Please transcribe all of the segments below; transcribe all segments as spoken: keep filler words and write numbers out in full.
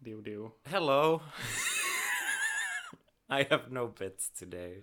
Diu diu. Hello. I have no bits today.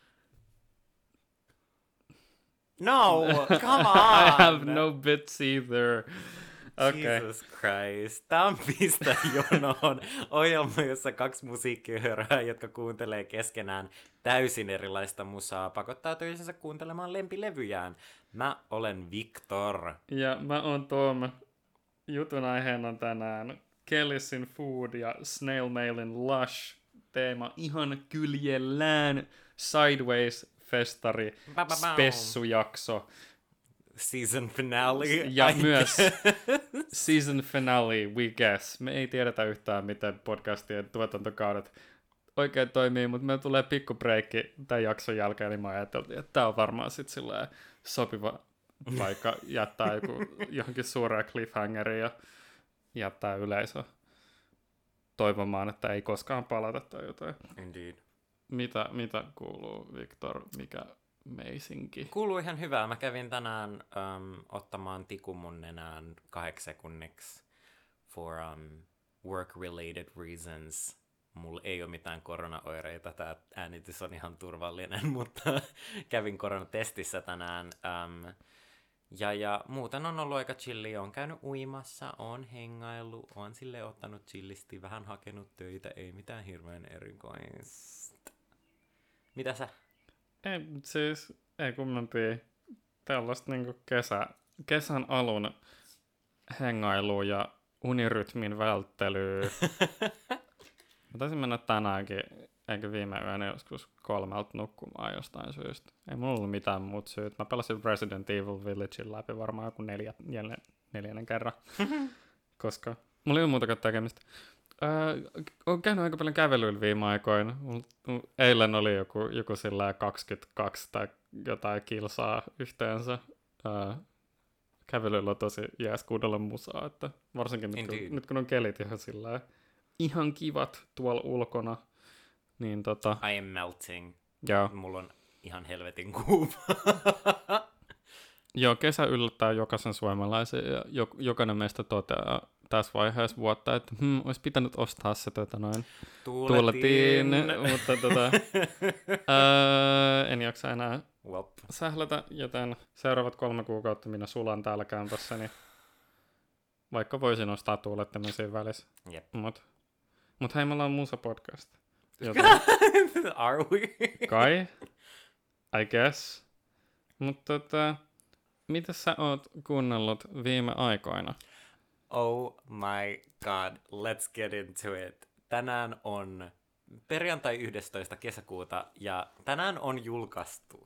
No, come on! I have no bits either. Okay. Jesus Christ. Tämä on Pistä jonoon ohjelma, jossa kaksi musiikkihörää, jotka kuuntelee keskenään täysin erilaista musaa, pakottaa toisensa kuuntelemaan lempilevyjään. Mä olen Victor. Ja mä oon Tom. Jutun aiheena on tänään Kellysin Food ja Snail Mailin Lush. Teema ihan kyljellään. Sideways-festari. Spessujakso. Season finale. Ja I myös season finale, we guess. Me ei tiedetä yhtään, miten podcastien tuotantokaudet oikein toimii, mutta meillä tulee pikku breikki tämän jakson jälkeen, niin mä ajattelin, että tämä on varmaan sitten silleen sopiva paikka jättää joku, johonkin suureen cliffhangeriin ja jättää yleisö toivomaan, että ei koskaan palata tai jotain. Indeed. Mitä, mitä kuuluu, Victor? Mikä meisinki? Kuuluu ihan hyvää. Mä kävin tänään um, ottamaan tikun mun nenään kahdeksi sekunniksi for um, work-related reasons. Mulla ei ole mitään koronaoireita. Tää äänitys on ihan turvallinen, mutta kävin koronatestissä tänään. Um, ja, ja muuten on ollut aika chilli. Oon käynyt uimassa, oon hengaillut, oon sille ottanut chillisti, vähän hakenut töitä. Ei mitään hirveän erikoista. Mitä sä? Ei, siis ei kummempia tällaista niinku kesä, kesän alun hengailua ja unirytmin välttelyä. Mä taisin mennä tänäänkin, eikä viime yönä joskus kolmelta nukkumaan jostain syystä. Ei mulla ollut mitään muut syyt. Mä pelasin Resident Evil Villagein läpi varmaan joku neljä, neljä, neljännen kerran, koska mulla ei ole muutakaan tekemistä. Öö, olen käynyt aika paljon kävelyillä viime aikoina. Eilen oli joku, joku sillä kaksikymmentäkaksi tai jotain kilsaa yhteensä. Öö, kävelyillä on tosi jees kuunnella musaa, että varsinkin nyt kun, nyt kun on kelit ihan sillä ihan kivat tuolla ulkona. Niin tota... I am melting. Joo. Mulla on ihan helvetin kuuma. Joo, kesä yllättää jokaisen suomalaisen ja jokainen meistä toteaa tässä vaiheessa vuotta, että hmm, olisi pitänyt ostaa se tota noin tuuletiin, mutta tota, ää, en jaksa enää Welp. sählätä, joten seuraavat kolme kuukautta minä sulan täällä kämpässä, niin vaikka voisin ostaa tuulettimen siinä välissä. Yep. Mut, mut hei, me ollaan musa-podcast. Are we? Kai, I guess. Mutta tota, mitä sä oot kuunnellut viime aikoina? Oh my god, let's get into it. Tänään on perjantai yhdestoista kesäkuuta ja tänään on julkaistu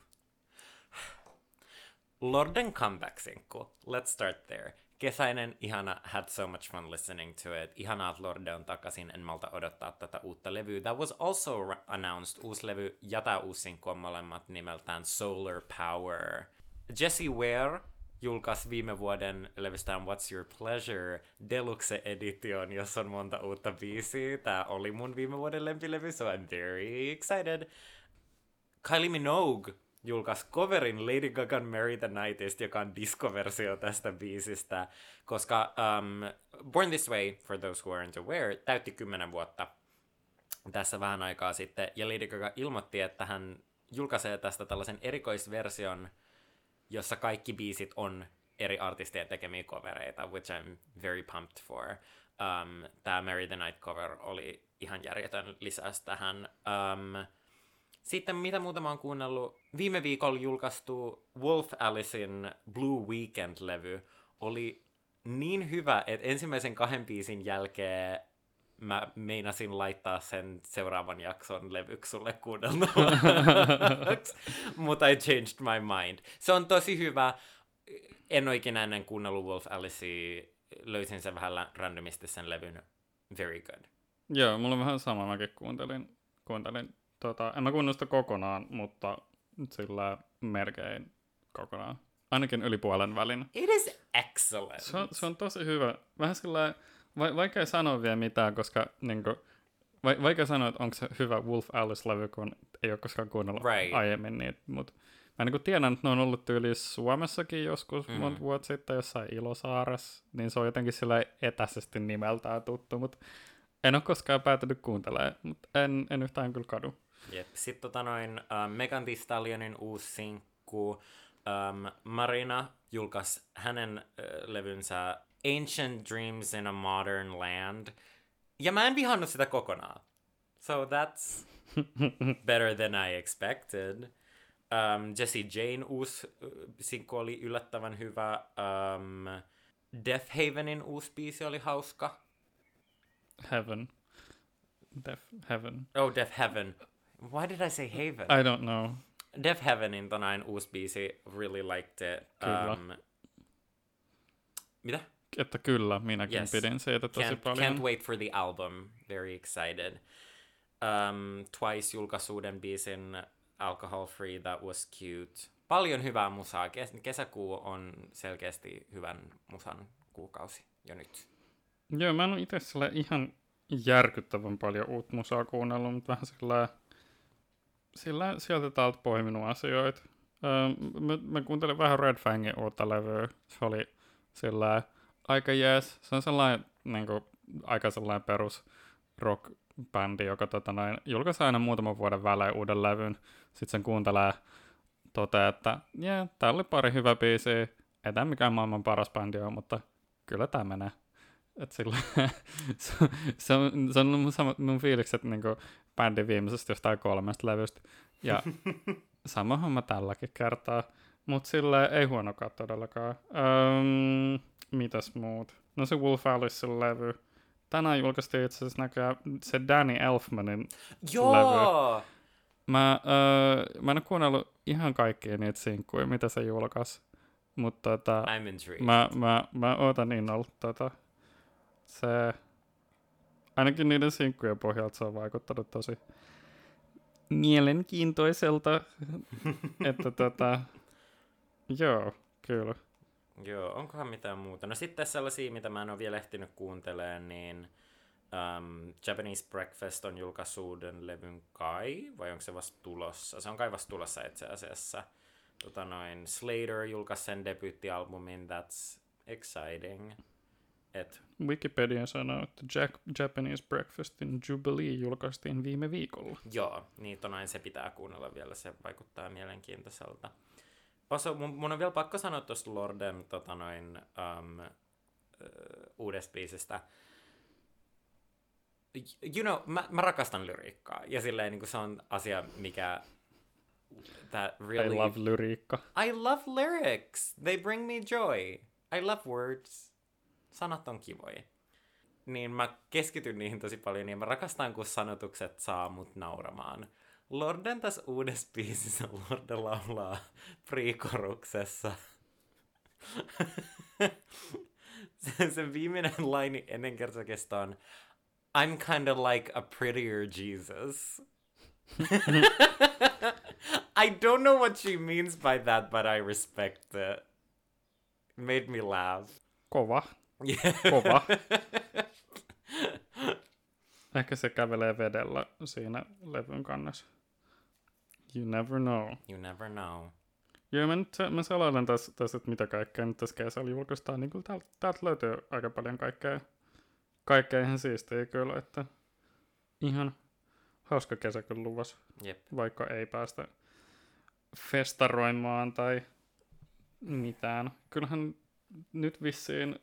Lorden comeback-sinkku. Let's start there. Kesäinen, ihana, had so much fun listening to it. Ihanaa, että Lorde on takaisin, en malta odottaa tätä uutta levyä. That was also announced, uusi levy ja tää uusi sinkku on molemmat nimeltään Solar Power. Jessie Ware julkaisi viime vuoden levystään What's Your Pleasure Deluxe Edition, jossa on monta uutta biisiä. Tää oli mun viime vuoden lempilevy, so I'm very excited. Kylie Minogue julkaisi coverin Lady Gagan Marry the Nightista, joka on diskoversio tästä biisistä, koska um, Born This Way, for those who aren't aware, täytti kymmenen vuotta tässä vähän aikaa sitten, ja Lady Gaga ilmoitti, että hän julkaisee tästä tällaisen erikoisversion, jossa kaikki biisit on eri artistien tekemiä covereita, which I'm very pumped for. Um, Tämä Marry the Night cover oli ihan järjetön lisäys tähän. Um, sitten mitä muuta mä oon kuunnellut? Viime viikolla julkaistu Wolf Alicein Blue Weekend-levy oli niin hyvä, että ensimmäisen kahden biisin jälkeen mä meinasin laittaa sen seuraavan jakson levyksi sulle kuunneltavaksi, mutta I changed my mind. Se on tosi hyvä. En ole ikinä ennen kuunnellut Wolf Alicea. Löysin sen vähän randomisti sen levyn. Very good. Joo, mulla on vähän sama. Mäkin kuuntelin. kuuntelin tota, en mä kuunnellut sitä kokonaan, mutta sillä merkein kokonaan. Ainakin yli puolen välin. It is excellent. Se on, se on tosi hyvä. Vähän sillä Va- vaikea sanoa vielä mitään, koska niinku, va- vaikea sanoa, että onko se hyvä Wolf Alice-levy, kun ei ole koskaan kuunnellut right. aiemmin niitä. Mutta mä niinku tiedän, että ne on ollut tyyli Suomessakin joskus mm. monta vuotta sitten jossain Ilosaaressa, niin se on jotenkin sillä etäisesti nimeltään tuttu, mutta En ole koskaan päätynyt kuuntelemaan, mutta en, en yhtään kyllä kadu. Jep. Sitten tota noin uh, Megan Thee Stallionin uusi sinkku. Um, Marina julkaisi hänen uh, levynsä Ancient Dreams in a Modern Land. Ja mä en vihannut sitä kokonaan. So that's better than I expected. Um, Jessie Jane uusi uh, sinkku oli yllättävän hyvä. Um, Death Havenin uusi biisi oli hauska. Heaven. Death Heaven. Oh, Death Heaven. Why did I say Haven? I don't know. Death Heavenin tonain uusi biisi, really liked it. Kyllä. Um, mitä? Että kyllä, minäkin Yes. pidin siitä tosi Can't, paljon. can't wait for the album. Very excited. Um, Twice julkaisi uuden biisin Alcohol Free, that was cute. Paljon hyvää musaa. Kes- kesäkuu on selkeästi hyvän musan kuukausi jo nyt. Joo, mä en ole itse sillä ihan järkyttävän paljon uutta musaa kuunnellut, mutta vähän sillä, sillä sieltä täältä poiminut asioita. Öö, mä, mä kuuntelin vähän Red Fangin uutta levyä. Se oli sillä aika jees. Se on sellainen niin kuin, aika sellainen perus rock-bändi, joka tota, noin, julkaisi aina muutaman vuoden välein uuden levyn. Sitten sen kuuntelee, toteaa, että yeah, tää oli pari hyvä biisiä. Ei tää mikään maailman paras bändi ole, mutta kyllä tää menee. Et sillä, se, se, on, se on mun, sama, mun fiilikset niinku bändin viimeisestä jostain kolmesta levystä. Ja sama homma tälläkin kertaa. Mut sillä ei huonokaan todellakaan. Öm, mitäs muut? No se Wolf Alicein levy. Tänään julkaistiin itse asiassa näköjään se Danny Elfmanin Joo! levy. Mä, öö, mä en ole kuunnellut ihan kaikkia niitä sinkkuja, mitä se julkaisi. Mutta tota, I'm intrigued. mä, mä, mä ootan innolla tota. Se, ainakin niiden sinkkujen pohjalta se on vaikuttanut tosi mielenkiintoiselta. Että tota, joo, kyllä. Joo, onkohan mitään muuta? No sitten sellaisia, mitä mä en ole vielä ehtinyt kuuntelemaan, niin um, Japanese Breakfast on julkaissut uuden levyn kai, vai onko se vasta tulossa? Se on kai vasta tulossa itse asiassa. Tota noin, Slater julkaisi sen debyyttialbumin, that's exciting. Et, Wikipedia sanoo, että Jack, Japanese Breakfastin Jubilee julkaistiin viime viikolla. joo, niin tonain se pitää kuunnella vielä, se vaikuttaa mielenkiintoiselta. Oso, mun, mun on vielä pakko sanoa tuosta Lorden tota noin, um, uh, uudesta biisistä. You know, mä, mä rakastan lyriikkaa, ja silleen niin kuin se on asia, mikä that really... I love lyriikka. I love lyrics. They bring me joy. I love words. Sanat on kivoja. Niin mä keskityn niihin tosi paljon, ja mä rakastan, kun sanotukset saa mut nauramaan. Lorden tässä uudessa biisissä Lorde laulaa Prikoruksessa. se, se viimeinen laini ennen kertokesta on I'm kind of like a prettier Jesus. I don't know what she means by that, but I respect it. Made me laugh. Kova. Yeah. Kova. Ehkä se kävelee vedellä siinä levyn kannassa. You never know. You never know. Joo, mä, nyt, mä selailen tässä, tässä, että mitä kaikkea nyt tässä kesällä julkaistaan. Niin kyllä täältä, täältä löytyy aika paljon kaikkea, kaikkea ihan siistiä kyllä, että ihan hauska kesä kyllä luvassa. Jep. Vaikka ei päästä festaroimaan tai mitään. Kyllähän nyt vissiin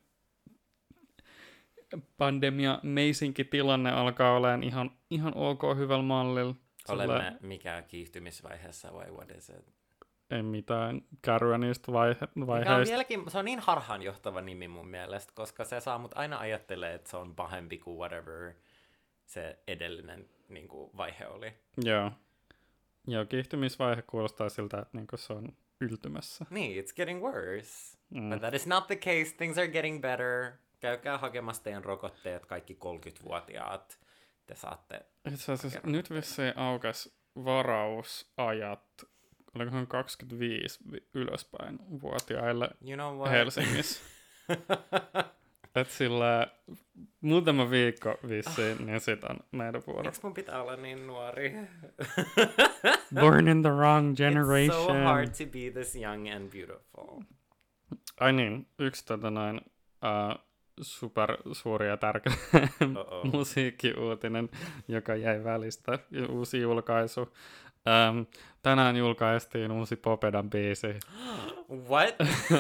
pandemia meisinkin tilanne alkaa olemaan ihan, ihan ok hyvällä mallilla. Olemme Sillä mikä kiihtymisvaiheessa vai what is it? ei mitään kärryä niistä vaihe- Mikä on vaiheista. vieläkin, se on niin harhaanjohtava nimi mun mielestä, koska se saa mut aina ajattelee, että se on pahempi kuin whatever se edellinen niin kuin, vaihe oli. Joo. Joo, kiihtymisvaihe kuulostaa siltä, että niinku se on yltymässä. Niin, it's getting worse. Mm. But that is not the case. Things are getting better. Käykää hakemassa teidän rokotteet, kaikki kolmekymmentävuotiaat. Te saatte... Itse asiassa Kerran nyt vissiin aukas varausajat, olikohan kaksikymmentäviisi vi- ylöspäin vuotiaille You know what? Helsingissä. Et sillä muutama viikko vissiin, niin sit on meidän vuoro. Miksi mun pitää olla niin nuori? Born in the wrong generation. It's so hard to be this young and beautiful. Ai niin, yksi tota noin, uh, super suuri ja tärkeä musiikkiuutinen, joka jäi välistä. Uusi julkaisu. Ähm, tänään julkaistiin uusi Popedan biisi. What?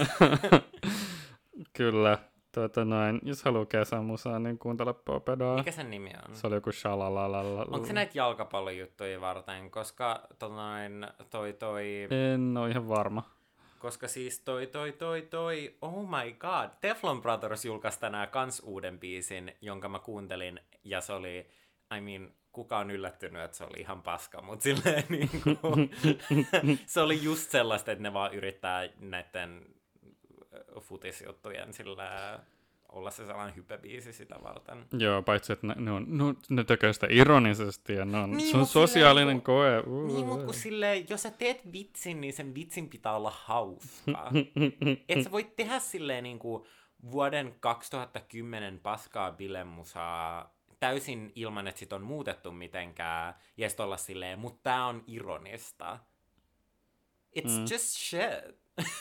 Kyllä. Tuota noin, jos haluaa kesämusaa, niin kuuntele Popedaa. Mikä sen nimi on? Se oli joku shalalalala. Onko se näitä jalkapallojuttuja varten? Koska tollain, toi toi... En ole ihan varma. Koska siis toi toi toi toi... Oh my god. Teflon Brothers julkaisi tänään kans uuden biisin, jonka mä kuuntelin. Ja se oli... I mean, kuka on yllättynyt, että se oli ihan paska, mutta silleen niinku... se oli just sellaista, että ne vaan yrittää näiden futisjuttujen sillä olla se sellainen hypebiisi sitä varten. Joo, paitsi että ne, ne, on, no, ne tekee sitä ironisesti ja ne on, niin, se on sosiaalinen silleen, koe. Uh, niin, mutta kun silleen, jos sä teet vitsin, niin sen vitsin pitää olla hauska. Et sä voit tehdä silleen niin kuin vuoden kaksituhattakymmenen paskaa bilemusaa täysin ilman, että sit on muutettu mitenkään, ja sit olla silleen, mutta tää on ironista. It's mm. just shit.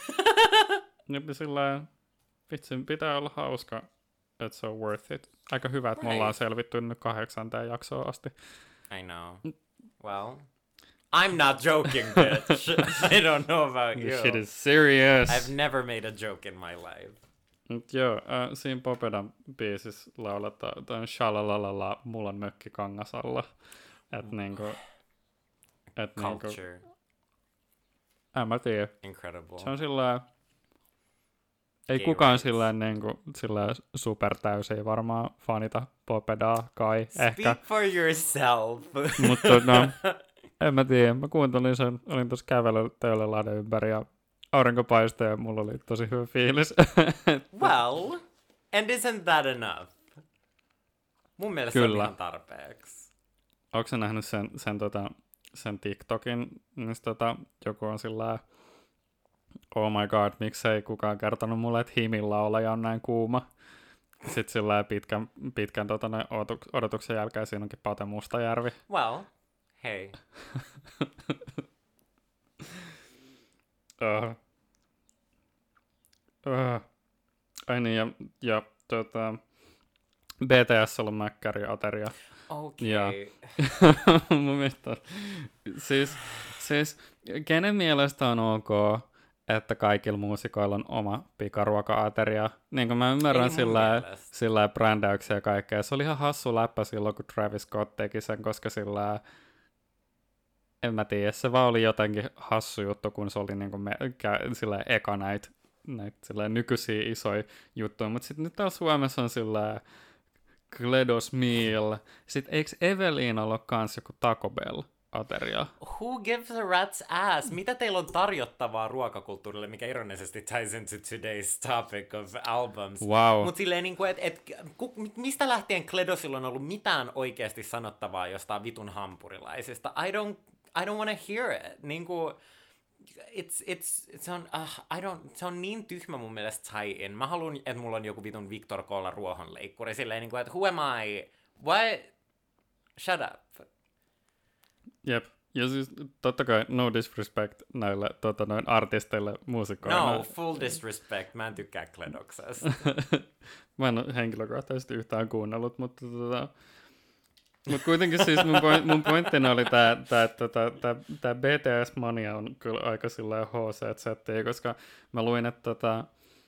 Ja sillä vitsin pitää olla hauska, että se on worth it. Aika hyvä, että right. me ollaan selvitty nyt kahdeksanteen jaksoon asti. I know. Well, I'm not joking, bitch. I don't know about you. This shit is serious. I've never made a joke in my life. Mut joo, äh, siinä Popedan biisissä lauletaan tämän shalalalala, mulla on mökki Kangasalla. Et niinku... Et Culture. Niinku, en mä tiedä. Incredible. Se on sillä ei Gay kukaan rights. sillä niinku sillä supertäysiä varmaan fanita Popedaa kai Speak ehkä. for yourself. Mutta no, en mä tiedä. Mä kuuntelin sen, olin tuossa kävelyllä tööllälähden ympäri ja aurinko paistoi ja mulla oli tosi hyvä fiilis. Well, and isn't that enough? Mun mielestä Kyllä. se on ihan tarpeeksi. Ootko sä nähnyt sen, sen, tota, sen TikTokin, missä tota, joku on sillä oh my god, miksei kukaan kertonut mulle, että Himin laulaja on näin kuuma. Sitten sillä pitkän, pitkän tota, odotuksen jälkeen siinä onkin Pate Mustajärvi. Well, hey. uh. Uh. Ai niin, ja, ja tota, B T S on mäkkäri ateria. Okei. Ja mun mielestä on, siis, siis kenen mielestä on ok, että kaikilla muusikoilla on oma pikaruoka-ateria. Niin kuin mä ymmärrän sillä, sillä brändäyksiä ja kaikkea. Se oli ihan hassu läppä silloin, kun Travis Scott teki sen, koska sillä, en mä tiedä, se vaan oli jotenkin hassu juttu, kun se oli niin kuin me, sillä eka näitä näit, nykyisiä isoja juttuja. Mutta sitten nyt täällä Suomessa on sillä Gledos Meal. Sitten eikö Evelina ole kans joku Taco Bell ateria? Who gives a rat's ass? Mitä teillä on tarjottavaa ruokakulttuurille, mikä ironisesti ties into today's topic of albums? Wow. Mutta silleen, niin kuin, et, et, ku, mistä lähtien Gledosilla on ollut mitään oikeasti sanottavaa jostain vitun hampurilaisista? I don't, I don't want to hear it. Niin kuin, It's, it's, se, on, uh, I don't, se on niin tyhmä mun mielestä tie-in. Mä haluan, että mulla on joku vitun Victor Kolla ruohonleikkuri. Silleen niin kuin, että who am I? What? Shut up. Jep. Ja siis totta kai no disrespect näille tota, noin artisteille, muusikoille. No, full disrespect. Mä en tykkää Kledoksesta. Mä en ole henkilökohtaisesti yhtään kuunnellut, mutta tota... Mutta kuitenkin siis mun, point, mun pointtina oli tää, tää, tää, tää, tää B T S-mania on kyllä aika sillä H C-settiä, koska mä luin, että tota,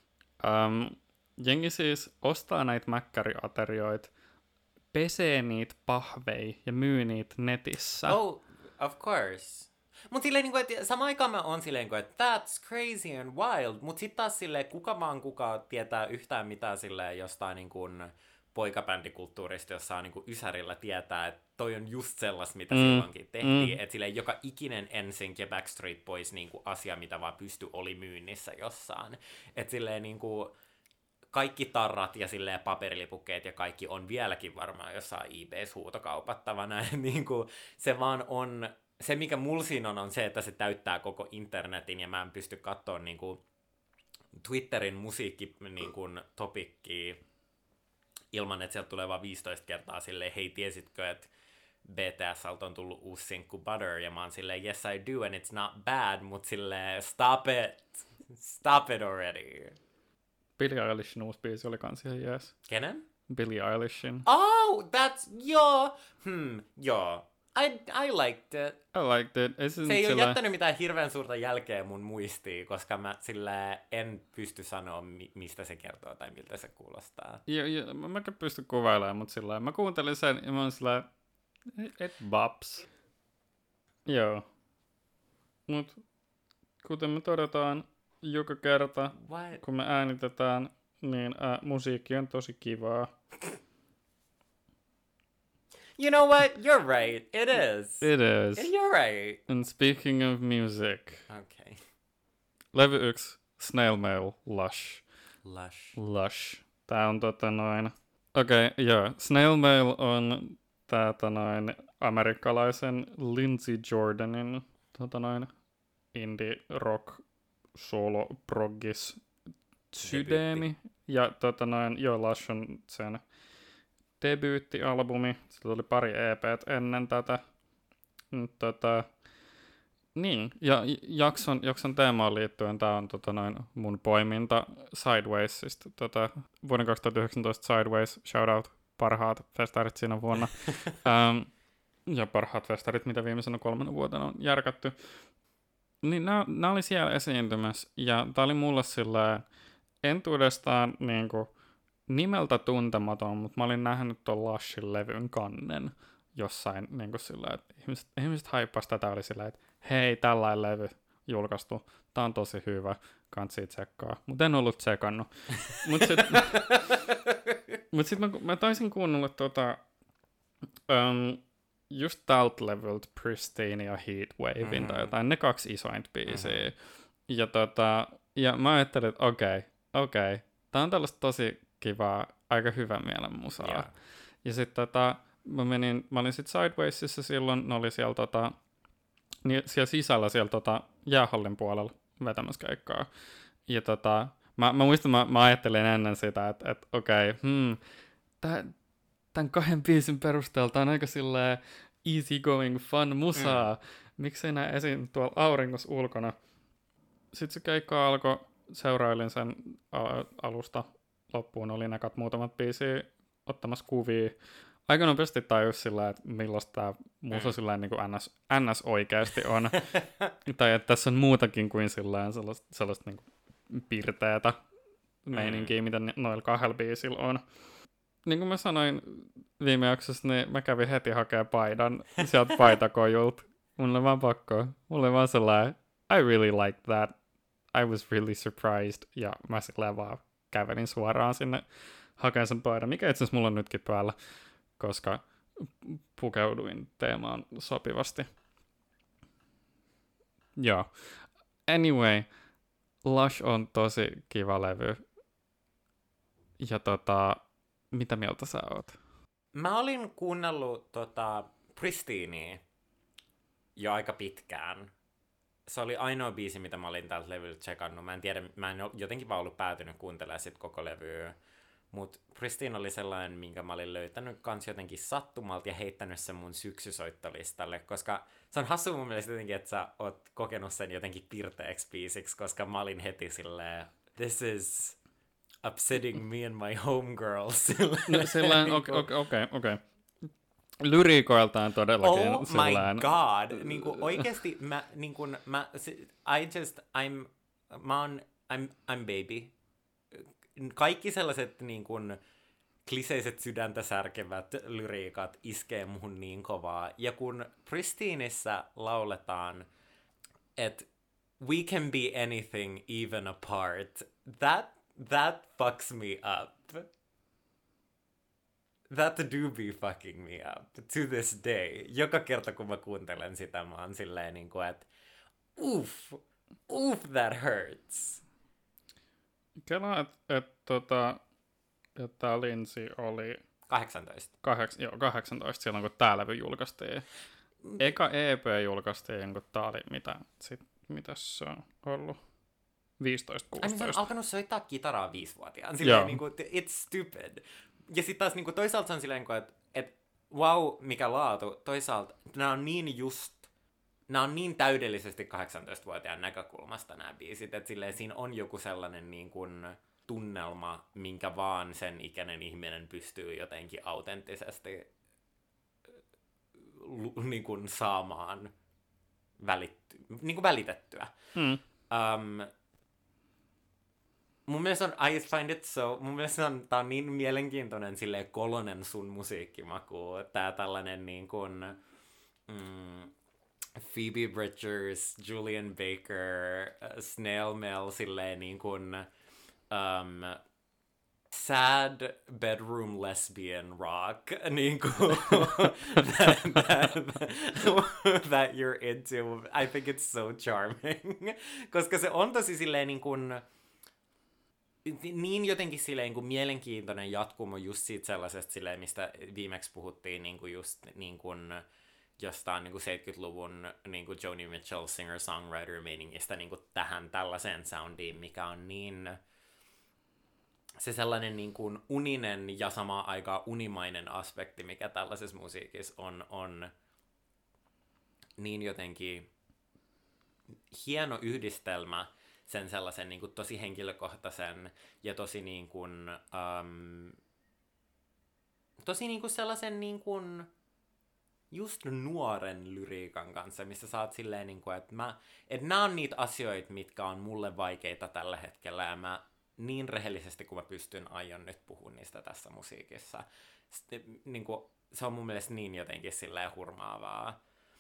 um, jengi siis ostaa näitä mäkkäriaterioita, pesee niitä pahvei ja myy niitä netissä. Oh, of course. Mut silleen niinku, että samaan aikaan mä oon silleen, että that's crazy and wild, mut sit taas silleen, kuka vaan kuka tietää yhtään mitään silleen jostain niinku poikabändikulttuurista, jossa on niinku ysärillä tietää, että toi on just sellaista, mitä mm. silloinkin tehtiin. Mm. Että silleen joka ikinen N Sync ja Backstreet Boys niinku asia, mitä vaan pysty, oli myynnissä jossain. Että silleen niinku kaikki tarrat ja silleen paperilipukkeet ja kaikki on vieläkin varmaan jossain eBays huutokaupattavana. niinku se vaan on, se mikä mulla siinä on, on se, että se täyttää koko internetin ja mä en pysty katsoa niinku Twitterin musiikki niinku topikkiä ilman, että sieltä tulee vaan viisitoista kertaa silleen, hei, tiesitkö, että B T S:ltä on tullut uusi sinkku Butter, ja mä oon silleen, yes I do, and it's not bad, mut silleen, stop it, stop it already. Billie Eilishin uusi biisi oli kans ihan jees. Kenen? Billie Eilishin. Oh, that's, joo. Hmm, joo. I, I liked it. I liked it. Ei se, Se ei sillä... ole jättänyt mitään hirveän suurta jälkeä mun muistiin, koska mä sillä en pysty sanoa, mi- mistä se kertoo tai miltä se kuulostaa. Joo, joo, mä mäkään pysty kuvailemaan, mutta sillä mä kuuntelin sen ja mä oon sillä et baps. Joo. Mut kuten me todetaan joka kerta, What? kun me äänitetään, niin ää, musiikki on tosi kivaa. You know what? You're right. It is. It is. You're right. And speaking of music, Okay. levy yksi, Snail Mail, Lush. Lush. Lush. Tää on tota noin... Okei, okay, joo. Snail Mail on tätä noin amerikkalaisen Lindsey Jordanin tota noin indie rock solo proggis sydämi. Ja tota noin, joo, Lush on sen debyyttialbumi. Sillä oli pari E P:t ennen tätä. Nyt, tota, niin, ja jakson, jakson teemaan liittyen tämä on tota noin, mun poiminta Sidewaysista. Tota, vuoden kaksituhattayhdeksäntoista Sideways, shoutout, parhaat festarit siinä vuonna. ähm, ja parhaat festarit, mitä viimeisenä kolmena vuotena on järkätty. Niin nämä oli siellä esiintymässä, ja tämä oli mulle silleen entuudestaan niinku nimeltä tuntematon, mutta mä olin nähnyt ton Lushin levyn kannen jossain niinku sillä, että ihmiset, ihmiset haippasi tätä, oli sillä, että hei, tällainen levy julkaistu, tää on tosi hyvä, kansi tsekkaa, mutta en ollut tsekannut. Mutta sitten mut sit mä, mä taisin kuunnella tota, um, just tältä levyltä Pristine ja Heatwavein mm-hmm. tai jotain, ne kaksi isointa biisiä. Mm-hmm. Ja, tota, ja mä ajattelin, että okei, okay, okei, okay, tää on tällaista tosi kivaa, aika hyvä mielen musaa. Yeah. Ja sitten tota, mä menin, mä olin sit Sidewaysissa silloin, ne oli siellä, tota, niin siellä sisällä siellä tota, jäähallin puolella vetämässä keikkaa. Ja tota, mä, mä muistan, mä, mä ajattelin ennen sitä, että et, okei, okay, hmm, tää, tämän kahden biisin perusteella tää on aika silleen easy going fun musaa. Mm. Miksei nää esiin tuolla auringossa ulkona. Sitten se keikka alkoi, seurailin sen a- alusta loppuun, oli näkat muutamat biisiä ottamassa kuvia. Aika nopeasti tajus sillä, että millaista tämä musa sillä niin kuin ns, ns oikeasti on. Tai että tässä on muutakin kuin sillä sellaista, sellaista niin kuin pirteätä meininkiä, mitä noilla kahdella biisillä on. Niin kuin mä sanoin viime jaksossa, niin mä kävin heti hakemaan paidan sieltä paitakojulta. Mulla oli vaan pakko. Mulla oli vaan sellainen, I really like that. I was really surprised. Ja mä sillä vaan kävelin suoraan sinne hakemaan sen paidan, mikä itse asiassa mulla on nytkin päällä, koska pukeuduin teemaan sopivasti. Joo. Anyway, Lush on tosi kiva levy. Ja tota, mitä mieltä sä oot? Mä olin kuunnellut tota Pristinea jo aika pitkään. Se oli ainoa biisi, mitä mä olin tältä levyltä tsekannut. Mä en tiedä, mä en jotenkin vaan ollut päätynyt kuuntelemaan sit koko levyä. Mut Pristine oli sellainen, minkä mä olin löytänyt kans jotenkin sattumalta ja heittänyt sen mun syksysoittolistalle, koska se on hassu mun mielestä jotenkin, että sä oot kokenut sen jotenkin pirteeksi biisiksi, koska mä olin heti silleen, this is upsetting me and my homegirls. No, sellainen, okei, okei, okei. Okay. Lyriikoiltaan todellakin. Oh sellainen. My god. Niin kuin oikeesti mä, niin kuin, mä, I just, I'm, mä oon, I'm, I'm baby. Kaikki sellaiset niin kuin kliseiset sydäntä särkevät lyriikat iskee muhun niin kovaa. Ja kun Pristineissä lauletaan, että we can be anything even apart, that, that fucks me up. That do be fucking me up to this day. Joka kerta kun mä kuuntelen sitä, mä oon silleen niin kuin, että uff, uff, that hurts. Kela, että et, tota, et tää Lindsey oli kahdeksantoista. Kaheks, joo, kahdeksantoista silloin, kun tää levy julkaistiin. Eka E P julkaistiin, kun tää oli, mitä, sit, mitäs se on ollut? viisitoista kuusitoista. Ai, se on alkanut soittaa kitaraa viisivuotiaan. Silleen niin kuin, it's stupid. Ja sitten taas niin kuin, toisaalta se on silleen, että et, wow, mikä laatu. Toisaalta nämä on niin just, nämä on niin täydellisesti kahdeksantoistavuotiaan näkökulmasta nämä biisit, että silleen siinä on joku sellainen niin kuin, tunnelma, minkä vaan sen ikäinen ihminen pystyy jotenkin autenttisesti niin kuin saamaan välitty, niin kuin välitettyä. Mm. Um, mun mielestä on, I find it so, mun mielestä on, tää on niin mielenkiintoinen silleen kolonen sun musiikkimaku, tää tällainen niin kuin, mm, Phoebe Bridgers, Julian Baker, uh, Snail Mail, silleen niin kuin, um, sad bedroom lesbian rock, niin kuin, that, that, that you're into. I think it's so charming. Koska se on tosi silleen niin kuin, niin jotenkin silleen niin kuin mielenkiintoinen jatkumo just siitä sellaisesta silleen, mistä viimeksi puhuttiin niin kuin just niin kuin jostain niin kuin seitsemänkymmentäluvun niin kuin Joni Mitchell singer-songwriter-meiningistä niin kuin tähän tällaiseen soundiin, mikä on niin se sellainen niin kuin uninen ja samaan aikaan unimainen aspekti, mikä tällaisessa musiikissa on, on niin jotenkin hieno yhdistelmä sen sellaisen niin kuin tosi henkilökohtaisen ja tosi niin kuin, um, tosi niin kuin sellaisen niin kuin just nuoren lyriikan kanssa, missä sä oot silleen, niin kuin, että, mä, että nämä on niitä asioita, mitkä on mulle vaikeita tällä hetkellä, ja mä niin rehellisesti kuin mä pystyn aion nyt puhua niistä tässä musiikissa. Sitten, niin kuin, se on mun mielestä niin jotenkin silleen hurmaavaa.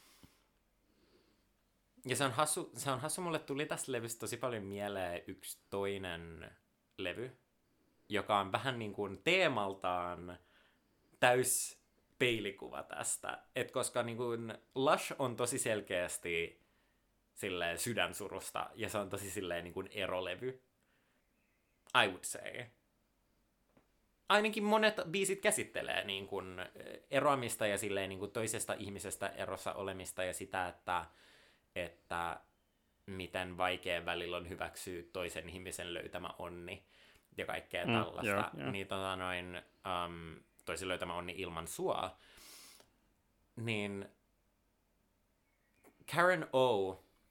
Ja se on hassu, se on hassu, mulle tuli tästä levystä tosi paljon mieleen yksi toinen levy, joka on vähän niin kuin teemaltaan täys peilikuva tästä. Et koska niin kuin Lush on tosi selkeästi silleen sydänsurusta, ja se on tosi silleen niin kuin erolevy. I would say. Ainakin monet biisit käsittelee niin kuin eroamista ja silleen niin kuin toisesta ihmisestä erossa olemista ja sitä, että, että miten vaikea välillä on hyväksyä toisen ihmisen löytämä onni ja kaikkea tällaista. Mm, yeah, yeah. Niin tota noin, um, toisen löytämä onni ilman sua. Niin Karen O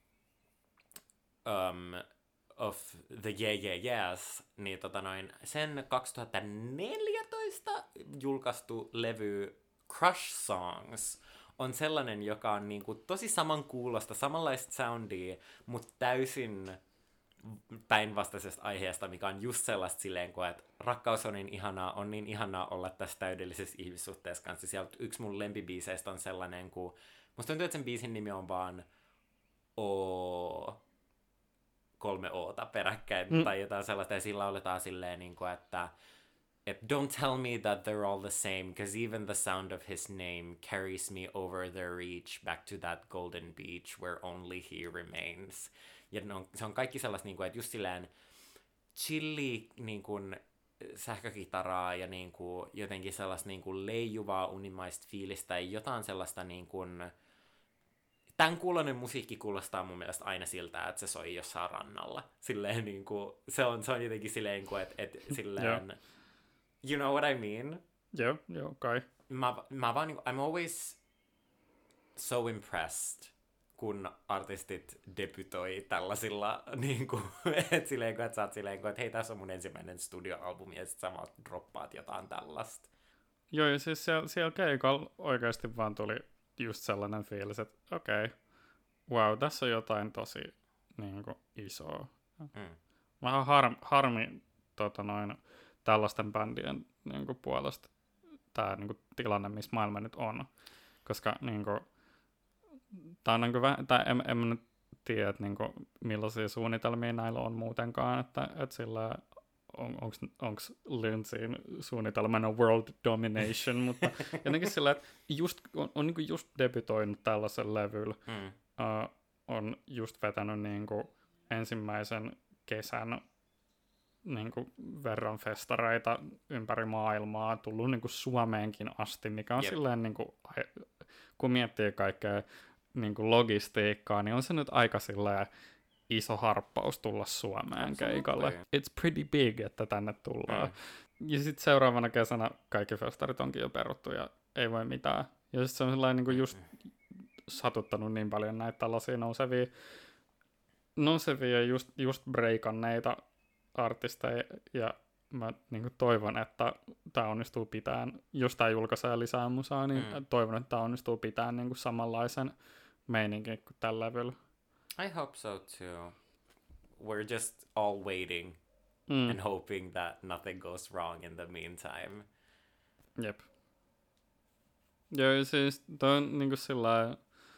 um, of the Yeah Yeah Yeahs, niin tota noin, sen kaksituhattaneljätoista julkaistu levy Crush Songs on sellainen, joka on niinku tosi samankuulosta, samanlaista soundia, mutta täysin päinvastaisesta aiheesta, mikä on just sellaista silleen, kun, että rakkaus on niin ihanaa, on niin ihanaa olla tässä täydellisessä ihmissuhteessa kanssa. Sieltä yksi mun lempibiiseistä on sellainen, kun musta tuntuu, että sen biisin nimi on vaan O, kolme Oota peräkkäin, mm. tai jotain sellaista, ja sillä lauletaan silleen, niin kuin, että et don't tell me that they're all the same, because even the sound of his name carries me over the reach back to that golden beach where only he remains. Ja on, se on kaikki sellaista, niin kuin, että just silleen chilli niin kuin, sähkökitaraa ja niin kuin, jotenkin sellaista niin kuin, leijuvaa unimaista fiilistä ja jotain sellaista niin kuin, tämän kuuloinen musiikki kuulostaa mun mielestä aina siltä, että se soi jossain rannalla. Silleen niin kuin, se on, se on jotenkin silleen, että et, silleen, you know what I mean? Joo, joo, kai. Mä, mä vaan, I'm always so impressed, kun artistit debytoi tällaisilla, niin kuin, että silleen, että sä oot silleen, että hei, tässä on mun ensimmäinen studioalbumi, ja sit sä vaan droppaat jotain tällaista. Joo, ja siis siellä, siellä keikalla oikeasti vaan tuli just sellainen fiilis, että okei, okay, wow, tässä on jotain tosi niin kuin, isoa. Mm. Vähän har, harmi tota, noin, tällaisten bändien niin kuin, puolesta tämä niin kuin, tilanne, missä maailma nyt on. Koska niin kuin, tää on, niin kuin, tai en, en nyt tiedä, että niin kuin, millaisia suunnitelmia näillä on muutenkaan, että, että sillä on, onko Lindsayn suunnitelmana world domination, mutta jotenkin sillä, että just, on, on niin kuin just debytoinut tällaisen levyllä, mm. uh, on just vetänyt niin kuin ensimmäisen kesän niin kuin verran festareita ympäri maailmaa, tullut niin kuin Suomeenkin asti, mikä on yep. silleen, niin kuin, kun miettii kaikkea niin kuin logistiikkaa, niin on se nyt aika silleen iso harppaus tulla Suomeen Absolutely. keikalle. It's pretty big, että tänne tullaan. Mm. Ja sitten seuraavana kesänä kaikki festarit onkin jo peruttu ja ei voi mitään. Ja sitten se on sellainen niin kuin just satuttanut niin paljon näitä tällaisia nousevia, nousevia just, just breikanneita artisteja, ja mä niin kuin toivon, että tämä onnistuu pitämään, jos tämä julkaisee lisää musaa, niin mm. toivon, että tämä onnistuu pitämään niin kuin samanlaisen meininkin kuin tällä levyllä. I hope so too. We're just all waiting mm. and hoping that nothing goes wrong in the meantime. Jep. Joo, siis toi on niinku sillä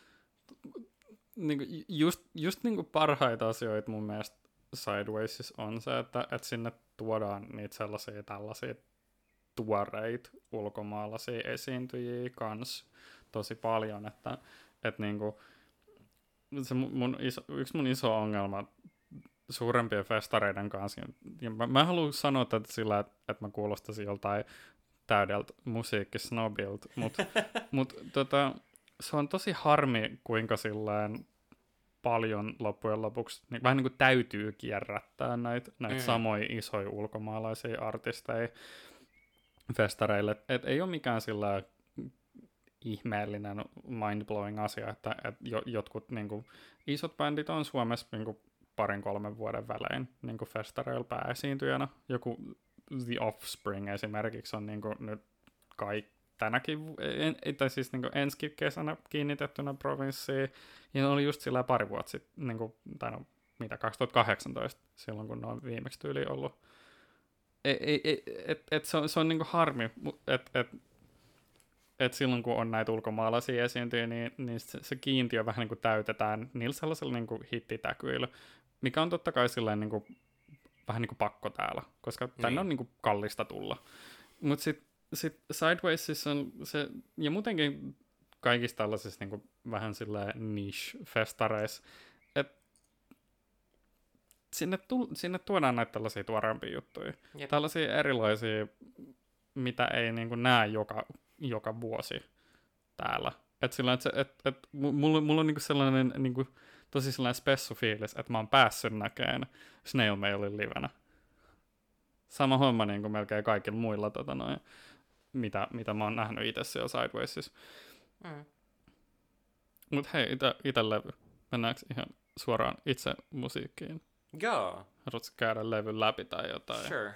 niinku just, just niinku parhaita asioita mun mielestä Sidewaysissa on se, että, että sinne tuodaan niitä sellaisia tällaisia tuoreita ulkomaalaisia esiintyjiä kans tosi paljon, että, että niinku, se mun iso, yksi mun iso ongelma suurempien festareiden kanssa, ja mä, mä haluan sanoa tätä sillä, että, että mä kuulostaisin joltain täydeltä musiikkisnobilta, mutta mut, tota, se on tosi harmi, kuinka silleen paljon loppujen lopuksi niin, vähän niin kuin täytyy kierrättää näitä näit mm. samoja isoja ulkomaalaisia artisteja festareille. Et, et ei ole mikään sillä ihmeellinen mind-blowing asia, että et jo, jotkut niin kuin, isot bändit on Suomessa niin kuin, parin kolmen vuoden välein niin kuin festareilla pääesiintyjänä. Joku The Offspring esimerkiksi on niin kuin, nyt kaikki tänäkin, en, tai siis niin kuin ensi kesänä kiinnitettynä provinssiin, ja ne oli just sillä pari vuotta sitten, niin kuin, tai no, mitä, kaksituhattakahdeksantoista, silloin kun ne on viimeksi tyyli ollut. Et, et, et, et se on, se on niin kuin harmi, että et, et silloin kun on näitä ulkomaalaisia esiintyjä, niin, niin se, se kiintiö vähän niin kuin täytetään niillä sellaisilla niin kuin hittitäkyillä, mikä on totta kai silleen niin kuin, vähän niin kuin pakko täällä, koska tänne niin. on niin kuin kallista tulla. Mutta sitten sit Sidewaysissa on se, ja muutenkin kaikissa tällaisissa niin kuin, vähän silleen niche-festareissa, että sinne, tu- sinne tuodaan näitä tällaisia tuoreempia juttuja. Jep. Tällaisia erilaisia, mitä ei niin kuin, näe joka, joka vuosi täällä. Että sillä, et, et, et, mulla, mulla on niin kuin sellainen niin kuin, tosi sellainen spessu fiilis, että mä oon päässyt näkemään Snail Mailin livenä. Sama homma niin kuin melkein kaikilla muilla, tota noin, mitä, mitä mä oon nähnyt itse siellä Sidewaysissa. Mm. Mut hei, itä, itä levy. Mennäänkö ihan suoraan itse musiikkiin? Joo. Haluatko käydä levyn läpi tai jotain? Sure.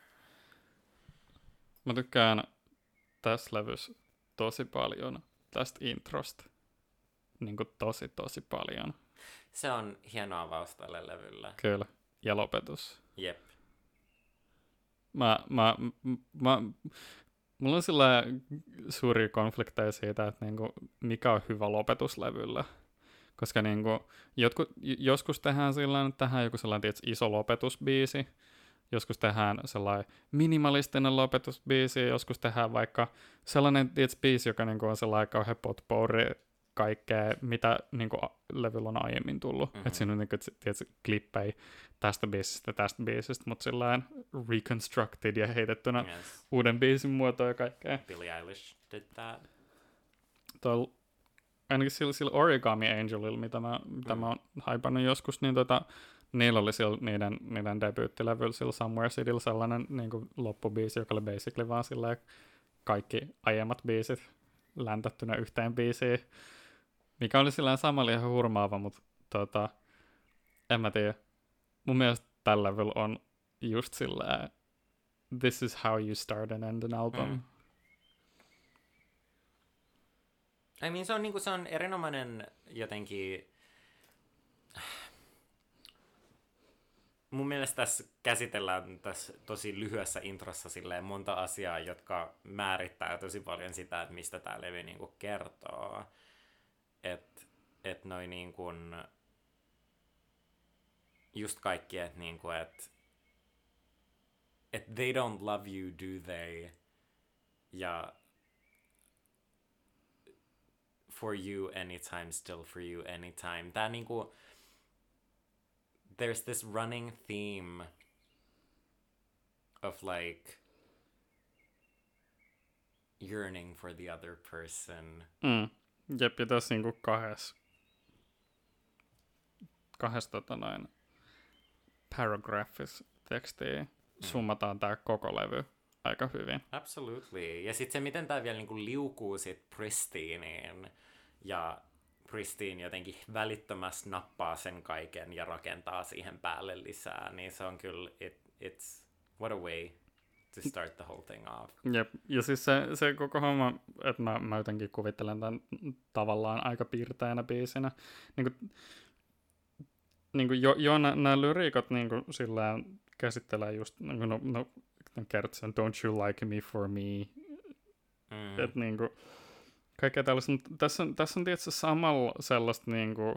Mä tykkään tässä levyssä tosi paljon tästä introsta. Niin kuin tosi, tosi paljon. Se on hieno avaus tälle levylle. Kyllä. Ja lopetus. Jep. Mä, mä, mä, mulla on sillä suuria konflikteja siitä, että niinku, mikä on hyvä lopetus levyllä. Koska niinku, jotkut, joskus tehdään sillä että tehdään joku sellainen tietysti, iso lopetusbiisi. Joskus tehdään sellainen minimalistinen lopetusbiisi. Joskus tehdään vaikka sellainen tietysti, biisi, joka niinku, on sellainen kauhean potpourri kaikkea, mitä niinku, levyllä on aiemmin tullut. Mm-hmm. Että siinä on niinku, tietysti, klippejä tästä biisistä tästä biisistä, mutta sellainen reconstructed ja heitettynä yes. uuden biisin muotoon ja kaikkea. Billie Eilish did that. Tuolla, ainakin sillä, sillä Origami Angelilla, mitä mä, mitä mm. mä oon haipannut joskus, niin tota, niillä oli sillä niiden, niiden debyyttilevyllä sillä Somewhere Cityllä sellainen niin kuin loppubiisi, joka oli basically vaan silleen kaikki aiemmat biisit läntättynä yhteen biisiin, mikä oli sillä samalla ihan hurmaava, mutta tota, en mä tiedä. Mun mielestä tällä level on just sillä this is how you start and end an album. Mm. I mean, se on, niinku, se on erinomainen jotenkin. Mun mielestä tässä käsitellään tässä tosi lyhyessä introssa silleen monta asiaa, jotka määrittää tosi paljon sitä, että mistä tää levy niinku kertoo. Että et noi niinku just kaikki, että niinku, et, et they don't love you, do they? Ja for you anytime, still for you anytime. Tää niinku, there's this running theme of like yearning for the other person. Mm. Jep, ja tässä niinku kahdessa kahdessa tota noin paragraphissa tekstiä mm. summataan tää koko levy aika hyvin. Absolutely. Ja sitten se, miten tää vielä niinku liukuu sit Pristineen ja Pristine jotenkin välittömästi nappaa sen kaiken ja rakentaa siihen päälle lisää, niin se on kyllä, it, it's, what a way to start the whole thing off. Jep. Ja siis se, se koko homma, että mä, mä jotenkin kuvittelen tämän tavallaan aika piirteänä biisinä. Niin kuin, niin kuin jo, jo nämä lyriikot niin kuin sillään käsittelee just, niin kuin, no, no kertoo sen Don't you like me for me. Mm. Että niin kuin, kaikkea tällaista. Tässä on, tässä on tietysti samalla sellaista niin kuin,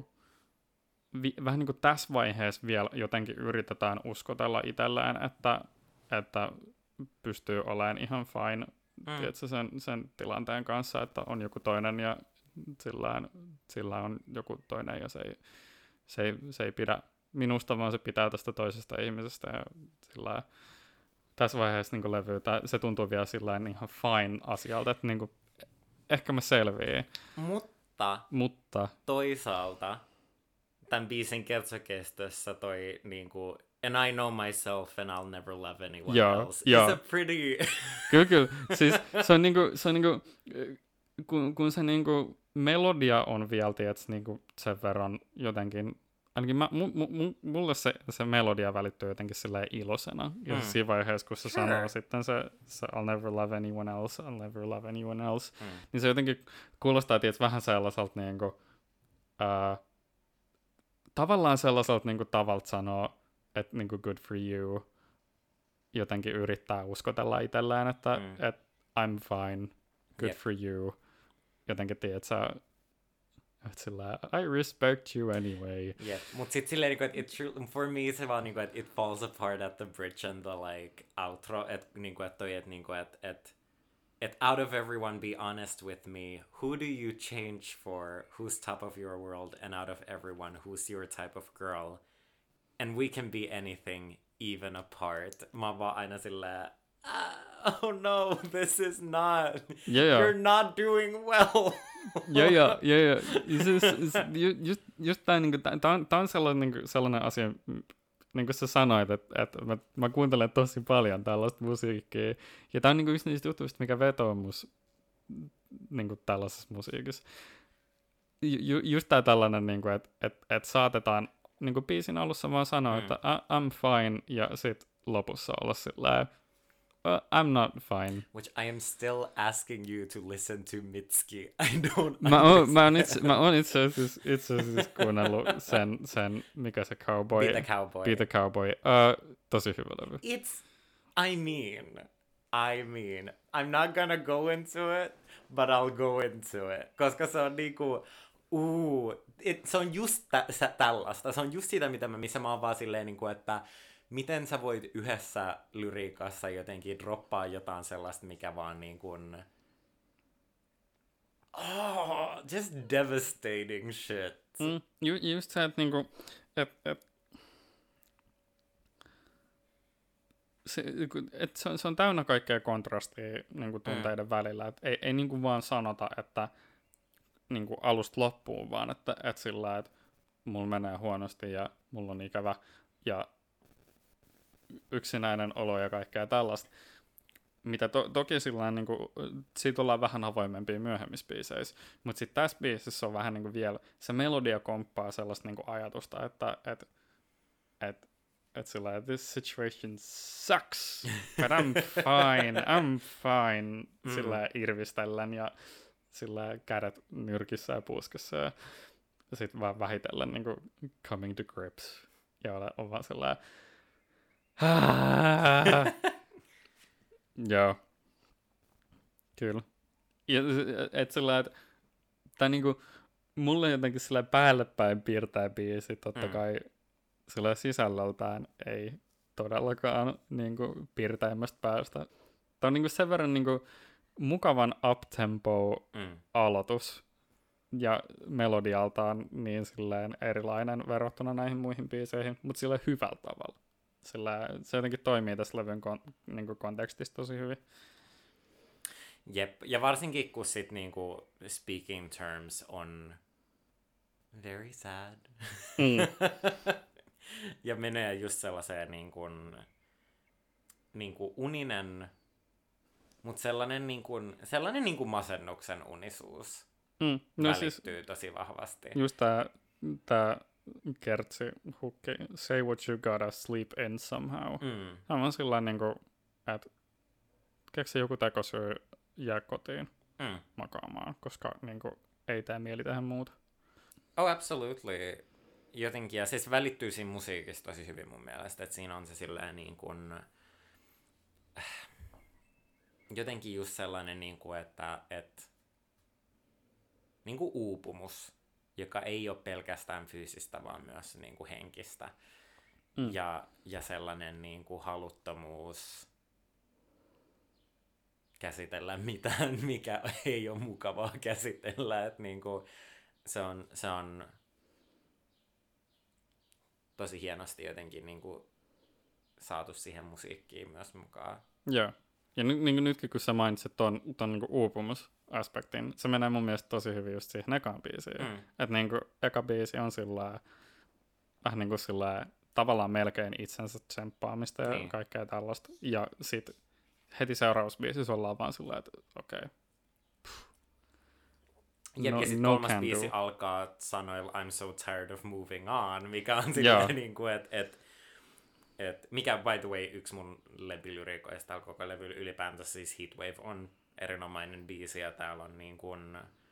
vi, vähän niin kuin tässä vaiheessa vielä jotenkin yritetään uskotella itsellään, että, että pystyy olemaan ihan fine Mm. tiedätkö, sen, sen tilanteen kanssa, että on joku toinen ja sillä, sillä on joku toinen ja se ei, se ei, se ei pidä minusta, vaan se pitää tästä toisesta ihmisestä ja sillä tässä vaiheessa niin levy, se tuntuu vielä sillain ihan fine asialta, että niin kuin, ehkä mä selviin. Mutta, Mutta toisaalta tämän biisin kertsokestossa toi niinku And I know myself and I'll never love anyone Joo, else joo. is a pretty... Kyllä, kyllä. Siis se on niinku, se on niinku, kun, kun se niinku melodia on vielä, tiedätkö, niinku sen verran jotenkin, ainakin mä, mu, mu, mulle se, se melodia välittyy jotenkin silleen iloisena. Ja Mm. siinä vaiheessa, kun se Sure. sanoo sitten se, se I'll never love anyone else, I'll never love anyone else, Mm. niin se jotenkin kuulostaa, tiedätkö, vähän sellaiselta niinku, ää, tavallaan sellaiselta niinku tavalta sanoo, että niinku good for you, jotenkin yrittää uskotella itselleen, että Mm. et I'm fine, good Yep. for you. Jotenkin tiedät sä, että sillä I respect you anyway. Yeah, mutta sitten silleen, niinku, että it, tru- for me se vaan, niinku, että it falls apart at the bridge and the like outro, että niinku, et toi, että niinku, et, et, et out of everyone be honest with me, who do you change for, who's top of your world, and out of everyone, who's your type of girl, and we can be anything, even apart. Mä oon vaan aina silleen, ah, oh no, this is not, Ja, ja. you're not doing well. Ja, ja, ja, ja. Ja siis, siis, ju- just, just tää, niinku, tää, tää, on, tää on sellainen, niinku, sellainen asia, niin kuin sä sanoit, että, että mä, mä kuuntelen tosi paljon tällaista musiikkia. Ja tää on niinku just niistä jutuista, mikä vetoo mus niinku tällaisessa musiikissa. Ju, just tää tällainen, niinku, että et, et saatetaan niinku biisin alussa vaan sanoa, Mm. että I, I'm fine, ja sit lopussa olla silleen, uh, I'm not fine. Which I am still asking you to listen to Mitski. I don't Mä oon, understand. mä oon itse, mä oon itse asiassa, itse asiassa kuunnellut sen, sen, mikä se cowboy. Be the Cowboy. Be the Cowboy. Uh, tosi hyvä levy. It's, I mean, I mean, I'm not gonna go into it, but I'll go into it. Koska se on niinku, uu, it, se on just tä, sä, tällaista. Se on just sitä, mitä mä, missä mä oon vaan silleen, niinku, että miten sä voit yhdessä lyriikassa jotenkin droppaa jotain sellaista, mikä vaan niin kuin... Oh, just devastating shit. Mm, ju, just se, että niinku, et, et, se, et se, on, se on täynnä kaikkea kontrastia niinku tunteiden mm. välillä. Et ei, ei niinku vaan sanota, että niinku alusta loppuun, vaan että et sillä, että mulla menee huonosti ja mulla on ikävä ja yksinäinen olo ja kaikkea tällaista. Mitä to, toki sillä niin kuin, siitä ollaan vähän avoimempia myöhemmissä biiseissä, mutta sitten tässä biisissä on vähän niin kuin vielä, se melodia komppaa sellaista niin kuin ajatusta, että et, et, et sillä this situation sucks, but I'm fine, I'm fine, Mm. sillä irvistellen ja sillä kädet nyrkissä ja puuskassa ja, ja sitten vaan vähitellen niin kuin coming to grips ja on, on vaan sellainen joo. Kyllä. Ja et sillä, että tää niinku, mulle jotenkin sillä päälle päin piirtää biisi, totta Mm. kai sillä sisällöltään ei todellakaan niinku piirtäimmästä päästä. Tää on niinku sen verran niinku mukavan uptempo Mm. aloitus ja melodialtaan niin silleen erilainen verrattuna näihin muihin biiseihin, mutta sillä hyvällä tavalla. Sillä se jotenkin toimii tässä levyn kon, niin kontekstissa tosi hyvin. Jep, ja varsinkin kun sit niinku speaking terms on very sad. Mm. Ja menee just sellaiseen niinku, niinku uninen, mutta sellainen, niinku, sellainen niinku masennuksen unisuus Mm. No välittyy siis tosi vahvasti. just tää, tää kertsi hukki Say what you gotta sleep in somehow. Mm. Hän on sillä niinku, että keksi joku tekosyy jää kotiin Mm. makaamaan, koska niinku, ei tää mieli tehdä muuta. Oh, absolutely. Jotenkin, ja siis välittyy siinä musiikista tosi hyvin mun mielestä, että siinä on se silleen niin kuin, jotenkin just sellainen, niin kuin, että, että niin kuin uupumus, joka ei ole pelkästään fyysistä, vaan myös niin kuin henkistä. Mm. Ja, ja sellainen niin kuin haluttomuus käsitellä mitään, mikä ei ole mukavaa käsitellä. Että niin kuin, se on, se on tosi hienosti jotenkin niin kuin saatu siihen musiikkiin myös mukaan. Joo. Ja ny, niin nytkin kun sä mainitsit ton, ton niin uupumusaspektin, se menee mun mielestä tosi hyvin just siihen ekaan biisiin. Mm. Että niin eka biisi on sillä vähän niin kuin sillä tavallaan melkein itsensä tsemppaamista ja niin. kaikkea tällaista. Ja sit heti seuraavassa biisissä ollaan vaan sillä että okei. Okay. Jep, no, ja sitten no kolmas biisi alkaa sanoilla I'm so tired of moving on, mikä on silleen niin kuin, että et, et, mikä by the way yksi mun levylyriikoista täällä koko levy ylipäänsä, siis Heatwave on erinomainen biisi, ja täällä on niin kuin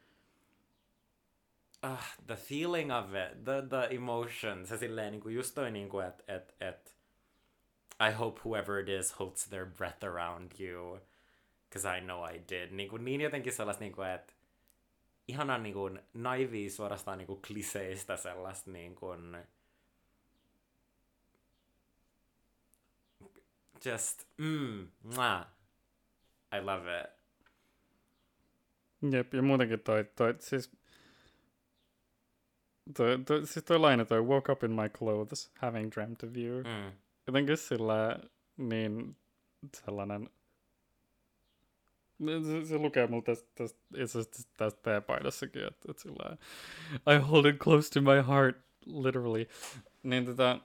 uh, the feeling of it, the, the emotion, se silleen niin kuin just toi niin kuin, että et, et, I hope whoever it is holds their breath around you, because I know I did. Niin, kuin, niin jotenkin sellaista, niin kuin, että ihanan niin kuin naivia suorastaan niin kuin kliseistä sellaista niin kuin just mm, mwah. I love it. Jep, ja muutenkin toi, toi siis toi, toi, siis toi laina toi woke up in my clothes having dreamt of you. Mm. Jotenkin sillä niin sellainen Se, se lukee mulla tästä, tästä, tästä, tästä teepaidassakin, että, että sillä I hold it close to my heart, literally. Niin tota,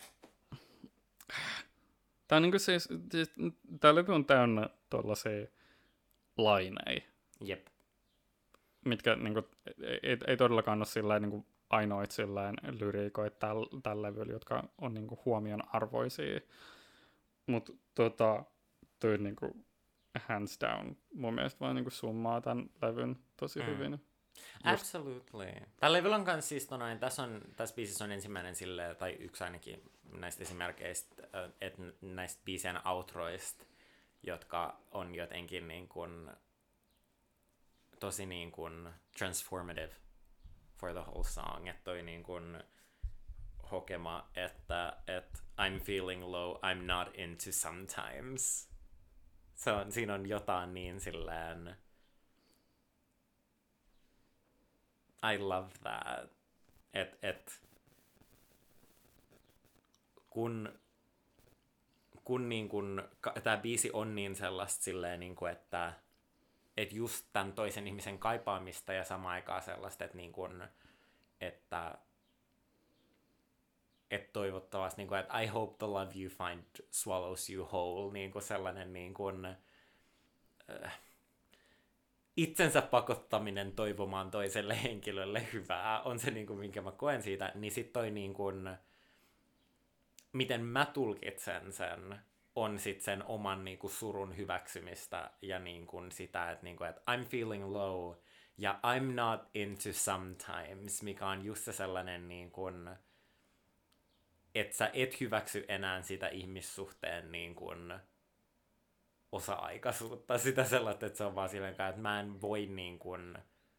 tää on niinku siis, siis tää levy on täynnä tollasia laineja. Jep. Mitkä niinku, ei, ei todellakaan ole sillä niinku ainoit sillä lyriikoit tällä täl levyllä, jotka on niinku huomion arvoisia. Mut tota, toi niinku hands down mun mielestä vaan niinku summaa tämän levyn tosi mm. hyvin. Just. Absolutely. Tällä levyllä on kans siis noin, tässä, on, tässä biisissä on ensimmäinen sille, tai yksi ainakin näistä esimerkkeistä, että näistä biisien outroista, jotka on jotenkin niin kuin tosi niin kuin transformative for the whole song. Että toi niin kuin hokema, että, että I'm feeling low, I'm not into sometimes. Se on, siinä on jotain niin silleen I love that. Et, et, kun kun, niin kun tämä biisi on niin sellaista silleen, niin kun, että et just tämän toisen ihmisen kaipaamista ja samaan aikaan sellaista, että, niin kun, että et toivottavasti, niin kun, että I hope the love you find swallows you whole, niin kun sellainen niin kun, äh, itsensä pakottaminen toivomaan toiselle henkilölle hyvää on se, niin kun, minkä mä koen siitä, niin sit toi niin kun, miten mä tulkitsen sen, on sit sen oman niin kun, surun hyväksymistä ja niin kun, sitä, että, niin kun, että I'm feeling low ja I'm not into sometimes, mikä on just se sellainen niin kun, että sä et hyväksy enää sitä ihmissuhteen niin kuin osa-aikaisuutta, sitä sellaista, että se on vaan silleen, että mä en voi niin kuin,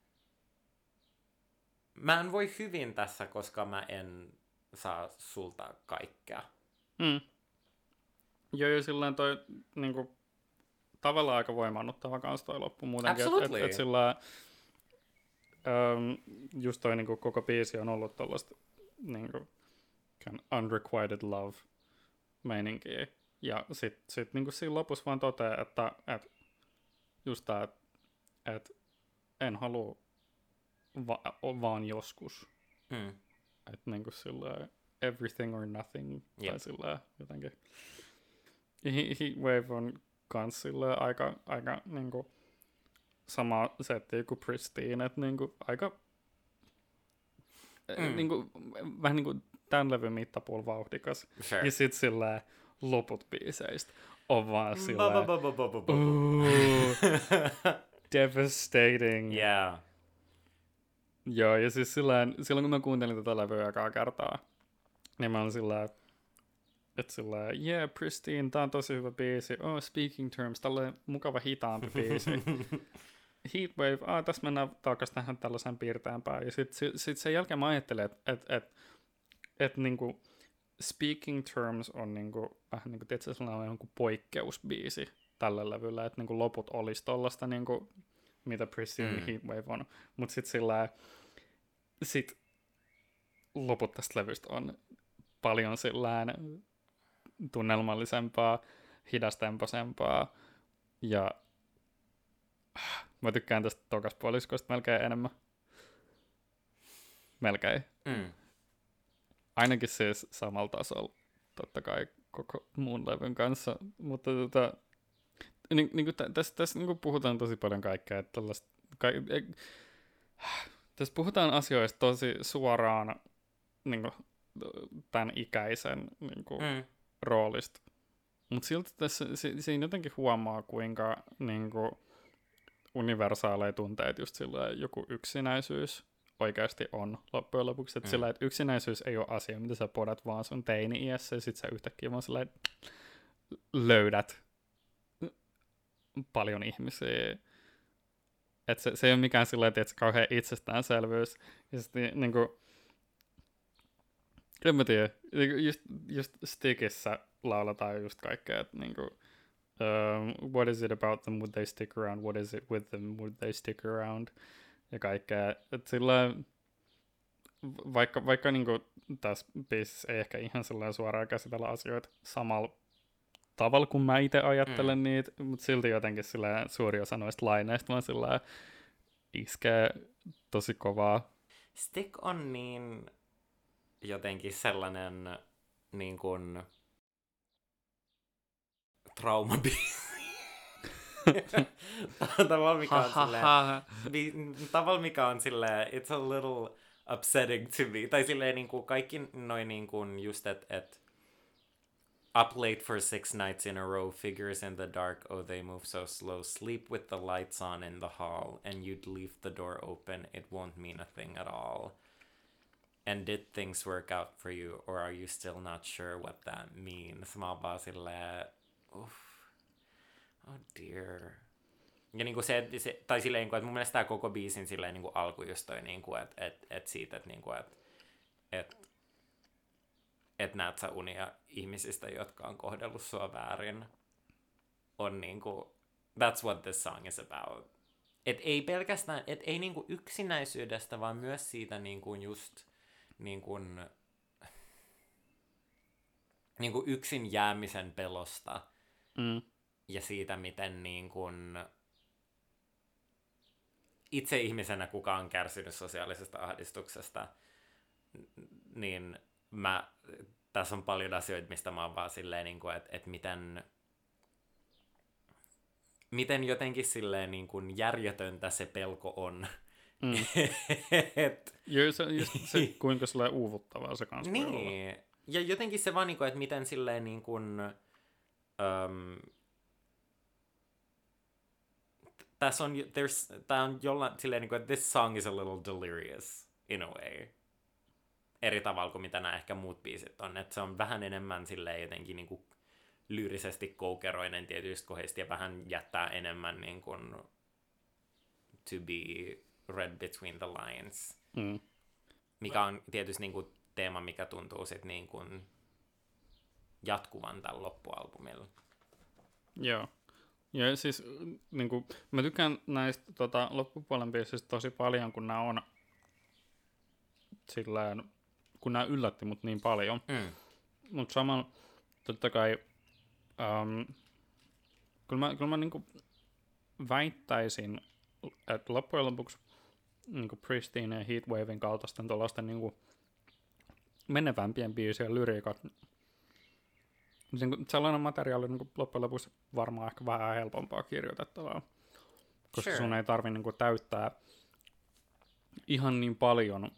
mä en voi hyvin tässä, koska mä en saa sulta kaikkea. Mm. Joo, ja silleen toi niinku, tavallaan aika voimaannuttava kanssa toi loppu muutenkin. Absolutely. Että et, et sillä ähm, just toi niinku, koko biisi on ollut tollaista niinku unrequited love meininkiä. Ja sit, sit niinku siinä lopussa vaan toteaa, että et, just tää, että et, en halua va- vaan joskus. Mm. Että niinku sillä everything or nothing. Yep. Tai sillä jotenkin. Heatwave on kans sillä aika, aika niinku sama setti kuin Pristine. Että niinku aika mm. niin kuin, vähän niin kuin tämän levyn mittapuolella vauhdikas. Sure. Ja sit silleen loput biiseistä on vaan silleen devastating. Yeah. Joo, ja siis silleen, silloin kun mä kuuntelin tätä levyä ekaa kertaa, niin mä olin silleen, että silleen, yeah, Pristine, tää on tosi hyvä biisi. Oh, Speaking Terms, tälleen mukava hitaampi biisi. Heatwave, ah, tässä mennään takaisin tähän tällaiseen piirteämpään. Ja sitten sit, sit sen jälkeen mä ajattelin, että et, et, et, niinku Speaking Terms on niinku, vähän niin kuin tietysti sellainen jonkun poikkeusbiisi tällä levyllä, että niinku loput olisi tollaista, niinku, mitä Pristine mm. Heatwave on. Mutta sitten sillä sit loput tästä levystä on paljon sillään tunnelmallisempaa, hidastemposempaa ja mä tykkään tästä tokas puoliskosta melkein enemmän. Melkein. Mm. Ainakin siis samalla tasolla, totta kai koko muun levyn kanssa, mutta tota, niin, niin kuin tässä, tässä niin kuin puhutaan tosi paljon kaikkea, että tällaista, ka, e, tässä puhutaan asioista tosi suoraan niin kuin, tämän ikäisen niin kuin, mm. roolista, mutta silti tässä si, siinä jotenkin huomaa, kuinka niin kuin, universaaleja tunteita just silleen joku yksinäisyys oikeasti on loppujen lopuksi. Että mm. sillä, että yksinäisyys ei ole asia, mitä sä podat vaan sun teini-iässä ja sit sä yhtäkkiä vaan sillä löydät paljon ihmisiä. Että se, se ei ole mikään sillä, että se kauhean itsestäänselvyys. Ja sitten niinku, en mä tiedä, just, just Stickissä lauletaan just kaikkea, että niinku, Um, what is it about them, would they stick around, what is it with them, would they stick around, ja kaikkea, että sillä vaikka, vaikka niinku tässä biisissä ei ehkä ihan sellainen suoraan käsitellä asioita samalla tavalla kuin mä itse ajattelen mm. niitä, mutta silti jotenkin sillä suuri osa noista laineista vaan sillä iskee tosi kovaa. Stick on niin jotenkin sellainen niin kuin traumabiisi. Tavalla mikä on silleen, tavalla mikä on silleen, it's a little upsetting to me. Tai silleen niinku kaikki noin niinku just, että et, up late for six nights in a row, figures in the dark, oh they move so slow, sleep with the lights on in the hall, and you'd leave the door open, it won't mean a thing at all. And did things work out for you, or are you still not sure what that means? Mä oon vaan silleen, uff, oh dear. Ja niinku se, se tai silleen, että mun mielestä tää koko biisin silleen niinku alku just toi, niinku, että et, et siitä, että niinku, et, et, et näet sä unia ihmisistä, jotka on kohdellut sua väärin, on niinku, that's what this song is about. Et ei pelkästään, et ei niinku yksinäisyydestä, vaan myös siitä niinku just niinku, niinku yksin jäämisen pelosta. Mm. Ja siitä, miten niin kun itse ihmisenä, kuka on kärsinyt sosiaalisesta ahdistuksesta, niin mä, tässä on paljon asioita, mistä mä oon vaan silleen, niin että et miten, miten jotenkin silleen niin kun järjetöntä se pelko on. Mm. Et, Joo, se, just se kuinka silleen uuvuttavaa se kanssa niin. voi olla. Ja jotenkin se vaan, niin kun, että miten silleen niin kun, um, tässä on, tää on jollain silleen, niin kuin, että this song is a little delirious in a way. Eri tavalla kuin mitä nämä ehkä muut biisit on. Että se on vähän enemmän silleen jotenkin niin kuin lyyrisesti koukeroinen tietysti kohdista ja vähän jättää enemmän niin kuin to be read between the lines. Mm. Mikä on tietysti niin kuin teema, mikä tuntuu sitten niin kuin jatkuvan tällä loppualbumilla. Joo. Ja siis niin kuin, mä tykkään näistä tota, loppupuolen biisistä tosi paljon, kun nämä on silleen, kun nämä yllätti mut niin paljon. Mm. Mutta samalla totta kai um, kyllä mä, kyllä mä niin kuin väittäisin, että loppujen lopuksi niin kuin Pristine ja Heatwaven kaltaisten tuollaisten niin kuin menevämpien biisien lyriikat, sellainen materiaali niin loppujen lopuksi varmaan ehkä vähän helpompaa kirjoitettavaa, koska sure. sun ei tarvitse niin täyttää ihan niin paljon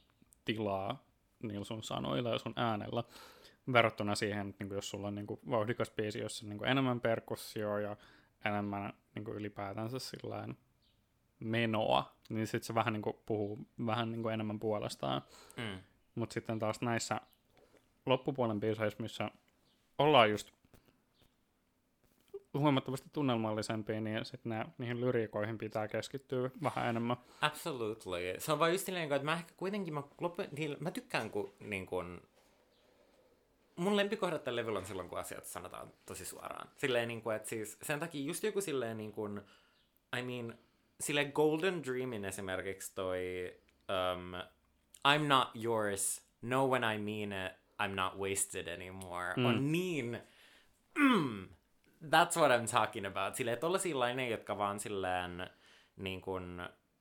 tilaa niillä sun sanoilla ja sun äänellä verrattuna siihen, että niinku, jos sulla on niinku vauhdikas biisi, jossa on niinku enemmän perkussioa ja enemmän niinku ylipäätänsä sillain menoa, niin sitten se vähän niinku puhuu vähän niinku enemmän puolestaan. Mm. Mutta sitten taas näissä loppupuolen biiseissä, missä ollaan just huomattavasti tunnelmallisempia, niin sitten niihin lyriikoihin pitää keskittyä vähän enemmän. Absolutely. Se on vaan just silleen, että mä ehkä kuitenkin, mä, loppu, niin, mä tykkään, kun niin kun, mun lempikohdat tällä levyllä on silloin, kun asiat sanotaan tosi suoraan. Silleen, niin kuin, että siis sen takia just joku silleen, niin kuin, I mean, silleen Golden Dreamin esimerkiksi toi um, I'm not yours, know when I mean it, I'm not wasted anymore, mm. on niin, mm, that's what I'm talking about. Silleen, tollasia laineja, jotka vaan silleen, niin kuin,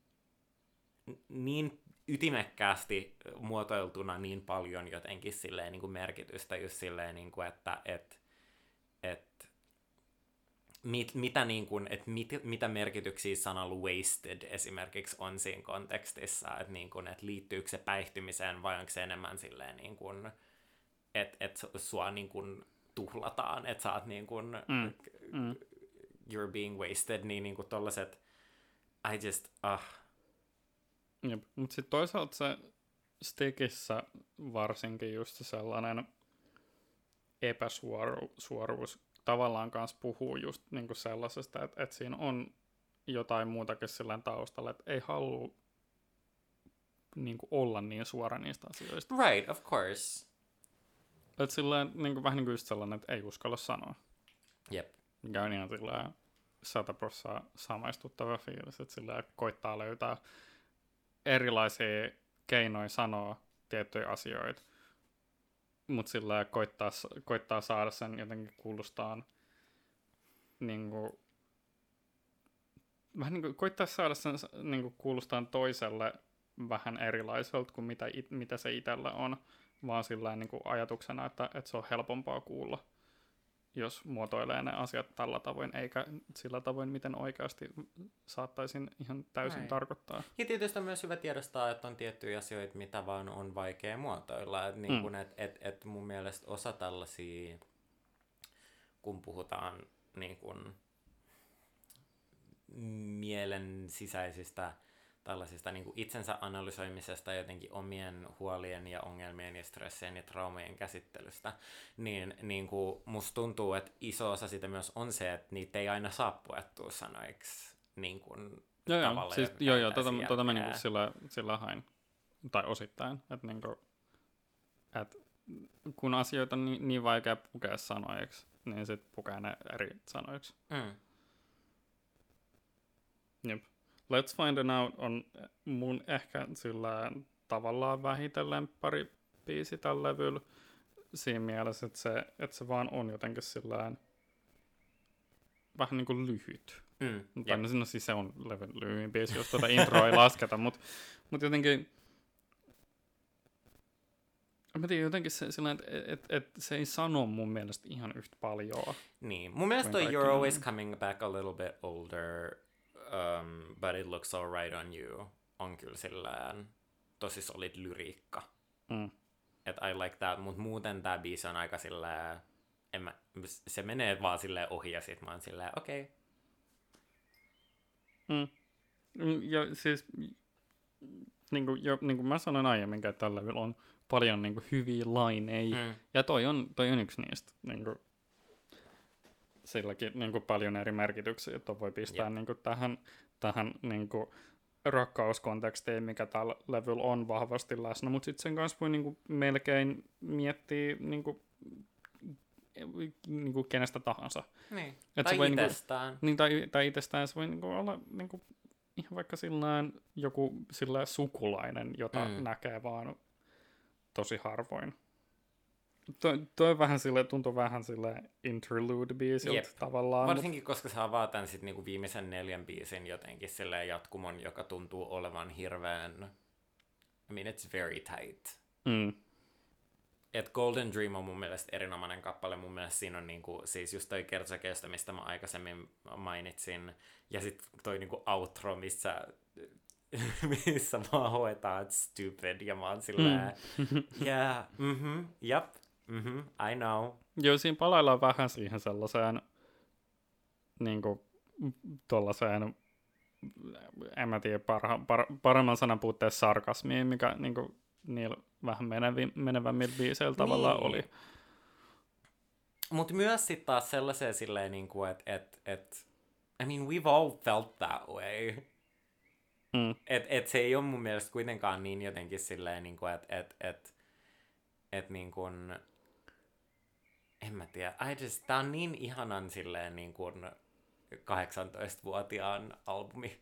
niin ytimekkäästi muotoiltuna niin paljon jotenkin silleen niin kuin merkitystä just silleen niin kuin, että et, et, mit, mitä niin kuin, et mit, mitä merkityksiä sanalla wasted esimerkiksi on siinä kontekstissa, että niin kuin, et liittyykö se päihtymiseen vai onko se enemmän silleen niin kuin, että et sua niin kuin tuhlataan, että sä oot niin kuin mm. Mm. you're being wasted, niin, niin kuin tollaset I just, ah. Jep, mutta sitten toisaalta se Stickissä varsinkin just sellainen epäsuoruus tavallaan kanssa puhuu just niinku sellaisesta, että et siinä on jotain muutakin silleen taustalla, että ei halua niinku olla niin suora niistä asioista. Right, of course. Että silleen niinku, vähän niin kuin just sellainen, että ei uskalla sanoa. Jep. Mikä on ihan silleen sata prosenttia samaistuttava fiilis, että silleen koittaa löytää erilaisia keinoja sanoa tiettyjä asioita, mutta sillä koittaa, koittaa saada sen jotenkin kuulostaan niinku, vähän niin kuin koittaa saada sen niinku, kuulostaan toiselle vähän erilaiselta kuin mitä, it, mitä se itsellä on, vaan sillä niinku, ajatuksena, että, että se on helpompaa kuulla, jos muotoilee ne asiat tällä tavoin, eikä sillä tavoin, miten oikeasti saattaisin ihan täysin Näin. tarkoittaa. Ja tietysti on myös hyvä tiedostaa, että on tiettyjä asioita, mitä vaan on vaikea muotoilla. Et niin kun, mm. et, et, et mun mielestä osa tällaisia, kun puhutaan niin kun mielen sisäisistä tällaisista niin kuin itsensä analysoimisesta, jotenkin omien huolien ja ongelmien ja stressien ja traumojen käsittelystä, niin, niin kuin musta tuntuu, että iso osa sitä myös on se, että niitä ei aina saa puettua sanoiksi niin kuin joo, tavalla, joo, siis, joo, joo, tota, tota mä niin kuin sillä, sillä hain, tai osittain, että niin kuin, et kun asioita on niin, niin vaikea pukea sanoiksi, niin sit pukee ne eri sanoiksi. Mm. Jep. Let's Find Out on mun ehkä sillä tavallaan vähitellen pari biisi tällä levyllä siinä mielessä, että se, että se vaan on jotenkin sillään vähän niin kuin lyhyt. Mm, tai no siis se on levyn lyhyin biisi, jos tuota introa ei lasketa, mutta mut jotenkin mä tiedän jotenkin se, sillä, että et, et, se ei sano mun mielestä ihan yhtä paljon. Niin, mun mielestä toi You're Always Coming Back a Little Bit Older, um, but It Looks All Right on You on kyllä sillään tosi solid lyriikka. Mm. Että I like that, mutta muuten tää biisi on aika sillään, en mä, se menee vaan silleen ohi ja sit mä oon silleen, okei. Okay. Mm. Ja siis, niin kuin, jo, niin kuin mä sanoin aiemmin, että tällä levyllä on paljon niin kuin, hyviä laineja, mm. ja toi on, toi on yksi niistä. Niin kuin, silläkin niin kuin, paljon eri merkityksiä, että voi pistää yep. niin kuin, tähän, tähän niin kuin, rakkauskontekstiin, mikä tällä levyllä on vahvasti läsnä, mutta sitten sen kanssa voi niin kuin, melkein miettiä niin kuin, niin kuin, kenestä tahansa. Niin, et tai voi, itsestään. Niin, niin, tai, tai itsestään se voi niin kuin, olla niin kuin, ihan vaikka sillään joku sillään sukulainen, jota mm. näkee vaan tosi harvoin. Toi, toi vähän sille, tuntuu vähän sille interlude-biisiltä tavallaan. Varsinkin, mut... koska saa vaan tämän sit niinku viimeisen neljän biisin jotenkin silleen jatkumon, joka tuntuu olevan hirveän, I mean, it's very tight. Mm. Et Golden Dream on mun mielestä erinomainen kappale. Mun mielestä siinä on niinku, siis just toi kertsakeesta, mistä mä aikaisemmin mainitsin. Ja sit toi niinku outro, missä missä vaan hoetaan stupid, ja mä oon silleen, mm. yeah, mhm, jep, mhm, I know. Joo, siinä palaillaan vähän siihen sellaiseen, niinku, tollaiseen, en mä tiedä, parha, par, paremman sanan puutteessa sarkasmiin, mikä niinku, niillä vähän menevi, menevämmillä biiseillä niin. Tavallaan oli. Mutta myös sitten taas sellaiseen silleen, niinku, että et, et, I mean, we've all felt that way. Mm. Että et se ei ole mun mielestä kuitenkaan niin jotenkin silleen, niinku, että et, et, et, niinku, en mä tiedä, I just, tää on niin ihanan silleen niinku kahdeksantoistavuotiaan albumi.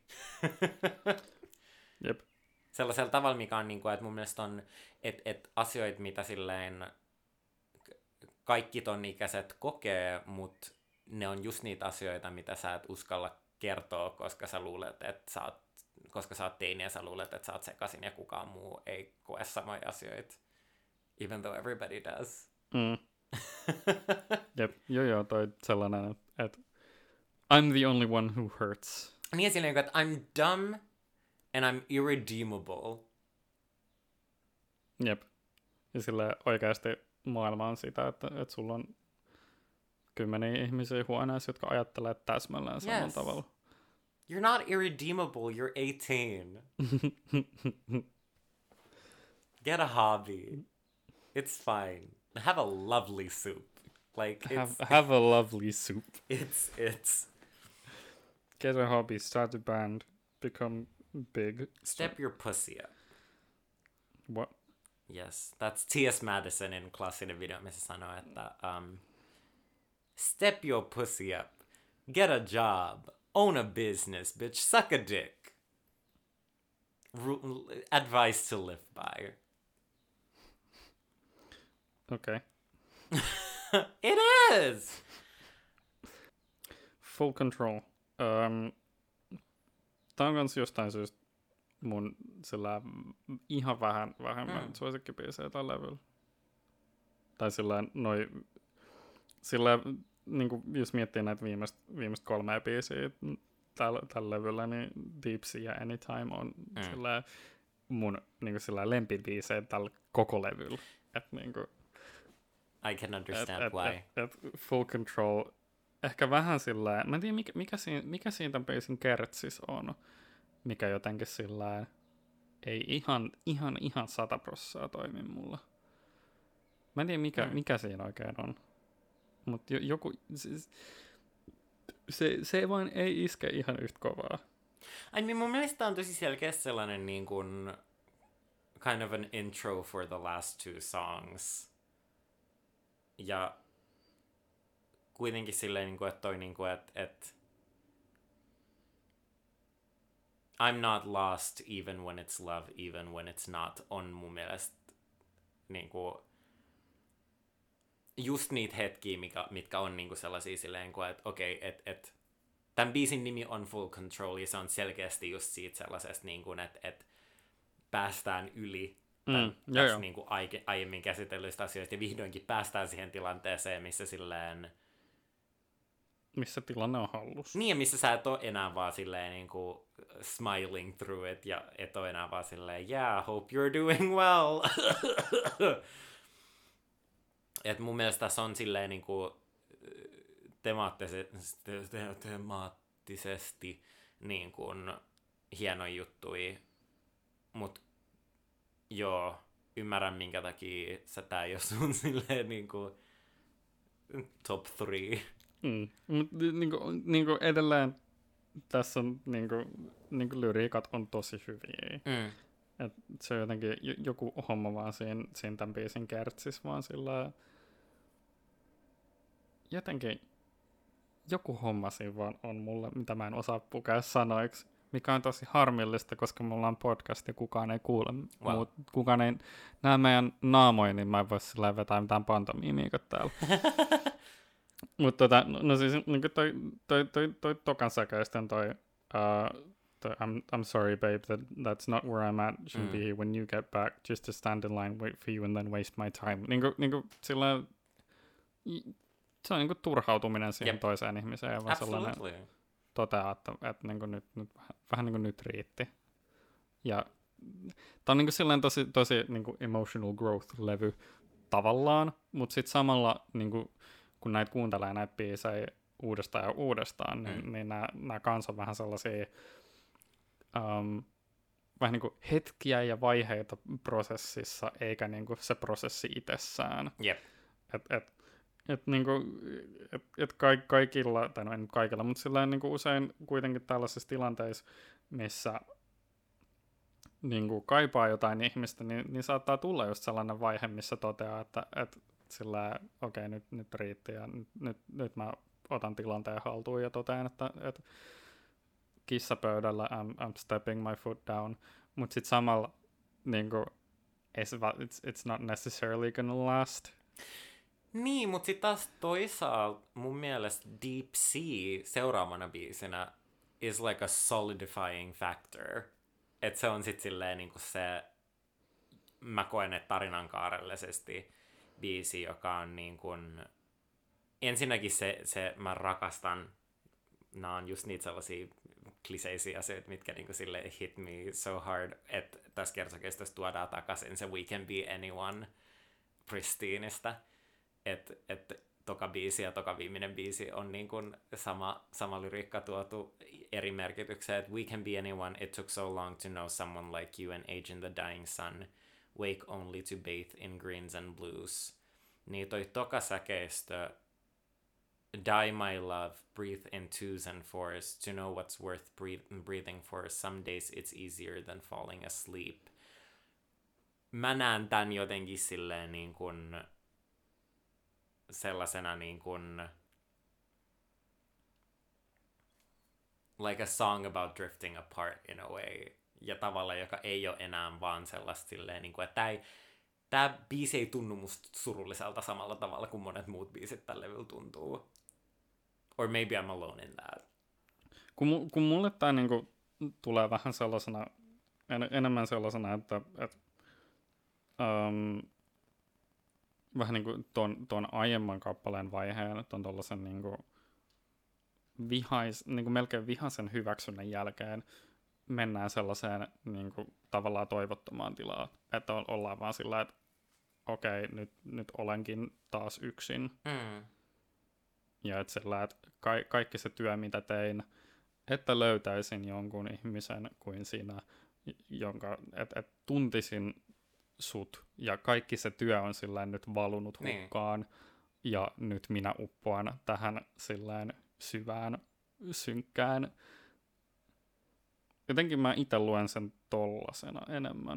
Jep. Sellaisella tavalla, mikä on niinku, että mun mielestä on, että et asioita, mitä silleen kaikki ton ikäiset kokee, mutta ne on just niitä asioita, mitä sä et uskalla kertoa, koska sä luulet, että sä oot, koska sä oot teini ja sä luulet, että sä oot sekaisin ja kukaan muu ei koe samoja asioita. Even though everybody does. Mm. Jep, joo joo, toi sellainen, että I'm the only one who hurts. Niin silleen, että I'm dumb and I'm irredeemable. Jep. Ja silleen oikeasti maailma on sitä, että, että sulla on kymmeniä ihmisiä huoneessa, jotka ajattelee täsmälleen samalla yes. tavalla. You're not irredeemable, you're eighteen. Get a hobby. It's fine. Have a lovely soup. Like it's, have, have a lovely soup. It's it's Get a hobby, start a band, become big. Step your pussy up. What? Yes, that's T S Madissonin klassinen video, missä sanoo, että um, step your pussy up, get a job, own a business, bitch, suck a dick. R- advice to live by. Okay. It is! Full Control. Um, Tämä on kans jostain syystä mun sillä ihan vähän vähemmän mm. suosikkibiisejä tällä levyllä. Tai sillä noi, sillä niinku, jos miettii näitä viimeistä viimeist kolmea biisiä tällä, tällä levyllä, niin Deep Sea ja Anytime on mm. sillä mun niinku, sillä lempibiisejä tällä koko levyllä. Et, niinku, I can understand et, why. Et, et, et Full Control, ehkä vähän sillä, mä en tiedä mikä, mikä, siinä, mikä siinä tämän biisin kertsis on, mikä jotenkin sillä ei ihan, ihan, ihan sata prossaa toimi mulla. Mä en tiedä mikä, mm. mikä siinä oikein on. Mut jo, joku, siis, se, se vaan ei iske ihan yhtä kovaa. I mean, mun mielestä on tosi selkeästi sellainen niin kuin kind of an intro for the last two songs. Ja kuitenkin silleen, niin kuin, että toi niin kuin, että, että I'm not lost even when it's love, even when it's not, on mun mielestä niin kuin, just niitä hetkiä, mikä, mitkä on niin kuin sellaisia silleen, että okei, okay, että et, tämän biisin nimi on Full Control, ja se on selkeästi just siitä sellaisesta, niin kuin, että et päästään yli tämän, mm, tässä joo, niin kuin aike, aiemmin käsitellyistä asioista, ja vihdoinkin päästään siihen tilanteeseen, missä silleen missä tilanne on hallussa. Niin, ja missä sä et ole enää vaan silleen niin kuin smiling through it, ja et ole enää vaan silleen, yeah, hope you're doing well. Et mun mielestä tässä on silleen niin kuin temaattisesti, temaattisesti niin kuin hieno juttui, mut joo, ymmärrän minkä takia sä tää ei ole sun silleen niin kuin top three. Mm. Mut niinku, niinku edelleen tässä on niinku, niinku lyriikat on tosi hyviä. Mm. Et se on jotenkin joku homma vaan siinä, siinä tämän biisin kertsis vaan sillä jotenkin joku homma siinä vaan on mulle, mitä mä en osaa pukea sanoiksi, mikä on tosi harmillista, koska mulla on podcast ja kukaan ei kuule. Wow. Mut, kukaan ei näe meidän naamoja, niin mä en voi sillä vetää mitään pantomimiikot täällä. Mutta tota, no siis niinku toi, toi, toi, toi tokan säkeisten toi, uh, toi I'm, I'm sorry babe, that, that's not where I'm at, should mm. be when you get back, just to stand in line, wait for you and then waste my time. Niinku, niinku sillä se on niinku turhautuminen siihen yep. toiseen ihmiseen ja vaan sellainen toteaa, että, että niinku nyt, nyt, vähän niin kuin nyt riitti. Ja tää on niinku silleen tosi, tosi niinku emotional growth-levy tavallaan, mutta sitten samalla niinku, kun näitä kuuntelee näitä biisejä uudestaan ja uudestaan, niin, Mm. niin nämä kans on vähän sellaisia um, vähän niin kuin hetkiä ja vaiheita prosessissa, eikä niin kuin se prosessi itsessään. Jep. Et, et, et, niin kuin, et, et ka- kaikilla, tai no ei nyt kaikilla, mutta sillä niin kuin usein kuitenkin tällaisissa tilanteissa, missä niin kuin kaipaa jotain ihmistä, niin, niin saattaa tulla just sellainen vaihe, missä toteaa, että et, sillä okei, okay, nyt, nyt riitti ja nyt, nyt, nyt mä otan tilanteen haltuun ja totean, että et, kissapöydällä I'm, I'm stepping my foot down, mutta sitten samalla niinku, it's, it's not necessarily gonna last. Niin, mutta sitten taas toisaalta mun mielestä Deep Sea seuraavana biisinä is like a solidifying factor. Että se on sitten silleen niinku se, mä koen, että tarinankaarellisesti biisi, joka on niin kuin, ensinnäkin se, se mä rakastan, nämä on just niitä sellaisia kliseisiä asioita, mitkä niinku sille hit me so hard, että tässä kertokestossa tuodaan takaisin se We Can Be Anyone pristiinistä, että et toka biisi ja toka viimeinen biisi on niin kuin sama, sama lyriikka tuotu eri merkitykseen, että We Can Be Anyone, it took so long to know someone like you, an age in the dying sun, wake only to bathe in greens and blues. Niin toi toka säkeistö, die my love, breathe in twos and fours, to know what's worth breath- breathing for, some days it's easier than falling asleep. Mä näen tän jotenkin silleen niin kuin sellaisena niin kuin like a song about drifting apart in a way, ja tavalla, joka ei ole enää vaan sellaista silleen, niin kuin, että tää, ei, tää biisi ei tunnu musta surulliselta samalla tavalla kuin monet muut biisit tällä levyllä tuntuu. Or maybe I'm alone in that. Kun, kun mulle tää niinku tulee vähän sellaisena, en, enemmän sellaisena, että et, um, vähän niin kuin ton, ton aiemman kappaleen vaiheen, ton tollasen niinku vihais, niinku melkein vihaisen hyväksynnän jälkeen mennään sellaiseen niinku tavallaan toivottomaan tilaan, että ollaan vaan sillä, että okei, nyt, nyt olenkin taas yksin. Mm. Ja että sillä, että ka- kaikki se työ, mitä tein, että löytäisin jonkun ihmisen kuin sinä, jonka, että et tuntisin sut, ja kaikki se työ on sillä nyt valunut hukkaan, niin. Ja nyt minä uppoan tähän sillä syvään, synkkään. Jotenkin mä itse luen sen tollasena enemmän.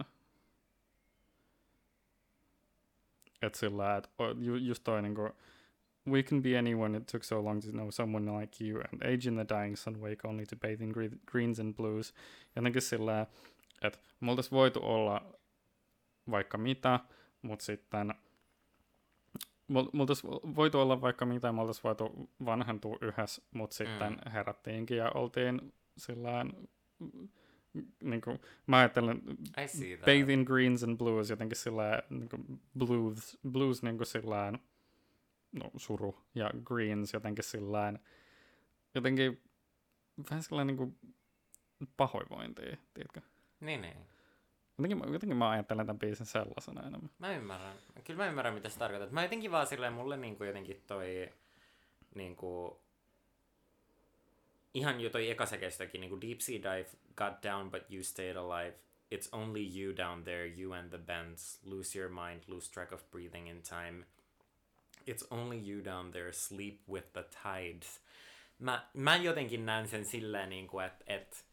Että sillä, että ju, just toi niinku, we can be anyone, it took so long to know someone like you, and age in the dying sun, wake only to bathe in gre- greens and blues. Jotenkin sillä, että me oltais voitu olla vaikka mitä, mutta sitten me oltais voitu olla vaikka mitä, me oltais voitu vanhentua yhdessä, mutta sitten mm. herättiinkin ja oltiin sillään, niin kuin, mä ajattelen bathe in greens and blues, jotenkin sillään, niin kuin blues, blues niin kuin sillään, no suru, ja greens jotenkin sillään, jotenkin vähän sillään niin kuin pahoinvointia, tiedätkö? Niin, niin. Jotenkin, jotenkin mä ajattelen tämän biisin sellaisena enemmän. Mä ymmärrän. Kyllä mä ymmärrän, mitä sä tarkoitat. Mä jotenkin vaan silleen, mulle niinku jotenkin toi niinku ihan jo toi ekasekestäkin, niinku Deep Sea Dive, got down but you stayed alive. It's only you down there, you and the bends. Lose your mind, lose track of breathing in time. It's only you down there, sleep with the tides. Mä, mä jotenkin näen sen silleen, niinku, että et,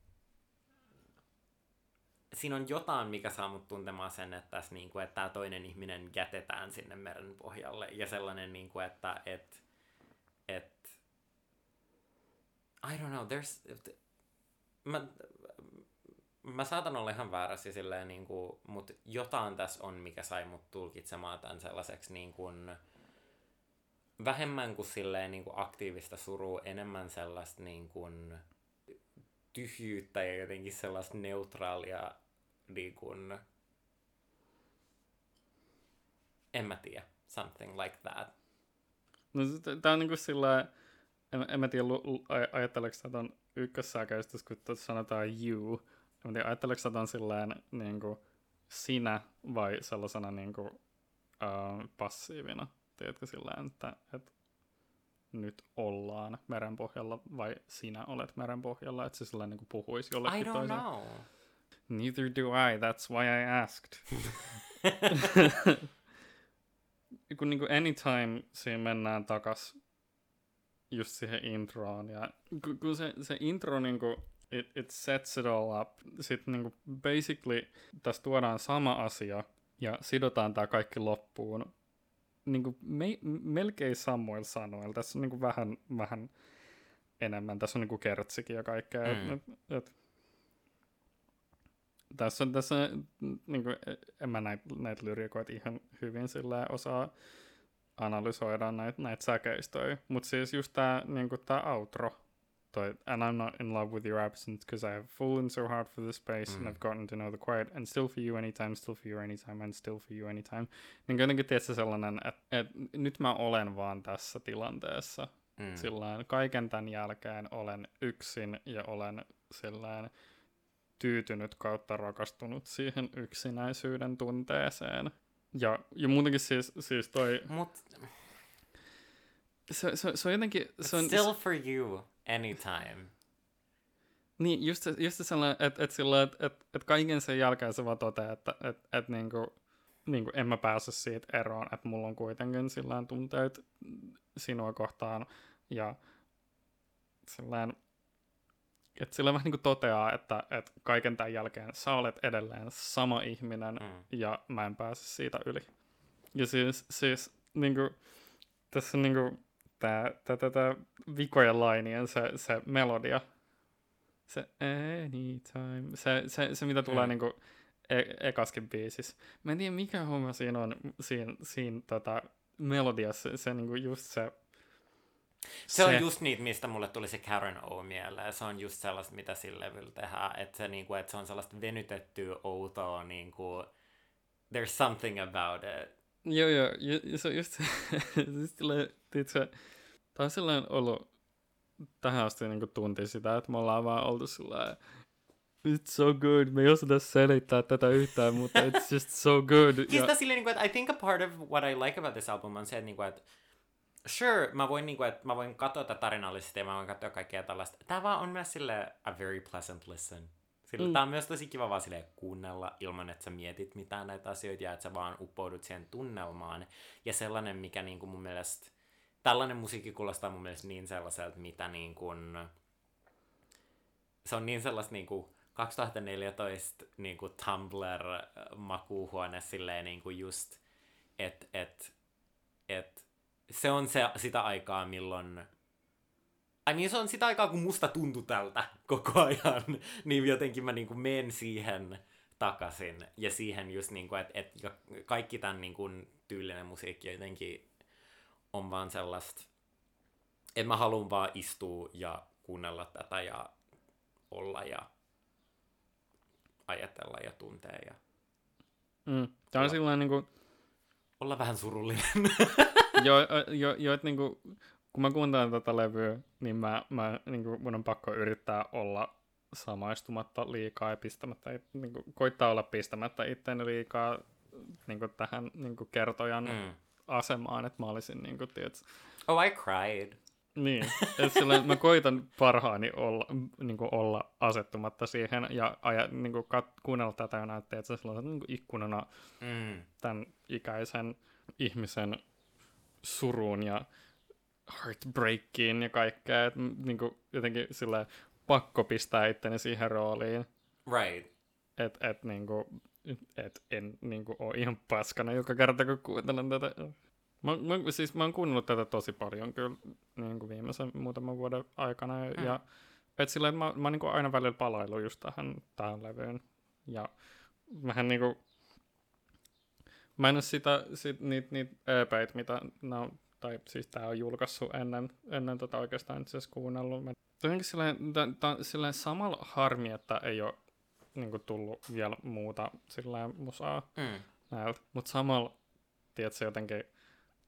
siinä on jotain, mikä saa mut tuntemaan sen, että tässä, niinku, että tää toinen ihminen jätetään sinne meren pohjalle. Ja sellainen, niinku, että et, et, I don't know, there's... Mä, mä saatan olla ihan väärässä silleen, niinku, mutta jotain tässä on, mikä sai mut tulkitsemaan tämän sellaiseksi niinku, vähemmän kuin silleen, niinku, aktiivista surua, enemmän sellaista niinku, tyhjyyttä ja jotenkin sellaista neutraalia, niin kuin, en mä tiedä, something like that. No tää on niinku sillä, en, en mä tiedä, ajatteleeko sä ton ykkössäkäistys, kun tuossa sanotaan you, en tiedä, ajatteleeko sä ton silleen niinku sinä vai sellaisena niinku uh, passiivina? Tiedätkö silleen, että, että nyt ollaan merenpohjalla vai sinä olet merenpohjalla, että se silleen niinku puhuisi jollekin I don't toiselle? know. Neither do I, that's why I asked. Kun niinku anytime siinä mennään takas just siihen introon, ja kun, kun se, se intro niinku, it, it sets it all up, sit niinku basically tässä tuodaan sama asia, ja sidotaan tää kaikki loppuun, niinku me, melkein samoilla sanoilla, tässä on niinku vähän, vähän enemmän, tässä on niinku kertsikin ja kaikkea, mm. et, et, et, tässä on tässä, niinku, en mä näitä, näitä lyrikoita ihan hyvin sillä osaa analysoida näitä näit säkeistöjä, mutta siis just tää, niinku, tää outro, toi, and I'm not in love with your absence because I have fallen so hard for the space mm. and I've gotten to know the quiet and still for you anytime, still for you anytime and still for you anytime. Niin jotenkin tietysti sellainen, että et, nyt mä olen vaan tässä tilanteessa. Mm. Sillain kaiken tämän jälkeen olen yksin ja olen sillain tyytynyt kautta rakastunut siihen yksinäisyyden tunteeseen. Ja, ja muutenkin siis, siis toi... Mut... Se, se, se on jotenkin... Se on, still for you, anytime. Niin, just, just sellainen, että et et, et, et kaiken sen jälkeen se vaan toteaa, että et, et niinku, niinku en mä pääse siitä eroon, että mulla on kuitenkin sillään tunteet sinua kohtaan. Ja sellainen... Että sillä vähän niin kuin toteaa, että, että kaiken tämän jälkeen sä olet edelleen sama ihminen mm. ja mä en pääse siitä yli. Ja siis, siis niin kuin, tässä niin kuin, tää, tää, tää, tää vikojen lainien se, se melodia, se anytime, se, se, se mitä tulee mm. niin kuin e- ekaskin biisissä. Mä en tiedä mikä homma siinä on siinä, siinä tota, melodiassa, se, se niin kuin just se... Se, se on just niitä, mistä mulle tuli se Karen O mieleen. Se on just sellaista, mitä sillä levyllä tehdään. Että se, niinku, että se on sellaista venytettyä, outoa, niinku, there's something about it. Joo, joo. Ja, ja se on just se, tämä on sellainen ollut tähän asti niin tunti sitä, että me ollaan vaan oltu sellainen, it's so good. Me ei osata selittää tätä yhtään, mutta it's just so good. Ja sitä silleen, niinku, että I think a part of what I like about this album on se, että, niinku, että sure, mä voin, niinku, että mä voin katsoa tätä tarinallisesti ja mä voin katsoa kaikkea tällaista. Tää vaan on myös silleen a very pleasant listen. Sillä mm. tää on myös tosi kiva vaan silleen kuunnella ilman, että sä mietit mitään näitä asioita ja että sä vaan uppoudut siihen tunnelmaan. Ja sellainen, mikä niinku mun mielestä, tällainen musiikki kuulostaa mun mielestä niin sellaiselta, mitä niinku, se on niin sellaista niinku kaksituhattaneljätoista niinku Tumblr-makuuhuone silleen niinku just, että et, et, se on se, sitä aikaa, milloin... Ai niin, se on sitä aikaa, kun musta tuntui tältä koko ajan. Niin jotenkin mä niinku menen siihen takaisin. Ja siihen just niinku, että et kaikki tämän niinku tyylinen musiikki jotenkin on vaan sellaista... Että mä haluan vaan istua ja kuunnella tätä ja olla ja ajatella ja tuntea ja... Mm. Tämä on sillain niinku... Olla vähän surullinen. Joo, jo, jo, että niinku, kun mä kuuntelen tätä levyä, niin mä, mä, niinku, mun on pakko yrittää olla samaistumatta liikaa ja pistämättä, niinku, koittaa olla pistämättä itseäni liikaa niinku, tähän niinku, kertojan mm. asemaan, että mä olisin, niinku, tiedätkö... Oh, I cried. Niin, että silleen, mä koitan parhaani olla, niinku, olla asettumatta siihen ja aja, niinku, kat, kuunnella tätä ja näyttää, että se on niinku, ikkunana mm. tämän ikäisen ihmisen suruun ja heartbreakiin ja kaikkea, että niinku jotenkin silleen pakko pistää itteni siihen rooliin. Right. Että et, niinku, et en niinku ole ihan paskana joka kerta, kun kuuntelen tätä. Mä, mä, siis mä oon kuunnellut tätä tosi paljon kyllä niinku viimeisen muutaman vuoden aikana. Mm. Ja et silleen, että mä, mä oon niinku aina välillä palaillut just tähän, tähän levyyn. Ja vähän niinku mä en ole sitä, sit, niitä niit E P:itä, mitä no, tai siis tää on julkaissut ennen, ennen tota oikeastaan itse asiassa kuunnellut. Jotenkin silleen, tää, tää, silleen samalla harmi, että ei ole niinku tullut vielä muuta silleen musaa mm. näiltä. Mut samalla, tiedätkö, jotenkin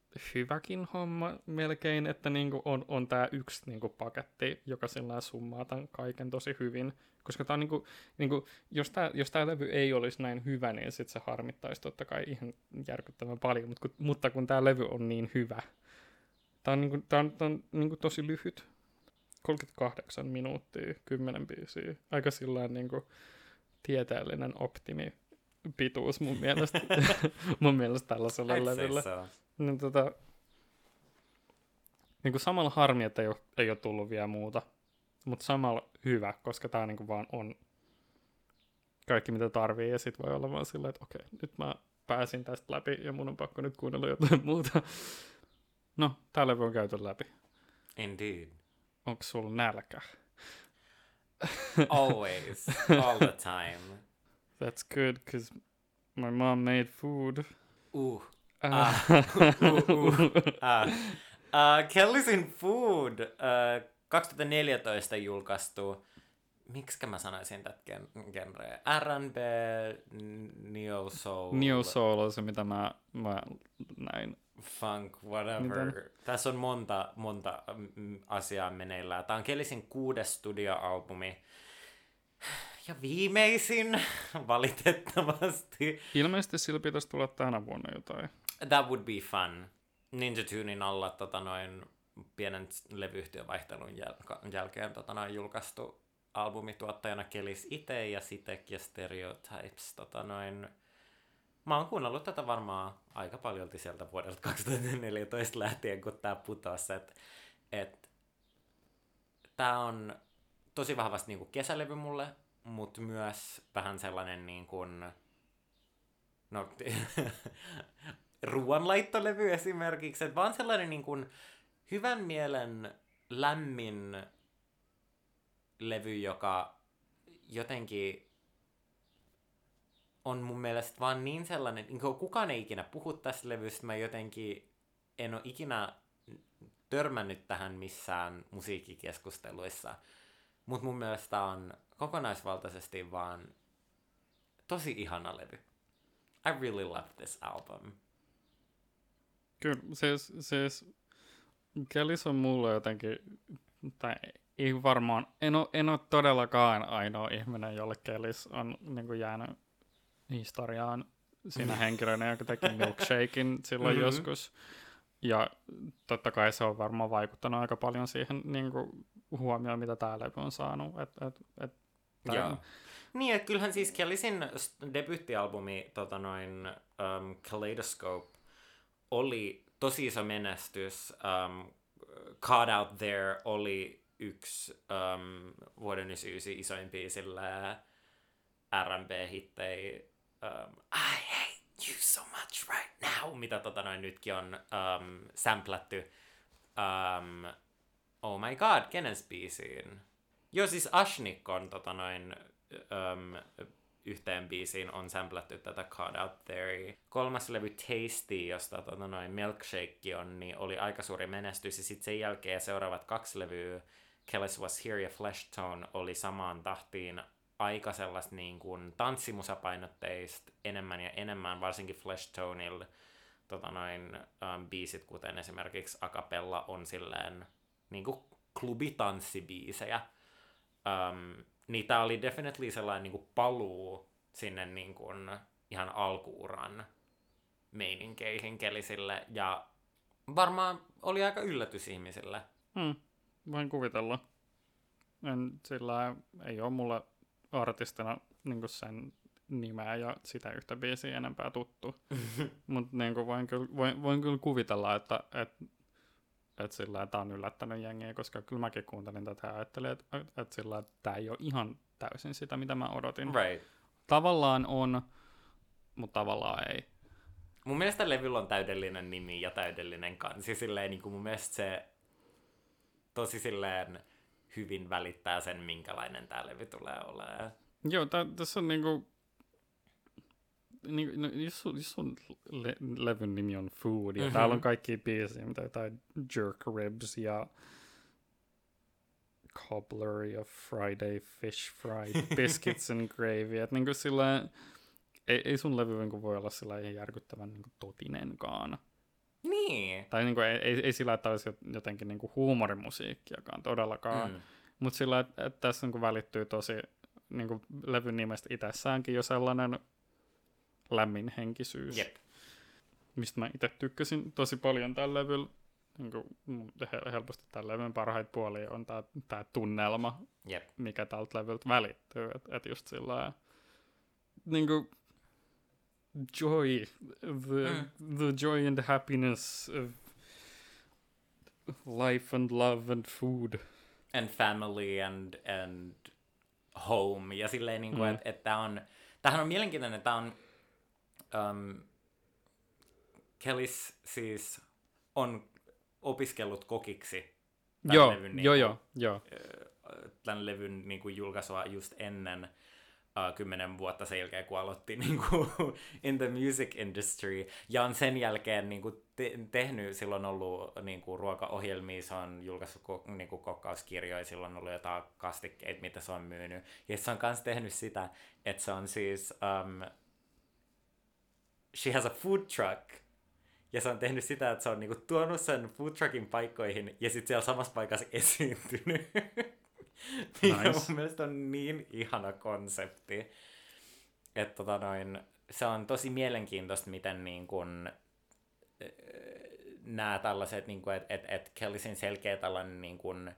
hyväkin homma melkein, että niinku on, on tämä yksi niinku paketti, joka sillä summaa tämän kaiken tosi hyvin. Koska tää on niinku, niinku, jos tämä jos tää levy ei olisi näin hyvä, niin sit se harmittaisi totta kai ihan järkyttävän paljon. Mut kun, mutta kun tämä levy on niin hyvä, tämä on, niinku, tää on, tää on niinku tosi lyhyt. kolmekymmentäkahdeksan minuuttia, kymmenen biisiä. Aika sillain niinku tieteellinen optimi pituus mun mielestä, mun mielestä tällaisella I'd levyllä. say so. Niin, tota, niin kuin samalla harmi, että ei ole, ei ole tullut vielä muuta, mutta samalla hyvä, koska tää niin kuin vaan on kaikki mitä tarvii ja sit voi olla vaan silleen, että okei, nyt mä pääsin tästä läpi ja mun on pakko nyt kuunnella jotain muuta. No, tää levy on käyty läpi. Indeed. Onks sulla nälkä? Always. All the time. That's good, cause my mom made food. Uh. Uh. Ah. uh, uh. Ah. Uh, Kelly's in Food. Uh, kaksituhattaneljätoista julkaistu. Miksikä mä sanoisin tätä gen- genreä? R and B, Neo Soul. Neo Soul on se, mitä mä, mä näin. Funk, whatever. Miten? Tässä on monta, monta mm, asiaa meneillään. Tämä on Kellysin kuudes studioalbumi. Ja viimeisin, valitettavasti. Ilmeisesti sillä pitäisi tulla tänä vuonna jotain. That would be fun. Ninja Tunin alla tota noin, pienen levyyhtiövaihtelun jäl- jälkeen tota noin, julkaistu albumituottajana Kellys itse ja Sitek ja Stereotypes. Tota noin. Mä oon kuunnellut tätä varmaan aika paljolti sieltä vuodelta kaksituhattaneljätoista lähtien, kun tää putosi. Et, et, tää on tosi vahvasti niinku kesälevy mulle, mutta myös vähän sellainen niin kuin, no, ruoanlaittolevy esimerkiksi, että vaan sellainen niin kuin hyvän mielen lämmin levy, joka jotenkin on mun mielestä vaan niin sellainen, niin kuin kukaan ei ikinä puhu tästä levystä, mä jotenkin en ole ikinä törmännyt tähän missään musiikkikeskusteluissa, mutta mun mielestä on kokonaisvaltaisesti vaan tosi ihana levy. I really love this album. Kyllä, siis, siis Kellys on mulle jotenkin, tai ei varmaan, en ole, en ole todellakaan ainoa ihminen, jolle Kellys on niin kuin jäänyt historiaan siinä henkilönä, joka teki Milkshakein silloin mm-hmm. joskus. Ja totta kai se on varmaan vaikuttanut aika paljon siihen niin kuin huomioon, mitä tää levy on saanut. Et, et, et, Joo. Niin, että kyllähän siis Kellysin debyyttialbumi tota noin, um, Kaleidoscope oli tosi iso menestys. Um, Caught Out There oli yksi um, vuoden yhdeksänkymmentäyhdeksän isoimpia sillä R and B-hittejä. Um, I hate you so much right now, mitä tota noin nytkin on um, samplattu. Um, oh my god, kenen biisiin? Joo, siis Ashnik on tota noin um, yhteen biisiin on samplattu tätä Caught Out There. Kolmas levy Tasty, josta tota noin Milkshake on, niin oli aika suuri menestys. Ja sitten sen jälkeen seuraavat kaksi levyä, Kelly's Was Here ja Flesh Tone, oli samaan tahtiin aika sellaista niin kuin tanssimusapainotteista enemmän ja enemmän, varsinkin Flesh Tonella. Tota noin um, biisit, kuten esimerkiksi A Cappella, on silleen niin kuin klubitanssibiisejä. Um, niin tää oli definitely sellainen niin kuin paluu sinne niin kuin ihan alkuuran meininkeihin Kellysille, ja varmaan oli aika yllätys ihmisille. Hmm, voin kuvitella. En, sillä ei ole mulle artistina niin kuin sen nimeä ja sitä yhtä biisiä enempää tuttu. Mutta niin voin, voin, voin kyllä kuvitella, että et, et sillä tämä on yllättänyt jengiä, koska kyllä mäkin kuuntelin tätä ja ajattelin, että et, et sillä tämä ei ole ihan täysin sitä, mitä mä odotin. Right. Tavallaan on, mutta tavallaan ei. Mun mielestä levyllä on täydellinen nimi ja täydellinen kansi. Silleen, niin kuin mun mielestä se tosi silleen hyvin välittää sen, minkälainen tää levy tulee olemaan. Joo, t- tässä on niinku, niinku no, jos, sun, jos sun le- levyn nimi on Food, ja mm-hmm. täällä on kaikki biisejä, mitä jotain Jerk Ribs ja Cobbler ja Friday Fish Fried Biscuits and Gravy, että niinku sillä ei, ei sun levy niinku voi olla sillä ihan järkyttävän niinku totinenkaan. Niin. Tai niin kuin, ei, ei, ei sillä, että olisi jotenkin niin kuin huumorimusiikkiakaan todellakaan. Mm. Mutta sillä, että, että tässä niin kuin välittyy tosi niin kuin levyn nimestä itsessäänkin jo sellainen lämminhenkisyys. Jep. Mistä mä itse tykkäsin tosi paljon tällä levyllä. Niin kuin, helposti tämän levyn parhaita puolia on tämä, tämä tunnelma, Jep. mikä tältä levyltä välittyy. Että et just sillä niin kuin joy, the, mm. the joy and the happiness of life and love and food. And family and, and home. Ja silleen, niin kuin, mm. että et tää on, tämähän on mielenkiintoinen, että tää on, um, Kellys siis on opiskellut kokiksi tämän joo, levyn, niin joo, kuin, joo, joo. tämän levyn niin kuin julkaisua just ennen uh, kymmenen vuotta sen jälkeen, kun aloitti niin kuin, in the music industry. Ja on sen jälkeen niin kuin, te- tehnyt, silloin on ollut niin kuin, ruokaohjelmia, se on julkaissut ko- niin kuin, kokkauskirjoja, silloin on ollut jotain kastikkeita, mitä se on myynyt. Ja se on myös tehnyt sitä, että se on siis, um, she has a food truck. Ja se on tehnyt sitä, että se on niinku tuonut sen food truckin paikkoihin ja sitten siellä samassa paikassa esiintynyt. Mikä nice. Mun mielestä on niin ihana konsepti. Että tota noin, se on tosi mielenkiintoista, miten niin kun, nämä tällaiset, niin kun, että et, et Kellysin selkeä tällainen niin kun,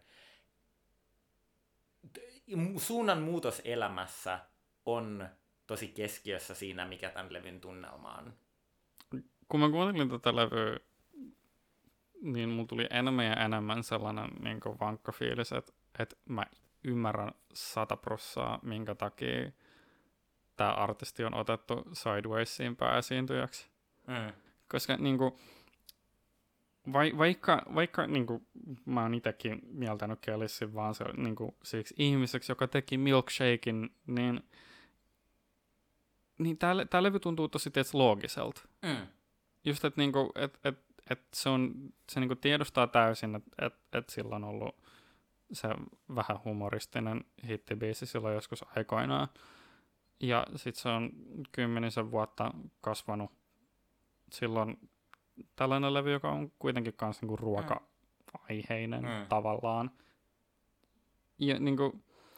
suunnan muutos elämässä on tosi keskiössä siinä, mikä tämän levyn tunnelma on. Kun mä kuuntelin tätä levyä, niin mulla tuli enemmän ja enemmän sellainen niin kuin vankka fiilis, että, että mä ymmärrän sata prossaa, minkä takia tämä artisti on otettu Sidewaysiin pääesiintyjäksi. Mm. Koska niin kuin, vai, vaikka, vaikka niin kuin, mä oon itsekin mieltänyt Kellysin vaan se, niin kuin, siksi ihmiseksi, joka teki Milkshaken, niin, niin tämä levy tuntuu tosi tietysti loogiselta. Mm. Just, että niinku, et, et, et se, on, se niinku tiedostaa täysin, että et, et sillä on ollut se vähän humoristinen hittibiisi silloin joskus aikoinaan. Ja sitten se on kymmenisen vuotta kasvanut silloin tällainen levy, joka on kuitenkin kans niinku ruoka-aiheinen mm. tavallaan. Ja niinku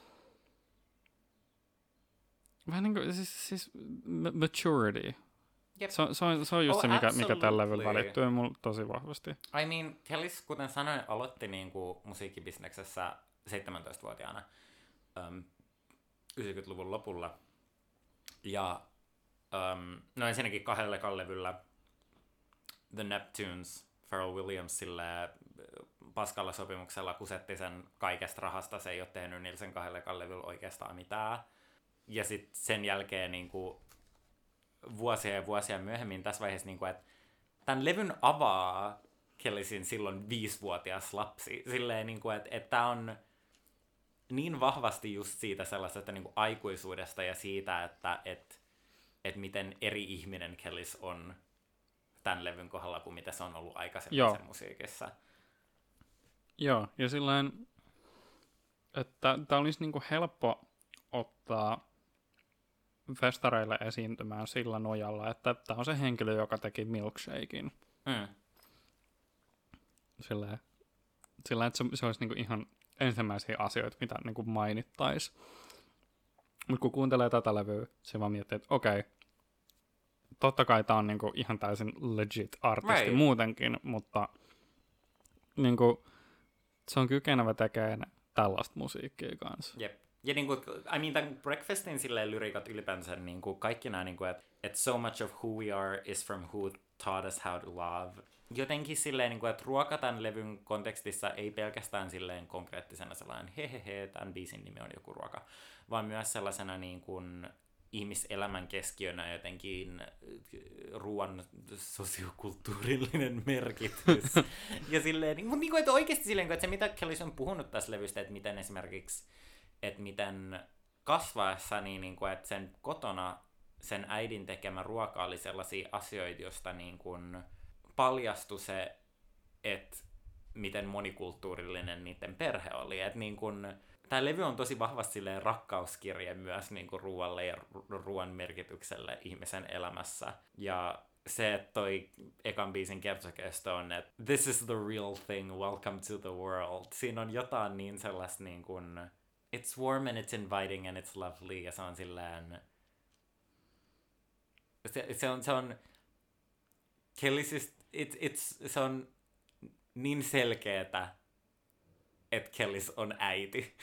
vähän niinku siis, siis maturity. Yep. Se, se, on, se on just oh, se, mikä, mikä tällä levyllä välittyy mulle tosi vahvasti. I mean, Kellys, kuten sanoin, aloitti niinku musiikkibisneksessä seitsemäntoistavuotiaana um, yhdeksänkymmentäluvun lopulla. Ja um, no ensinnäkin kahdella levyllä The Neptunes, Pharrell Williamsille paskalla sopimuksella kusetti sen kaikesta rahasta. Se ei ole tehnyt niillä sen kahdella levyllä oikeastaan mitään. Ja sitten sen jälkeen niinku vuosia ja vuosia myöhemmin tässä vaiheessa, niin kuin, että tämän levyn avaa Kellysin silloin viisivuotias lapsi. Silleen, niin kuin, että, että tämä on niin vahvasti just siitä sellaisesta niin kuin aikuisuudesta ja siitä, että, että, että miten eri ihminen Kellys on tämän levyn kohdalla kuin mitä se on ollut aikaisemmin Joo. sen musiikissa. Joo, ja silleen, että tämä olisi niin kuin helppo ottaa festareille esiintymään sillä nojalla, että tämä on se henkilö, joka teki Milkshaken. Mm. Sillä, sillä että se, se olisi niinku ihan ensimmäisiä asioita, mitä niinku mainittaisi. Mutta kun kuuntelee tätä levyä, se vaan miettii, että okei, totta kai tämä on niinku ihan täysin legit artisti right. muutenkin, mutta niinku, se on kykenevä tekemään tällaista musiikkia kanssa. Jep. Ja niin kuin, I mean, tämän Breakfastin silleen lyriikat ylipäänsä, niin kuin kaikki nämä, niin kuin, että, että so much of who we are is from who taught us how to love. Jotenkin silleen, niin kuin, että ruoka tämän levyn kontekstissa ei pelkästään silleen konkreettisena sellainen hehehe, tämän biisin nimi on joku ruoka, vaan myös sellaisena niin kuin ihmiselämän keskiönä jotenkin ruoan sosiokulttuurillinen merkitys. Ja silleen, mutta niin kuin, että oikeasti silleen, että se mitä Kellys on puhunut tässä levystä, että miten esimerkiksi että miten kasvaessa, niin, niin kuin, että sen kotona sen äidin tekemä ruoka oli sellaisia asioita, josta niin kuin paljastui se, että miten monikulttuurillinen niiden perhe oli. Että niin kuin, tämä levy on tosi vahvasti rakkauskirje myös niin kuin ruoalle ja ruoan merkitykselle ihmisen elämässä. Ja se, että toi ekan biisin kertokesto on, että this is the real thing, welcome to the world. Siinä on jotain niin sellaista niin kuin, it's warm and it's inviting and it's lovely, ja se on silleen, se, se on, se on, Kelly siis, it, it's, se on niin selkeetä, että Kellys on äiti.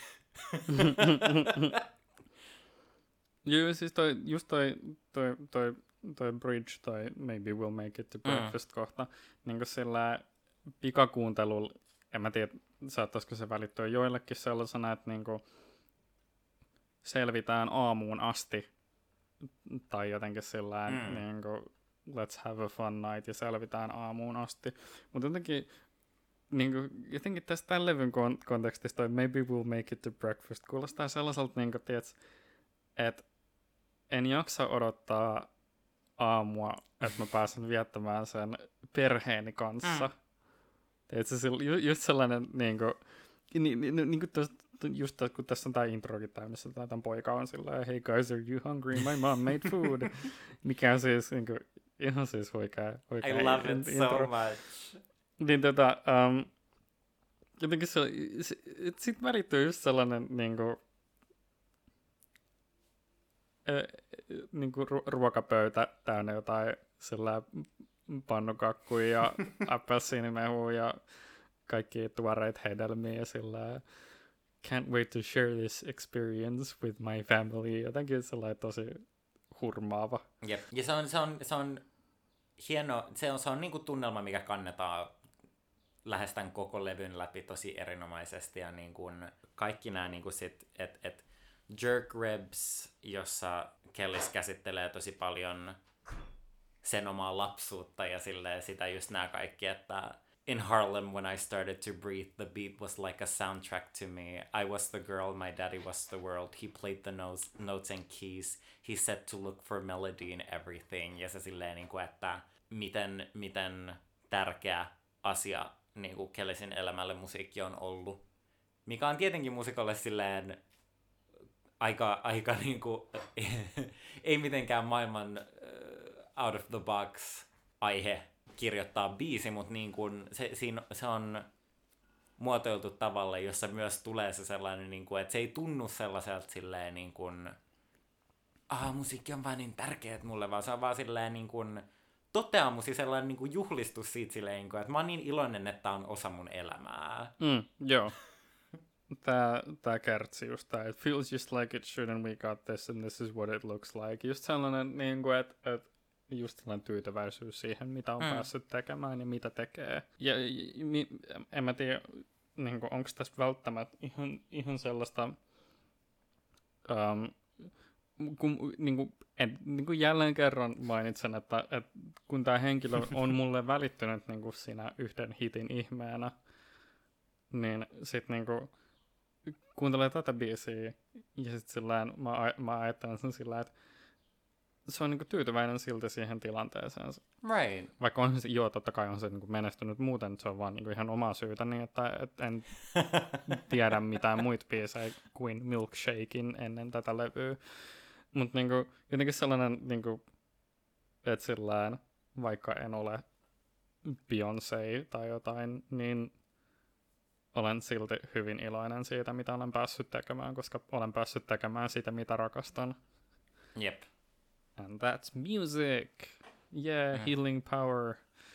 Joo, siis toi, just toi, toi, toi, toi bridge, toi maybe we'll make it to breakfast mm. kohta, niin kuin sillä pikakuuntelulla, en mä tiedä, saattaisiko se välittyä joillekin sellaisena, että niin kuin selvitään aamuun asti, tai jotenkin sillä mm. niin kuin let's have a fun night, ja selvitään aamuun asti. Mutta jotenkin, niin kuin, jotenkin tässä tämän levyn kon- kontekstissa toi maybe we'll make it to breakfast kuulostaa sellaiselta, niin kuin, tiedätkö, että en jaksa odottaa aamua, että mä pääsen viettämään sen perheeni kanssa. Mm. Tiedätkö, ju- just sellainen, niin kuin, ni, ni, ni, niin kuin tos, just tos, kun tässä on tämä introkin tää, missä tämän poika on sillä hey guys, are you hungry? My mom made food. Mikä on siis niin kuin, ihan siis huikea, huikea I love it intro. so much. Niin tota, um, jotenkin se, se sit välittyy just sellainen niin niinku ru- ruokapöytä täynnä jotain sillä pannukakkuja ja appelsiinimehua ja kaikki tuoreita hedelmiä ja sillä can't wait to share this experience with my family. Jotenkin sellainen tosi hurmaava. Jep. Ja se on, se on, se on hieno, se on, se on niinku tunnelma, mikä kannetaan lähes tämän koko levyn läpi tosi erinomaisesti ja niin kuin kaikki nämä niin kuin sit, et, et Jerk Ribs, jossa Kellys käsittelee tosi paljon sen omaa lapsuutta ja silleen sitä just nämä kaikki, että in Harlem when I started to breathe, the beat was like a soundtrack to me. I was the girl, my daddy was the world. He played the notes, notes and keys. He said to look for melody in everything. Ja se silleen, niin kuin, että miten, miten tärkeä asia niin kuin Kellysin elämälle musiikki on ollut. Mikä on tietenkin musikolle silleen aika, aika niin kuin, ei mitenkään maailman uh, out of the box aihe kirjoittaa biisi, mutta niin kuin se, siinä, se on muotoiltu tavalla, jossa myös tulee se sellainen, niin kuin, että se ei tunnu sellaiselta silleen niin kuin, ah, musiikki on vaan niin tärkeät mulle, vaan se on vaan silleen niin kuin toteamus ja sellainen niin kuin juhlistus siitä silleen, että mä oon niin iloinen, että tää on osa mun elämää. Mm, joo. Tää, tää kärtsi just tää, it feels just like it should and we got this and this is what it looks like. Just sellainen, niin kuin, että et, just sellainen tyytyväisyys siihen, mitä on mm. päässyt tekemään ja mitä tekee. Ja, ja en mä tiedä, niin kuin, onko tässä välttämättä ihan, ihan sellaista, um, kun, niin kuin, en, niin kuin jälleen kerran mainitsen, että, että kun tämä henkilö on mulle välittynyt niin kuin siinä yhden hitin ihmeenä, niin sitten niin kuin kuuntelee tätä biisiä ja sitten sillään mä, mä ajattelen sen sillä, että se on niinku tyytyväinen silti siihen tilanteeseen. Right. Vaikka on se, joo, totta kai on se niinku menestynyt muuten, se on vaan niinku ihan omaa syytä, niin että et en tiedä mitään muita biisejä kuin Milkshakein ennen tätä levyä. Mutta niinku, jotenkin sellainen, niinku, että sillään, vaikka en ole Beyoncé tai jotain, niin olen silti hyvin iloinen siitä, mitä olen päässyt tekemään, koska olen päässyt tekemään sitä, mitä rakastan. Jep. And that's music. Yeah, mm. healing power.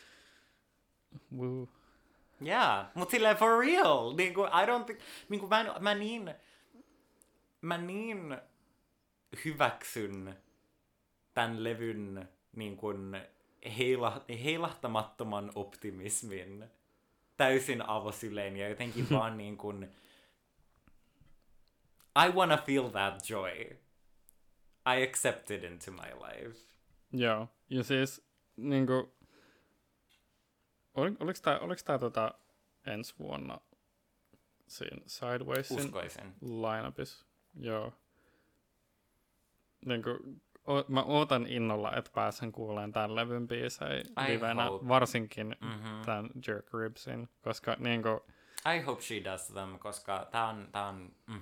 Woo. Yeah, mutta silleen for real. Niinku, I don't think, niinku, mä, mä niin, mä niin hyväksyn tämän levyn niin kuin heila, heilahtamattoman optimismin täysin avosylein ja jotenkin vaan niin kuin I wanna feel that joy. I accept it into my life. Joo, ja siis niinku ol, oliks tää, oliks tää tota ensi vuonna siinä Sidewaysin Uskoisin. Lineupissa? Joo. Niinku, o, mä ootan innolla, että pääsen kuulemaan tämän levyn biisejä livenä, hope. varsinkin mm-hmm. tämän Jerk Ribsin, koska niinku I hope she does them, koska tää on, tää on mm,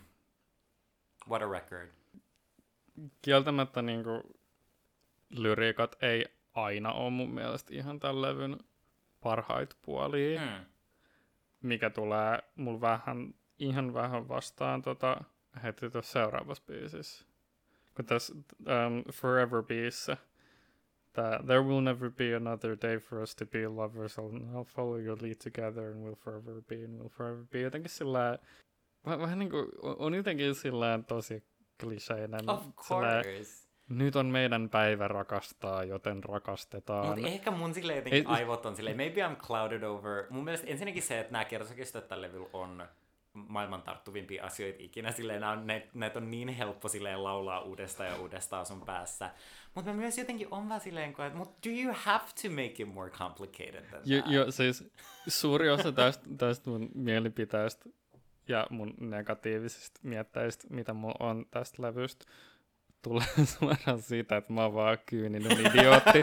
what a record. Kieltämättä niinku lyriikat ei aina on mun mielestä ihan tämän levyn parhaita puolia, Mm. mikä tulee mulla vähän, ihan vähän vastaan tota, heti tuossa seuraavassa biisissä. Kun tässä um, Forever biisissä, tää There will never be another day for us to be lovers, I'll, I'll follow your lead together and we'll forever be and we'll forever be. Jotenkin sillä vähän, vähän niin kuin, on jotenkin sillä tosi kliseinen. Of course. Nyt on meidän päivä rakastaa, joten rakastetaan. Mutta ehkä mun silleen jotenkin aivot on silleen, maybe I'm clouded over. Mun mielestä ensinnäkin se, että nämä kerrosakistot tällä levyllä on maailman tarttuvimpia asioita ikinä. Silleen näitä on niin helppo silleen laulaa uudestaan ja uudestaan sun päässä. Mutta mä myös jotenkin on vaan silleen, että do you have to make it more complicated than jo, that? jo, siis suuri osa tästä, tästä mun mielipiteestä ja mun negatiivisista mietteistä, mitä mulla on tästä levystä, tulee suoraan siitä, että mä oon vaan kyyninen idiootti.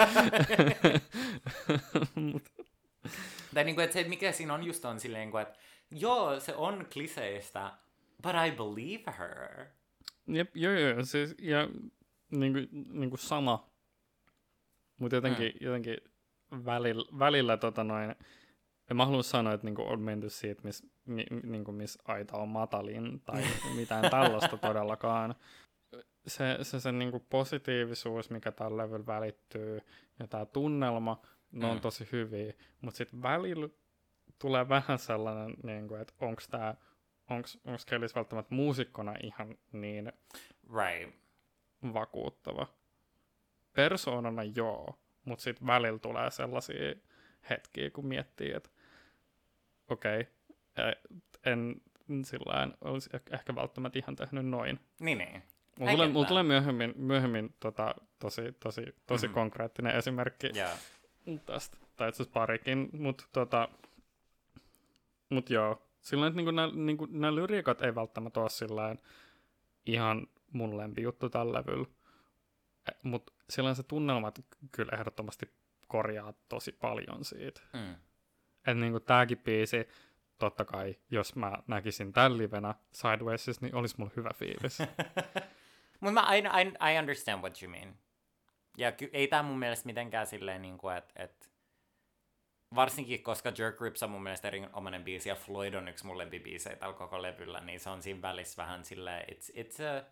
Tai niinku, että se, mikä siinä on just on silleen, että joo, se on kliseistä, but I believe her. Jep, joo, joo, siis, ja niinku, niinku sama. Mutta jotenkin, mm. jotenkin välillä, välillä tota noin, en mä halua sanoa, että niinku on menty siitä, missä mi, niinku, mis aita on matalin, tai mitään tällaista todellakaan. Se, se, se niinku positiivisuus, mikä tällä levyllä välittyy, ja tämä tunnelma, ne on Mm. tosi hyviä, mutta sitten välillä tulee vähän sellainen, niinku, että onko tämä, onko Kellys välttämättä muusikkona ihan niin Right. vakuuttava. Persoonana joo, mutta sitten välillä tulee sellaisia hetkiä, kun miettii, että okei, okay, en sillään olisi ehkä välttämättä ihan tehnyt noin. Niin, niin. Mulla tulee, mulla tulee myöhemmin, myöhemmin tota, tosi, tosi, tosi Mhm. konkreettinen esimerkki Yeah. tästä, tai itse asiassa parikin, mutta tota, mut joo, silloin, että niinku nämä niinku, nää lyriikat ei välttämättä ole sillään ihan mun lempijuttu tällä levyllä, mutta silloin se tunnelma kyllä ehdottomasti korjaa tosi paljon siitä. Mm. Että niinku tääkin biisi, totta kai, jos mä näkisin tämän livenä Sidewaysissa, niin olisi mulla hyvä fiilis. Mutta mä I, I, I understand what you mean. Ja ky- ei tää mun mielestä mitenkään silleen, niin että et, varsinkin koska Jerk Rips on mun mielestä erinomainen biisi ja Floyd on yksi mun lempibiisejä tällä koko levyllä, niin se on siinä välissä vähän silleen, it's, it's a,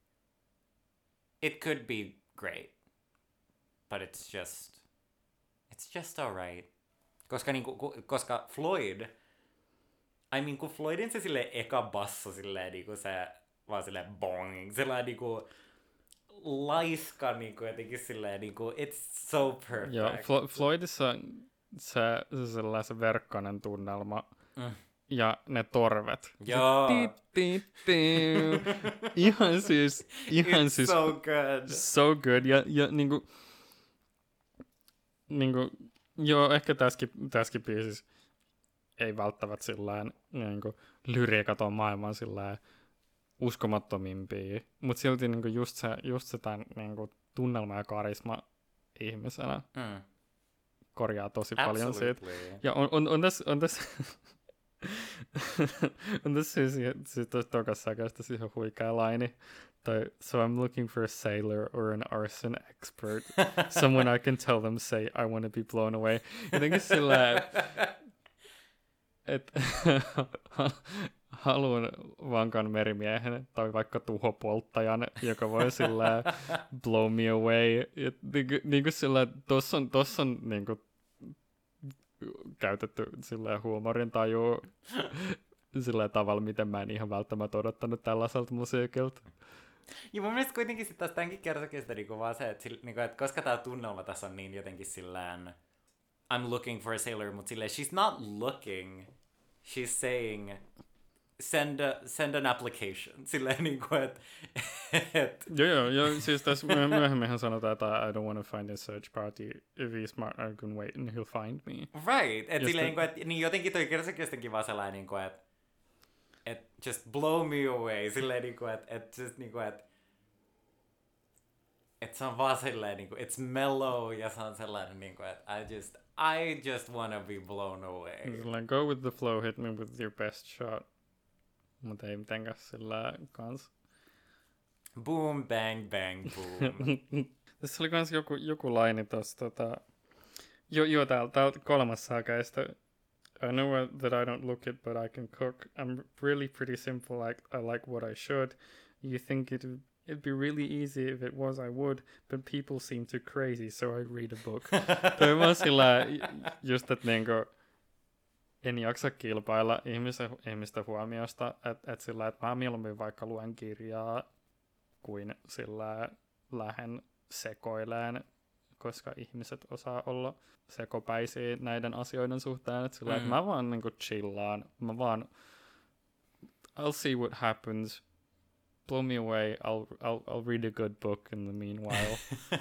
it could be great, but it's just, it's just alright. Koska, niinku, ku, koska Floyd, I mean, kun Floydin se silleen eka basso silleen niinku se, vaan silleen bong, sellainen niinku laiska niinku jotenkin silleen niinku, it's so perfect. Joo, Flo- Floydissa se, se sellainen verkkainen tunnelma Mm. ja ne torvet. Joo. Se ti- ti- ti- ihan siis, ihan It's siis so good. so good. Ja, ja niinku, niinku, joo, ehkä tässäkin, tässäkin biisissä ei välttämättä sillään niinku, lyriikat on maailman sillään uskomattomimpia, mutta silti niinku just se, just se tämän niinku, tunnelma ja karisma ihmisenä Mm. korjaa tosi paljon siitä. Absolutely. Ja on, on, on tässä, on tässä, on tässä siis, siis tuossa tokassa säkästä siis ihan huikea laini. Tai, so I'm looking for a sailor or an arson expert. Someone I can tell them say I want to be blown away. Jotenkin sillä, että haluan vankan merimiehen tai vaikka tuhopolttajan, joka voi sillä blow me away. Ja, niinku, niinku sillä, tossa on, tossa on niinku, käytetty sillä huumorin tajua sillä tavalla, miten mä en ihan välttämättä odottanut tällaiselta musiikilta. Ja mun mielestä kuitenkin sit taas tämänkin kertokista niinku vaan se, että, sillä, niinku, että koska tää tunnelma tässä on niin jotenkin sillään I'm looking for a sailor, mutta silleen she's not looking, she's saying send, a, send an application. Silleen niinku, että et, Joo, joo, joo, siis tässä myö- myöhemminhän sanotaan, että I don't want to find a search party. If he's smart, I can wait and he'll find me. right. Et Just silleen, the- niinku, et, niin jotenkin toi kertokistakin vaan sellainen, niinku, että et just blow me away. Silleen, niinku, että et just niinku, että et se on vaan silleen, niinku, it's mellow ja se on sellainen, niinku, että I just, I just wanna be blown away. Sillä go with the flow, hit me with your best shot. Mutta ei mitenkään sillä kans. Boom, bang, bang, boom. Tässä oli kans joku, joku laini tossa, tota... Jo, joo, täällä, täällä kolmas saakaista. I know that I don't look it, but I can cook. I'm really pretty simple, like I like what I should. You think it it'd be really easy if it was, I would, but people seem too crazy, so I read a book. Toi on vaan sillä just, että niinku... En jaksa kilpailla ihmisten, ihmisten huomiosta, että et sillä, että mä mieluummin vaikka luen kirjaa, kuin sillä lähden sekoileen, koska ihmiset osaa olla sekopäisiä näiden asioiden suhteen, että sillä, mm. että mä vaan niinku chillaan, mä vaan, I'll see what happens, blow me away, I'll, I'll, I'll read a good book in the meanwhile.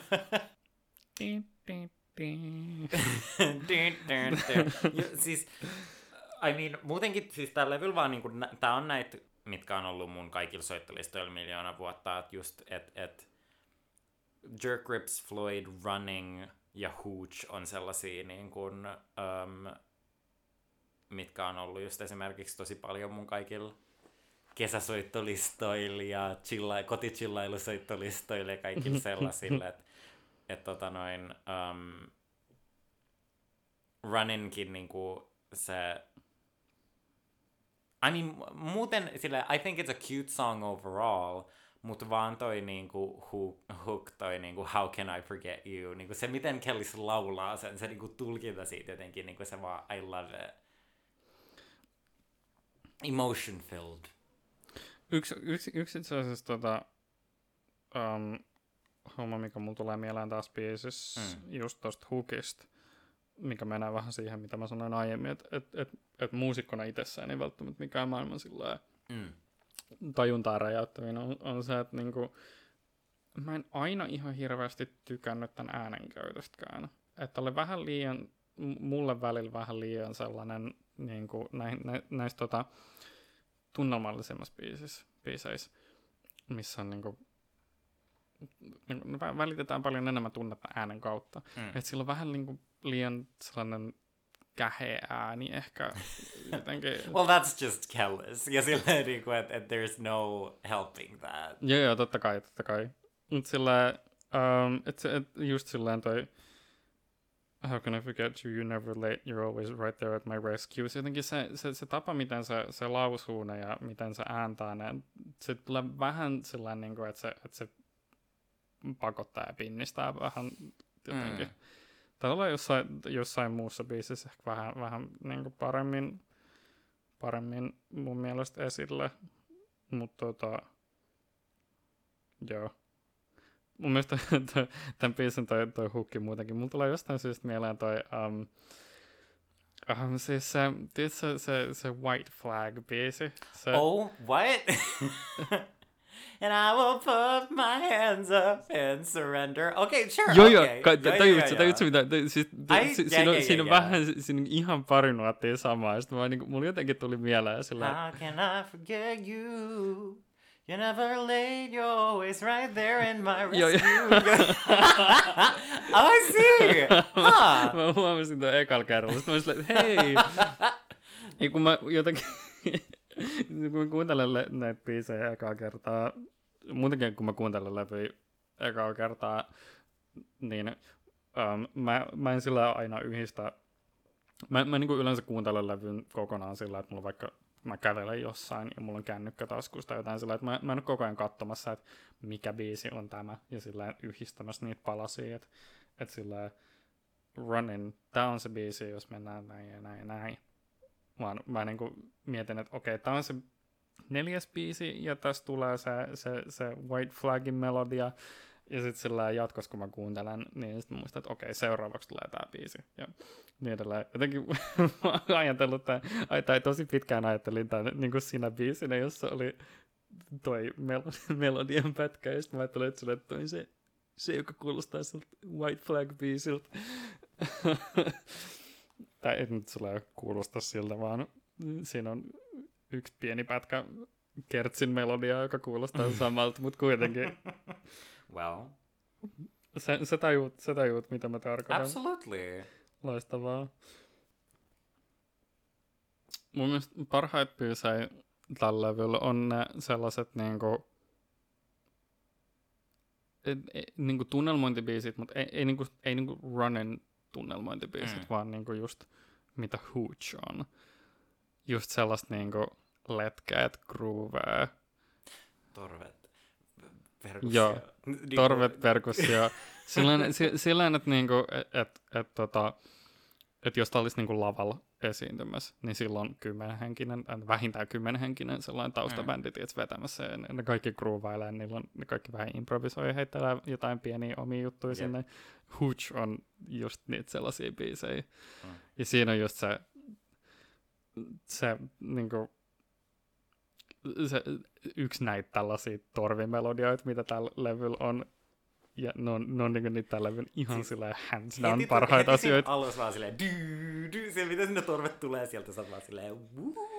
Siis, I mean, muutenkin siis tää levyllä vaan niinku, tää on näitä, mitkä on ollut mun kaikilla soittolistoilla miljoona vuotta, että just, että et Jerk Grips, Floyd, Running ja Hooch on sellaisia niin kuin, um, mitkä on ollut just esimerkiksi tosi paljon mun kaikilla kesäsoittolistoilla ja chilla- kotichillailusoittolistoilla ja kaikilla sellaisilla, että et, tota noin um, Runninkin niinku se I mean, muuten sille, I think it's a cute song overall, mutta vaan toi niinku hook, hook toi niinku How Can I Forget You, niinku se miten Kellis laulaa sen, se niinku tulkinta siitä jotenkin, niinku se vaan, I love it. Emotion filled. Yksi, yksi, yksi itse asiassa tota, um, homma, mikä mulla tulee mieleen taas biisissä, mm. just tosta hookista, mikä menee vähän siihen, mitä mä sanoin aiemmin, että et, et, et muusikkona itsessään ei välttämättä mikään maailman sillä mm. tajuntaa räjäyttävin on, on se, että niinku, mä en aina ihan hirveästi tykännyt tämän äänenkäytöstäkään. Että oli vähän liian, mulle välillä vähän liian sellainen niinku, nä, nä, näistä tota, tunnelmallisemmassa biisissä, biiseissä, missä on niinku, välitetään paljon enemmän tunnetta äänen kautta. Mm. Että sillä on vähän niinku liian sellainen käheä ääni ehkä jotenkin. Well, that's just Kellis. Ja silleen niinku, että et there's no helping that. Joo, joo, totta kai, totta kai. Mut silleen, um, että et just silleen toi How can I forget you, you're never late, you're always right there at my rescue. Se jotenkin se, se, se tapa, miten se, se lausuu ne ja miten se ääntää ne, se tulee vähän sellainen, niin kuin, että, se, että se pakottaa ja pinnistää vähän jotenkin. Mm. Tai olla jossain, jossain muussa biisissä ehkä vähän, vähän niin kuin paremmin, paremmin mun mielestä esille. Mutta tota, joo. Mun mielestä tämän biisin toi, toi hukki muutenkin. Mulla tulee jostain syystä mieleen toi, um, um, siis se, se, se, se White Flag-biisi. Se, oh, what? And I will put my hands up and surrender. Okay, sure, joo, okay. Joo, joo, tajutko, tajutko mitä? Siinä on vähän, siinä on ihan pari nuottia samaa. Ja sitten niin, mulla jotenkin tuli mieleen sillä... How can I forget you? You're never late, you're always right there in my rescue. Oh, I see! Huh. Mä huomasin tuon ekalla kerralla. Sitten mä olin että hei! Ja kun mä jotenkin... kun mä kuuntelen le- näitä biisejä ekaa kertaa, muutenkin kun mä kuuntelen levyä ekaa kertaa, niin um, mä, mä en sillä aina yhdistä... Mä, mä niin kuin yleensä kuuntelen levyn kokonaan sillä, että mulla vaikka mä kävelen jossain ja mulla on kännykkä taskusta jotain sillä, että mä, mä en ole koko ajan katsomassa, että mikä biisi on tämä ja sillä yhdistämässä niitä palasia, että, että sillä Runnin, tää on se biisi, jos mennään näin ja näin ja näin. Vaan mä niin kuin mietin, että okei, tää on se neljäs biisi ja tässä tulee se, se, se White Flagin melodia. Ja sitten sillä jatkossa, kun mä kuuntelen, niin sitten muistan, että okei, seuraavaksi tulee tää biisi. Ja niin edelleen. Jotenkin mä oon ajatellut tämän, tai tosi pitkään ajattelin tämän niin kuin siinä biisinä, jossa oli toi mel- melodian pätkä. Ja sitten mä ajattelin, että, että toi se, se, joka kuulostaa siltä White Flag-biisiltä. Tai ei nyt sulle kuulosta siltä, vaan siinä on yksi pieni pätkä kertsin melodiaa, joka kuulostaa samalta, mutta kuitenkin. Well. Sä, sä, tajuut, sä tajuut, mitä mä tarkoitan. Absolutely. Loistavaa. Mun mielestä parhaita biisejä tällä levyllä on ne sellaiset niinku... et, et, niinku tunnelmointibiisit, mutta ei, ei, niinku, ei niinku Runnin tunnelmointibiisit, mm. vaan niinku just mitä Hooch on. Just sellaista niinku letkeät, groovea. Torvet, perkussio. Joo, torvet, perkussio. Sillain, sillain että niinku, et, et, et, tota, et jos tää olisi niinku lavalla esiintymässä, niin silloin kymmenhenkinen, vähintään kymmenhenkinen sellainen taustabändi mm. vetämässä. Ja ne kaikki groovailee, niillä on, ne kaikki vähän improvisoi ja heittelee jotain pieniä omia juttuja yep. sinne. Hooch on just niitä sellaisia biisejä. Mm. Ja siinä on just se, se, niinku, se yksi näitä tällaisia torvimelodioita, mitä tällä levyllä on. Ja ne on, ne on niinku niitä tällä levyn ihan siis, silleen hands down heti, parhaita heti asioita. Heti alussa vaan silleen dyy, dyy, se mitä sinne torvet tulee sieltä, sä oot vaan silleen wuu.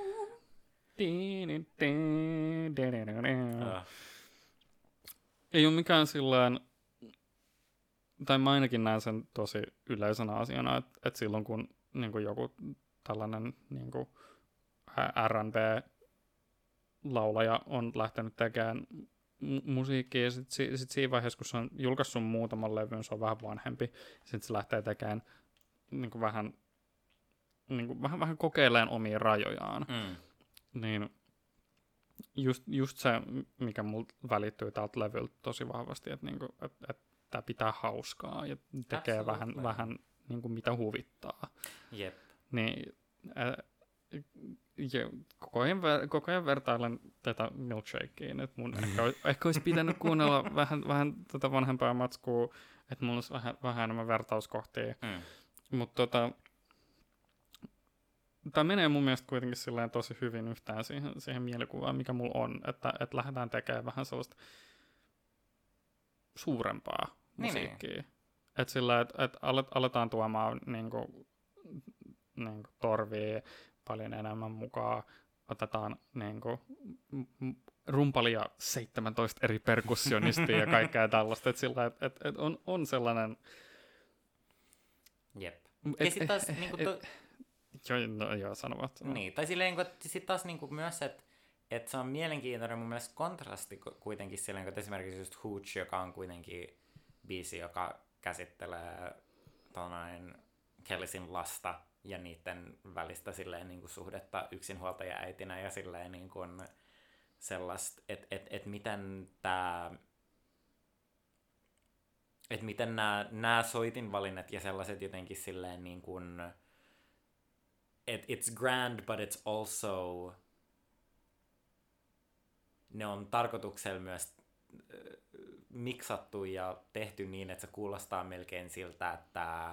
Uh. Ei ole mikään silleen, tai mä ainakin näen sen tosi yleisenä asiana, että, että silloin kun niin kuin joku tällainen niin kuin R and B-laulaja on lähtenyt tekemään musiikkia, ja sitten sit siinä vaiheessa, kun se on julkaissut muutaman levyn, se on vähän vanhempi, sitten se lähtee tekemään niin kuin vähän, niin kuin, vähän, vähän kokeilemaan omia rajojaan. Mm. Niin just, just se, mikä mulle välittyy tältä levyltä tosi vahvasti, että niinku, et, et tämä pitää hauskaa ja tekee Absolutely. vähän, vähän niinku, mitä huvittaa. Jep. Niin, ä, ja koko, ajan, koko ajan vertailen tätä Milkshakeen, että mun ehkä, ehkä olisi pitänyt kuunnella vähän, vähän tätä vanhempaa matskua, että mulla olisi vähän, vähän enemmän vertauskohtia. Mm. Mutta tota, tämä menee mun mielestä kuitenkin silleen tosi hyvin yhtään siihen, siihen mielikuvaan, mikä mulla on, että, että lähdetään tekemään vähän sellaista suurempaa musiikkia. Niin. Että sillä, että, että aletaan tuomaan niinku, niinku torvia paljon enemmän mukaan, otetaan niinku, rumpalia seitsemäntoista eri perkussionistia ja kaikkea tällaista, että sillä, että, että, että on, on sellainen... Jep. Et, ja sitten taas... Et, niinku to... et, Joo, no, joo, sanovat. Sano. Niin, tai silleen, että sitten taas niinku myös, että et se on mielenkiintoinen mun mielestä kontrasti kuitenkin silleen, että esimerkiksi just Hooch, joka on kuitenkin biisi, joka käsittelee tonain Kellysin lasta ja niiden välistä silleen niinku suhdetta yksinhuoltaja äitinä ja silleen niinku sellaista, että et, et miten tää että miten nämä soitinvalinnat ja sellaiset jotenkin silleen niin kuin It, it's grand, but it's also... Ne on tarkoituksella myös äh, miksattu ja tehty niin, että se kuulostaa melkein siltä, että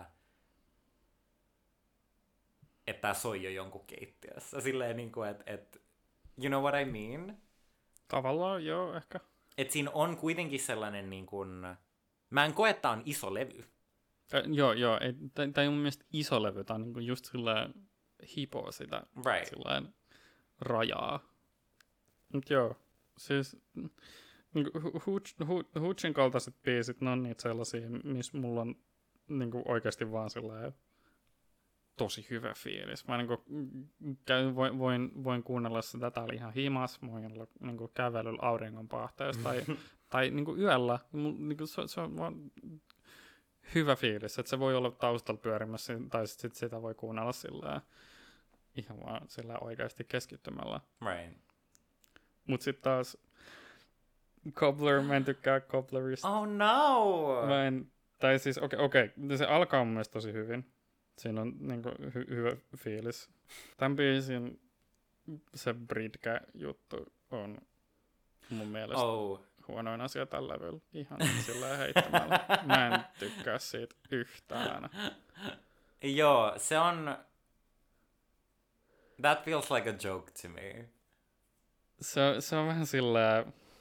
että tämä soi jo jonkun keittiössä. Silleen niin kuin, että et, you know what I mean? Tavallaan, joo, ehkä. Että siinä on kuitenkin sellainen niin kuin... Mä en koe, että tämä on iso levy. Äh, joo, joo. Tämä ei mun mielestä iso levy. Tämä on niin kuin just silleen... hipoo sitä right. sillain rajaa. Mut joo, siis niinku Hoochin kaltaiset biisit, ne on niitä sellaisia, missä mulla on niinku oikeasti vaan sellainen tosi hyvä fiilis. Mä niinku käyn, voin, voin, voin kuunnella sitä täällä ihan himas, voin olla niinku kävelyllä auringonpahteessa tai, tai niinku yöllä. Niinku se, se on vaan hyvä fiilis, että se voi olla taustalla pyörimässä, tai sit sitä voi kuunnella sillä ihan vaan sillä oikeasti keskittymällä. Right. Mut sit taas Cobbler, mä en tykkää Cobblerista. Oh no! Mä en, tai siis okei, okay, okay, se alkaa mun mielestä tosi hyvin. Siinä on niinku hy- hyvä fiilis. Tän biisin se Bridge-juttu on mun mielestä oh. huonoin asia tällä levyllä. Ihan sillä heittämällä. Mä en tykkää siitä yhtään. Joo, se on... That feels like a joke to me. Se, se on vähän sillä...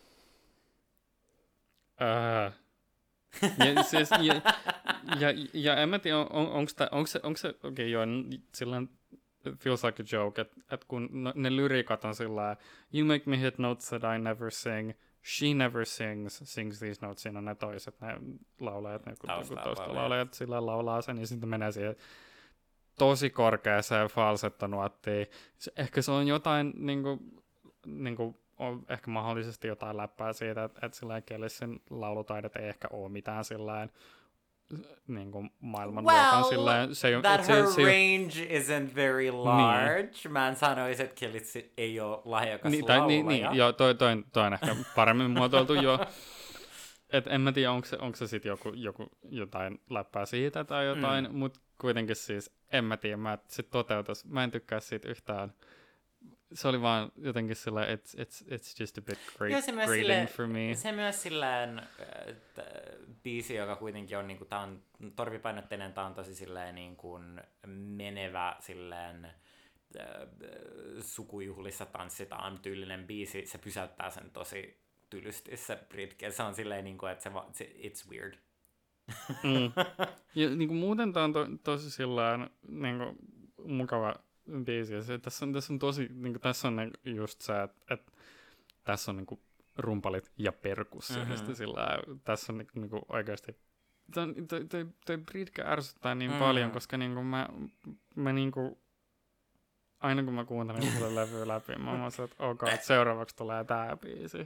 Uh, ja, siis, ja, ja, ja en mä tiedä, on, on, onko, ta, onko se, onko se okei okay, joo, silleen feels like a joke, että et kun no, ne lyriikat on sillä you make me hit notes that I never sing, she never sings, sings these notes, siinä on ne toiset, ne laulajat, ne taustalaulajat sillä laulaa sen, ja sitten menee siihen tosi korkeaseen falsettonuottiin. Ehkä se on jotain niinku, niinku on ehkä mahdollisesti jotain läppää siitä, että, että sillä Kellysin laulutaidot ei ehkä ole mitään sillä niin kuin maailmanluokan well, silleen. Se, that se, her se, range se, isn't very large. Niin. Mä en sanoisi, että Kellis ei ole lahjakas niin, laulaja. Niin, niin joo, toi, toi, toi on ehkä paremmin muotoiltu jo. Et en mä tiedä, onko se, onko se sitten joku, joku, jotain läppää siitä tai jotain, mm. mutta kuitenkin siis en mä tiedä, mä, se toteutus. Mä en tykkää siitä yhtään. Se oli vaan jotenkin sillä, it's, it's, it's just a bit great, Joo, se grating sille, for me. Se myös silleen äh, biisi, joka kuitenkin on, niinku, tää on torvipainotteinen, tää on tosi silleen niin kuin menevä silleen äh, sukujuhlissa tanssitaan tyylinen biisi. Se pysäyttää sen tosi tylysti se Britke. Se on silleen, niin kuin, että se, va- se it's weird. Mm. Ja niin kuin muuten tää on to, tosi silleen niin kuin mukava biisi. Se, tässä, on, tässä on tosi, niin kuin, tässä on just se, että, että tässä on niin kuin rumpalit ja perkussio. Mm-hmm. Sillä, tässä on niin kuin oikeasti toi, toi, toi, toi Britke ärsyttää niin mm. paljon, koska niin kuin mä, mä niin kuin, aina kun mä kuuntelin sitä levyä läpi, mä oon että oh god, seuraavaksi tulee tää biisi.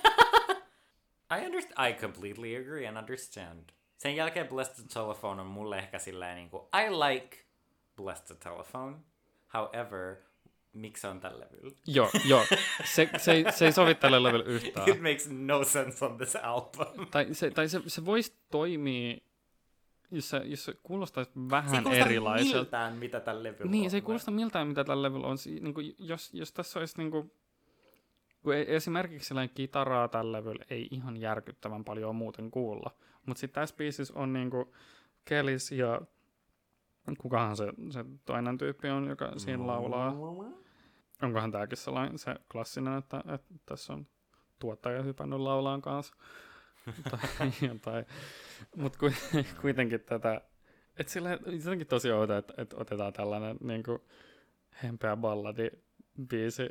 I, underst- I completely agree and understand. Sen jälkeen Bless the Telephone on mulle ehkä silleen niinku, I like Bless the Telephone. However, miksi on tällä levyllä? Joo, joo. Se, se, ei, se ei sovi tällä levyllä yhtään. It makes no sense on this album. Tai se, tai se, se voisi toimia, jos se, jos se kuulostaisi vähän erilaiselta. Se ei kuulosta miltään, mitä tällä levyllä niin, on. Niin, se ei kuulosta miltään, mitä tällä levyllä on. Niin kuin, jos, jos tässä olisi niin kuin, kun esimerkiksi sellainen kitaraa tällä levyllä ei ihan järkyttävän paljon muuten kuulla. Mutta sitten tässä biisissä on niin kuin Kellys ja kukahan se, se toinen tyyppi on, joka siinä laulaa. Onkohan tämäkin sellainen se klassinen, että, että tässä on tuottaja hypännyt laulaan kanssa. tai jotain. Mutta kuitenkin tätä, että sillä jotenkin tosi outo, että, että otetaan tällainen niin kuin hempeä balladi-biisi.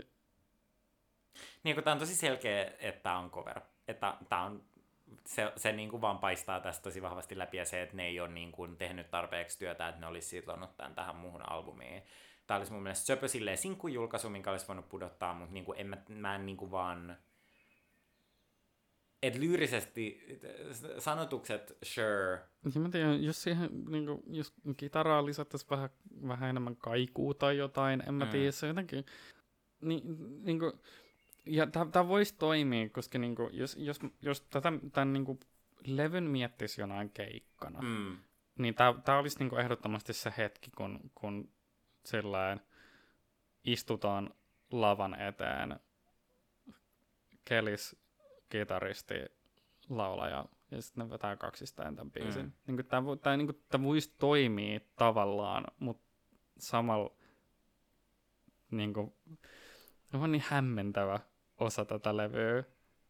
Niin kun tää on tosi selkeä, että tää on cover. Että tää on, se, se niin kuin vaan paistaa tästä tosi vahvasti läpi ja se, että ne ei ole niin kuin tehnyt tarpeeksi työtä, että ne olisi sitonut tämän tähän muuhun albumiin. Tää olisi mun mielestä söpö silleen sinkkujulkaisu, minkä olisi voinut pudottaa, mutta niin kuin en mä, mä en niin kuin vaan... Et lyyrisesti sanotukset, sure. Ja mä tiedän, jos siihen niin kuin, jos kitaraa lisättäisiin vähän, vähän enemmän kaikuu tai jotain, en mä mm. tiedä, se jotenkin... Niin, niin kuin, ja tämä voisi toimia, koska niin kuin, jos, jos, jos tätä, tämän niin kuin, levyn miettisi jonain keikkana, Mm. niin tämä olisi niin kuin, ehdottomasti se hetki, kun, kun sillain istutaan lavan eteen, Kellys, kitaristi, laulaja, ja sitten ne vetää kaksistaan tämän biisin. Mm. Niin tämä vo, niin voisi toimia tavallaan, mutta samalla niin kuin, on niin hämmentävä osa tätä levyä.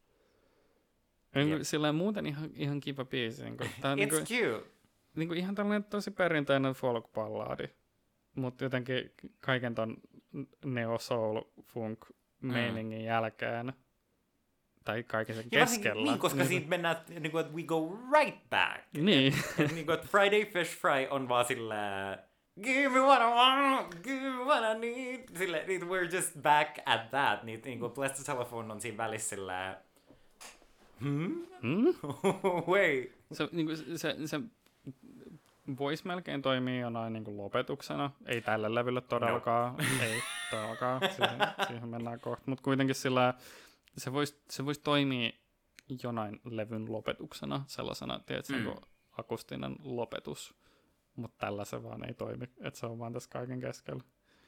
Yep. Sillä muuten ihan, ihan kiva biisi. Niin kuin, tää on, It's niin kuin, cute. Niin kuin, ihan tällainen tosi perinteinen folk-ballaadi. Mutta jotenkin kaiken ton neo-soul-funk-meiningin mm. jälkeen, tai kaiken sen ja keskellä. Niin, koska niin, siitä mennään, niin kuin, että we go right back. Niin. Et, niin kuin, että Friday Fish Fry on vaan sillä... Give me what I want, give me what I need. Sille, we're just back at that. Niin, niin kuin Bless the Telephone on siinä välissä sillä... Hmm? Hmm? Wait. Se, niin kuin, se, se voisi melkein toimia jonain niin kuin lopetuksena. Ei tällä levyllä todellakaan. No. Ei todellakaan. Siihen, siihen mennään kohta. Mutta kuitenkin sillä se voisi se vois toimia jonain levyn lopetuksena. Sellaisena, tiedätkö, mm. niin akustinen lopetus. Mutta tällä se vaan ei toimi. Että se on vaan tässä kaiken keskellä.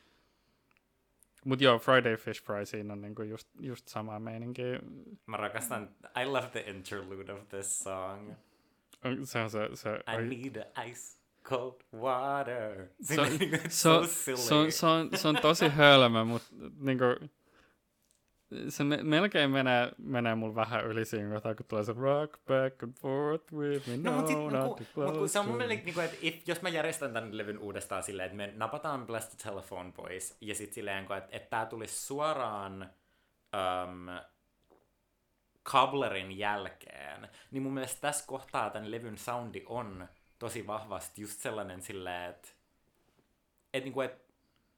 Mut joo, Friday Fish Fry siinä on niinku just, just sama meininki. Mä rakastan, I love the interlude of this song. Se on se... se I oi. need ice cold water. Se, niinku, so, so silly. Se on, se, on, se on tosi hölmö, mutta niinku... Se me, melkein menee, menee mulla vähän yli siinä kohtaa, kun tulee se rock back and forth with me, no, no mutta not mut, mut, se on mun mielestä, niinku, että if, jos mä järjestän tämän levyn uudestaan silleen, että me napataan Bless the Telephone pois, ja sit silleen, että, että tää tulisi suoraan um, Cobblerin jälkeen, niin mun mielestä tässä kohtaa tämän levyn soundi on tosi vahvasti just sellainen silleen, että et, niinku, et,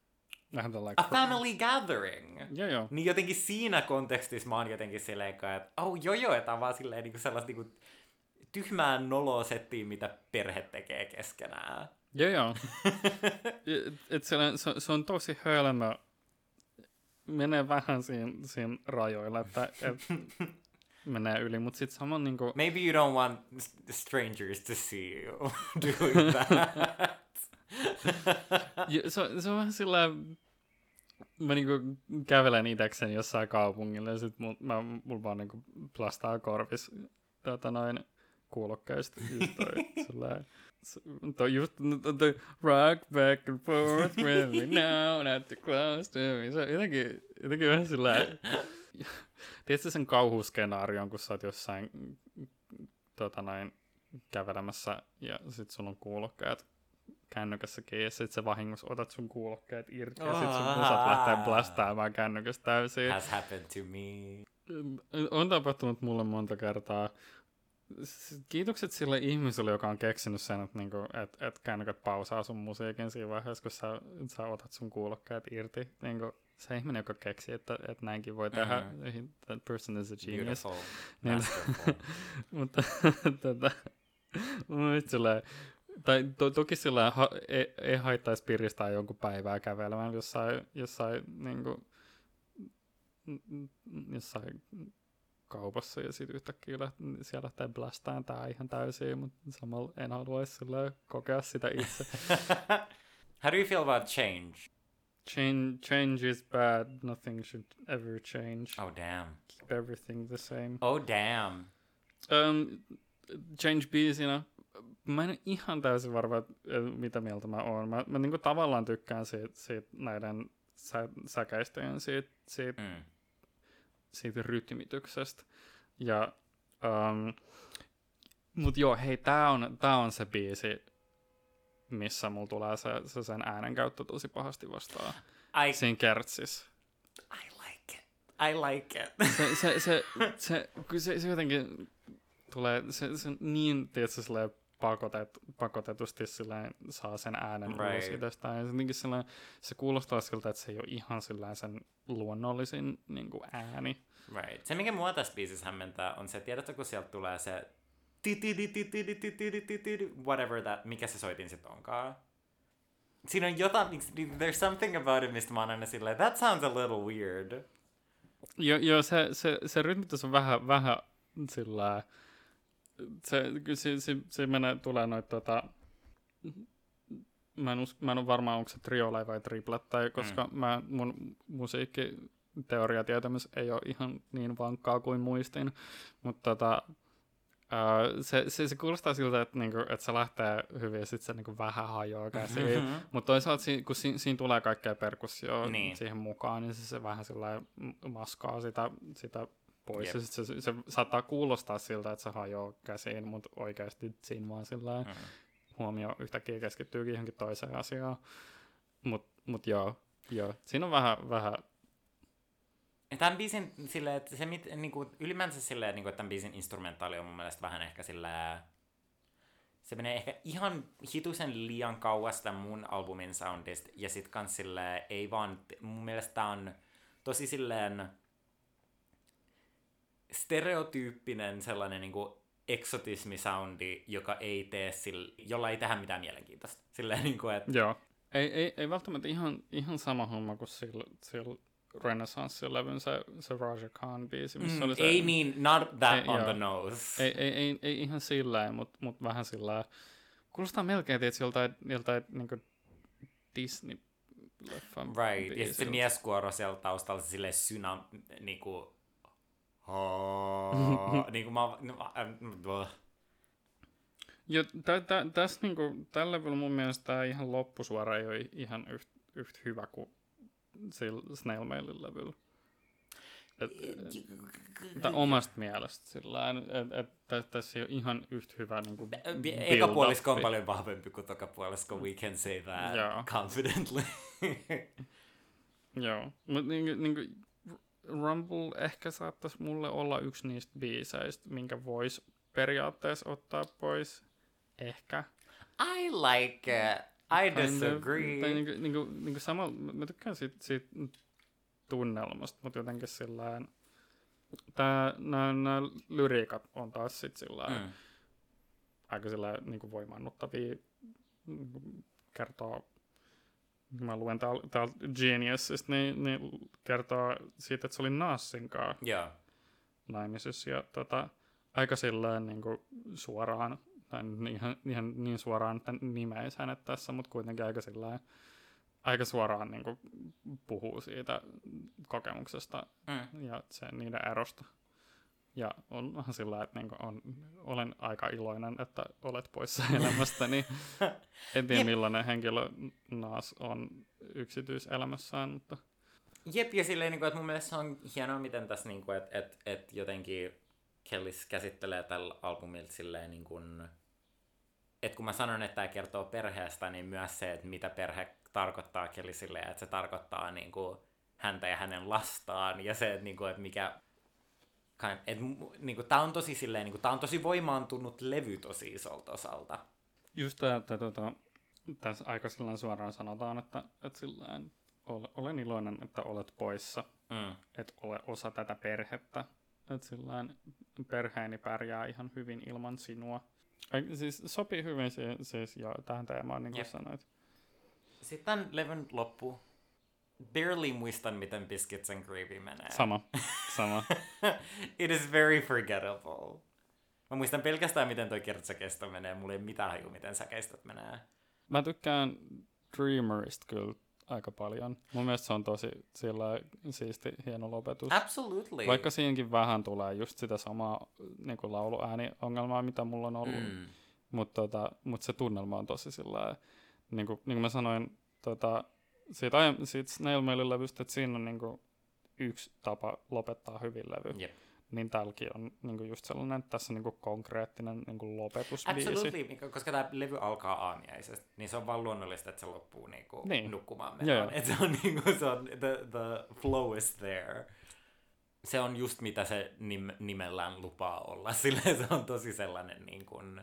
Vähän tällainen... A family gathering. Joo, joo. Niin jotenkin siinä kontekstissa mä oon jotenkin silleen, että oh joo joo, että on vaan silleen niin sellaista niin kuin tyhmää noloa settiä, mitä perhe tekee keskenään. Joo, joo. Et se, se, se on tosi hölmö. Menee vähän siinä, siinä rajoilla, että et menee yli, mutta sitten saman niinku... Maybe you don't want strangers to see you doing that. Ja, se, se on vähän sillä... Mä niinku kävelen itekseni jossain kaupungilla ja sit mul, mä, mul vaan niinku plastaa korvis tota noin kuulokkeista. Just toi sillä... Toi just toi rock back and forth with me now, not too close to me. Se on jotenkin, jotenkin vähän sillä... Tiedätkö sen kauhuskenaarion, kun sä oot jossain tota noin, kävelemässä ja sit sun on kuulokkeet kännykässä kiinni ja sit sä vahingossa otat sun kuulokkeet irti ja sit sun musat lähtee blastaamaan kännykästä täysin. Has happened to me. On tapahtunut mulle monta kertaa. Kiitokset sille ihmiselle, joka on keksinyt sen, että niinku, et, et kännykät pausaa sun musiikin siinä vaiheessa, kun sä, sä otat sun kuulokkeet irti. Niinku, se ihminen, joka keksi, että, että näinkin voi tehdä. Mm-hmm. That person is a genius. Beautiful. Niin, mutta tota, silleen, tai to, toki sillä ha, ei, ei haittaisi piristää jonkun päivää kävelemään jossain, jossain, niinku, jossain kaupassa ja sitten yhtäkkiä läht- siellä lähtee blastaan tää ihan täysin, mutta samalla en haluaisi sillä kokea sitä itse. How do you feel about change? Change, change is bad. Nothing should ever change. Oh damn. Keep everything the same. Oh damn. Um, change biisinä. Mä en ole ihan täysin varma, mitä mieltä mä oon. Mä, mä niinku tavallaan tykkään siitä, siitä näiden sä, säkeistöjen siitä, siitä, Mm. siitä rytmityksestä. Ja, um, mut joo, hei, tää on, tää on se biisi, missä mulla tulee se, se sen äänenkäyttö tosi pahasti vastaan. I, Siinä kertsissä. I like it. I like it. Se, se, se, se, se, se, se jotenkin tulee, se, se niin, tietysti silleen pakotet, pakotetusti silleen saa sen äänen Right. ulos itsestään. Ja jotenkin silleen, se kuulostaa siltä, että se ei ole ihan silleen sen luonnollisin niin kuin ääni. Right. Se, mikä mua tässä biisissä hämmentää, on se, että tiedätkö, kun sieltä tulee se whatever that, mikä se soitin sit onkaan. Siinä on jotain, there's something about it, mistä mä oon aina silleen, that sounds a little weird. Joo, jo, se, se, se rytmitys on vähän, vähän sillä se, se, se, se menee, tulee noita tota, mä en, us, mä en ole varma, onko se triola vai triplet, tai koska mm. mä, mun musiikkiteoriatietämys ei ole ihan niin vankkaa kuin muistin, mutta tota, Uh, se, se, se kuulostaa siltä, että, niinku, että se lähtee hyvin ja sitten se niinku, vähän hajoaa käsiin. Mm-hmm. Mutta toisaalta si, kun si, siinä tulee kaikkea perkussioa niin. siihen mukaan, niin se, se vähän maskaa sitä, sitä pois. Yep. Ja sit se, se, se saattaa kuulostaa siltä, että se hajoaa käsiin, mutta oikeasti siinä vaan sillä mm-hmm. huomio yhtäkkiä keskittyykin johonkin toiseen asiaan. Mutta mut joo, joo, siinä on vähän... vähän Tämän biisin silleen, että se mit, niinku, ylimäänsä silleen, niinku, että tämän biisin instrumentaali on mun mielestä vähän ehkä silleen, se menee ehkä ihan hitusen liian kauas tämän mun albumin soundista, ja sit kans silleen, ei vaan, mun mielestä tää on tosi silleen stereotyyppinen sellainen niinku eksotismisoundi, joka ei tee sille, jolla ei tehdä mitään mielenkiintoista. Silleen niinku, että... Joo, ei, ei, ei välttämättä ihan, ihan sama homma kuin sillä, sillä Renaissance-levyn se, se Raja Khan-biisi, missä mm, oli se... Ei niin, not that ei, on joo. the nose. Ei, ei, ei, ei ihan sillä mutta mut vähän sillä kuulostaa melkein, tietysti joltain, joltain niin Disney-leffan Right, biisiltä. ja se mieskuoro siellä taustalla, se silleen synä, niinku... niinku mä... mä Jo, tä, tä, tässä niinku, tällä levyllä mun mielestä tää ihan loppusuora ei ole ihan yhtä yht hyvä kuin sillä Snail Mailin levyllä. Tai omasta mielestä sillä että et, et, tässä ei ole ihan yhtä hyvä niinku eka puolisko on paljon vahvempi kuin toka puolisko, we can say that Joo. confidently. Joo, mutta niinku, niinku, Rumble ehkä saattaisi mulle olla yksi niistä biiseistä, minkä voisi periaatteessa ottaa pois. Ehkä. I like it. I disagree. Tai niinku, niinku, niinku sama, mä tykkään siitä, siitä tunnelmasta, mutta jotenkin sillain, tää, nää, nää lyriikat on taas sit sillain, mm. aika sillain niinku voimaannuttavia, kertoo, mä luen täällä tääl Geniusista, niin, niin kertoo siitä, että se oli Nasin kanssa yeah. naimisissa ja tota, aika sillain niinku suoraan, tai ihan, ihan niin suoraan, että nimeisi hänet tässä, mutta kuitenkin aika sillain, aika suoraan niin kuin, puhuu siitä kokemuksesta mm. ja sen, niiden erosta. Ja onhan sillä, että niin kuin, on, olen aika iloinen, että olet poissa elämästäni. En tiedä, millainen henkilö Nas on yksityiselämässään, mutta... Jep, ja silleen, että mun mielestä se on hienoa, miten tässä, että et, et jotenkin Kellys käsittelee tällä albumilla silleen, niin kuin, että kun mä sanon, että tämä kertoo perheestä, niin myös se, että mitä perhe tarkoittaa Kellysille, että se tarkoittaa niin kuin, häntä ja hänen lastaan, ja se, että, niin kuin, että mikä... että, niin kuin, tää on tosi silleen, niin kuin, tää on tosi voimaantunut levy tosi isolta osalta. Just tämä, että tota, tässä aika silloin suoraan sanotaan, että, että silleen, olen iloinen, että olet poissa, mm. et ole osa tätä perhettä. Että silleen, perheeni pärjää ihan hyvin ilman sinua. Ei, siis sopii hyvin siis, siis jo tähän teemaan, niin kuin yep. sanoit. Sitten tämän levyn loppu. Barely muistan, miten Biscuits and Gravy menee. Sama, sama. It is very forgettable. Mä muistan pelkästään, miten toi kertsäkesto menee. Mulla ei mitään haju, miten säkeistöt menee. Mä tykkään Dreamerista kyllä aika paljon. Mun mielestä se on tosi sillä siisti, hieno lopetus. Absolutely. Vaikka siinäkin vähän tulee just sitä samaa niin kuin lauluääniongelmaa, mitä mulla on ollut. Mm. Mutta tota, mut se tunnelma on tosi sillä niin kuin, niin kuin mä sanoin tota, siitä, siitä Snail Mailin levystä, että siinä on niin kuin yksi tapa lopettaa hyvin levy. Yep. Niin tälläkin on niin just sellainen, että tässä on niin konkreettinen niin lopetusbiisi. Absolutely, koska tämä levy alkaa aamiaisesta, niin se on vaan luonnollista, että se loppuu niin niin. nukkumaan menoon. Että se on, niin kuin, se on the, the flow is there. Se on just mitä se nim, nimellään lupaa olla. Silleen se on tosi sellainen, niin kuin,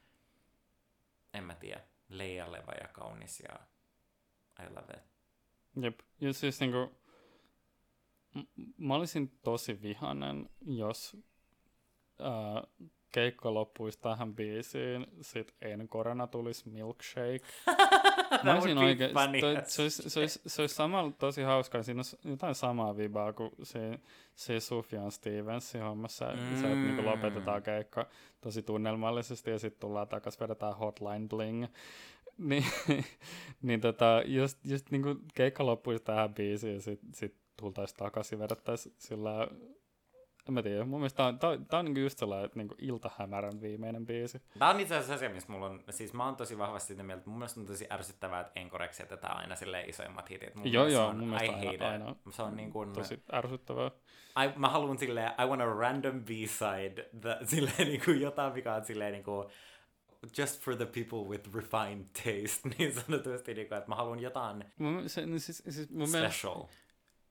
en mä tiedä, leijaleva ja kaunis ja I love it. Jep, ja siis niinku mä olisin tosi vihainen, jos ää, keikka loppuisi tähän biisiin, sit enkorena tulisi Milkshake. Mä olisin oikein, se olisi, se olisi, se olisi samalla tosi hauskaa, siinä olisi jotain samaa vibaa kuin se, se Sufjan Stevensin hommassa, mm. se, että niin lopetetaan keikka tosi tunnelmallisesti ja sitten tullaan takaisin, vedetään Hotline Bling. Niin, niin tota, just, just niin kuin keikka loppuisi tähän biisiin ja sitten sit tultaisiin takaisin, vedettäisiin sillä, en mä tiedä, mun mielestä tää on, tää, tää on niinku just sellainen niinku iltahämärän viimeinen biisi. Tää on itse asiassa asia, missä mulla on, siis mä oon tosi vahvasti sitä mieltä, mun mielestä on tosi ärsyttävää, että enkoreksi jätetään aina silleen isoimmat hitit. Mun joo joo, on, mun mielestä aina, aina se on niin kuin, tosi ärsyttävää. I, mä haluun silleen, I want a random B-side, the, silleen niinku jotain, mikä on silleen niinku, just for the people with refined taste, niin sanotusti, niinku, että mä haluun jotain mun, se, siis, siis mun special. Mielestä,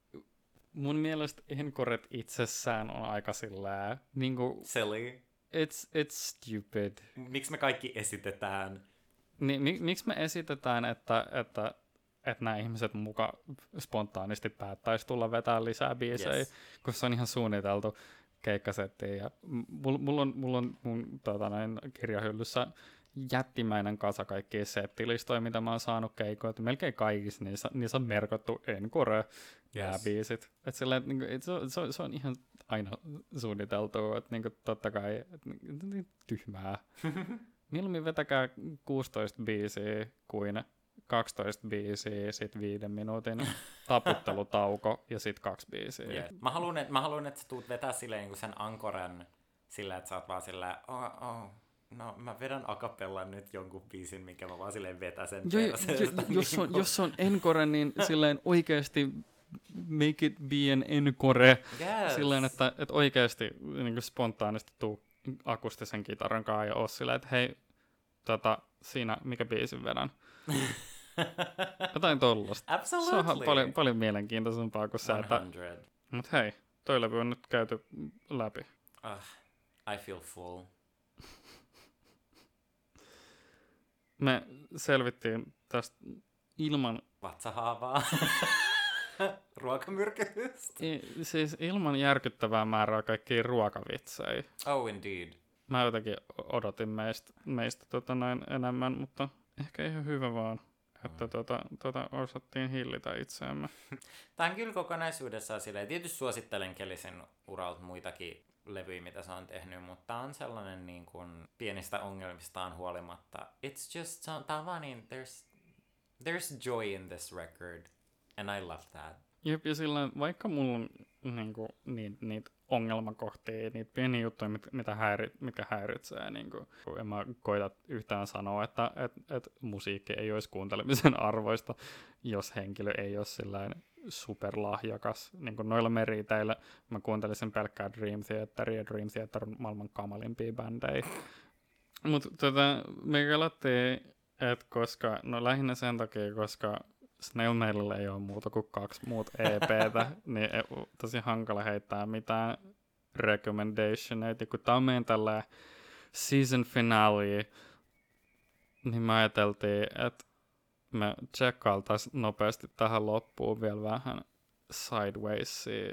mun mielestä enkoret itsessään on aika sillä niinku silly. It's, it's stupid. Miksi me kaikki esitetään? Ni, mi, miksi me esitetään, että, että, että nämä ihmiset muka spontaanisti päättäisi tulla vetää lisää biisejä, yes. Koska se on ihan suunniteltu keikkasettiin. Ja mulla mul on, mul on mun tota, näin, kirjahyllyssä jättimäinen kasa kaikkia settilistoja, mitä mä oon saanut keikoilta. Melkein kaikissa niissä, niissä on merkattu encore nämä yes. biisit. Et sillä, et, niinku, et se, se, se on ihan aina suunniteltu. Et, niinku, totta kai et, niin tyhmää. Mieluummin vetäkää kuusitoista biisiä kuin kaksitoista biisiä, sit viiden minuutin taputtelutauko ja sit kaksi biisiä. Yeah. Mä haluan, että mä haluan, että sä tuut vetää silleen niin sen ankoren silleen, että sä oot vaan silleen, oh, oh. No, mä vedän akapellan nyt jonkun biisin, minkä mä vaan silleen vetäsen. Jo, jo, jos, on, jos on encore, niin silleen oikeasti make it be an encore. Yes. Silleen, että, että oikeasti niin spontaanisti tuu akustisen kitaran kanssa ja oo silleen, että hei, tota, siinä mikä biisin vedän. Jotain tollasta. Absolutely. Se on paljon, paljon mielenkiintoisempaa kuin se, että... Mut hei, toi levy on nyt käyty läpi. Uh, I feel full. Me selvittiin tästä ilman... Vatsahaavaa. Ruokamyrkytystä. Siis ilman järkyttävää määrää kaikkia ruokavitsejä. Oh, indeed. Mä jotenkin odotin meistä, meistä tota näin enemmän, mutta ehkä ihan hyvä vaan, että mm. tota, tota osattiin hillitä itseämme. Tämä on kyllä kokonaisuudessaan silleen. Tietysti suosittelen Kellisen uralta muitakin levyjä, mitä se on tehnyt, mutta tämä on sellainen niin kuin pienistä ongelmistaan huolimatta. It's just, tämä on vaan niin, there's, there's joy in this record, and I love that. Jep, ja sillä vaikka mulla on niinku, niitä, niitä ongelmakohtia, niitä pieniä juttuja, mit, mitä häiri, mitkä häiritsee, niinku, en mä koita yhtään sanoa, että et, et musiikki ei olisi kuuntelemisen arvoista, jos henkilö ei ole sillain superlahjakas. Niin kuin noilla meriteillä mä kuuntelisin pelkkää Dream Theateria, ja Dream Theater on maailman kamalimpia bändejä. Mutta tota, me kalattiin, että koska, no lähinnä sen takia, koska Snail Maililla ei ole muuta kuin kaksi muut E P:tä, niin tosi hankala heittää mitään recommendationeita. Kun tää on meidän tällä season finale, niin me ajateltiin, että me tsekkailtaisiin nopeasti tähän loppuun vielä vähän Sidewaysia.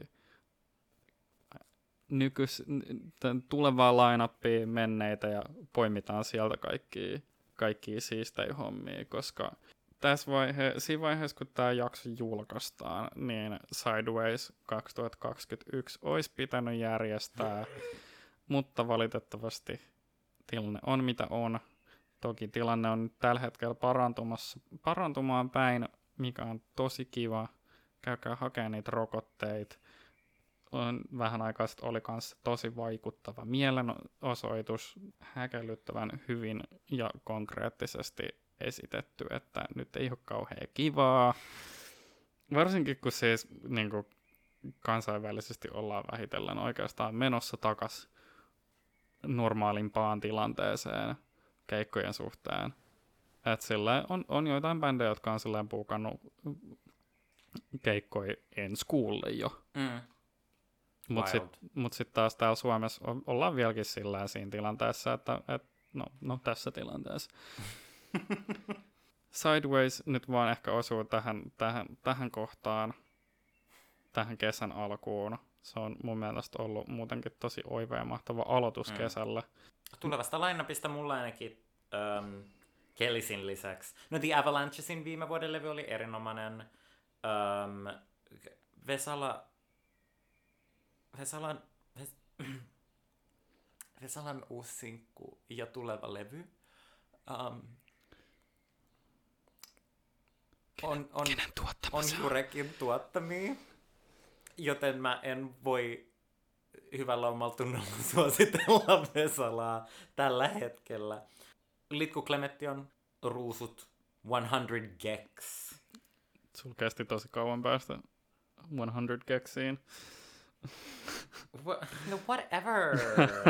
Nykys, tulevaa line-upia, menneitä ja poimitaan sieltä kaikkia, kaikkia siistejä hommia, koska tässä vaihe- siinä vaiheessa, kun tämä jakso julkaistaan, niin Sideways kaksituhattakaksikymmentäyksi olisi pitänyt järjestää, mutta valitettavasti tilanne on mitä on. Toki tilanne on nyt tällä hetkellä parantumassa, parantumaan päin, mikä on tosi kiva. Käykää hakemaan niitä rokotteita. On, vähän aikaa sitten oli kanssa tosi vaikuttava mielenosoitus, häkellyttävän hyvin ja konkreettisesti esitetty, että nyt ei ole kauhean kivaa. Varsinkin kun siis niin kuin kansainvälisesti ollaan vähitellen oikeastaan menossa takas normaalimpaan tilanteeseen keikkojen suhteen. Et sillä on, on joitain bändejä, jotka on silleen puukannut keikkoja ensi kuulle jo. Mm. Mutta sitten mut sit taas täällä Suomessa ollaan vieläkin sillä siinä tilanteessa, että et, no, no tässä tilanteessa. Sideways nyt vaan ehkä osuu tähän, tähän, tähän kohtaan, tähän kesän alkuun. Se on mun mielestä ollut muutenkin tosi oiva ja mahtava aloitus mm. kesällä. Tulevasta line-upista mulla ainakin um, Kellisin lisäksi. No The Avalanchesin viime vuoden levy oli erinomainen. Um, Vesala... Vesalan... Ves, Vesalan uusi sinkku ja tuleva levy. Um, on, on, on Jurekin tuottamia, joten mä en voi hyvällä omalla tunnolla suositella Vesalaa tällä hetkellä. Litku Klemetti on ruusut sata gex. Sul kesti tosi kauan päästä sata gexiin. What? No whatever.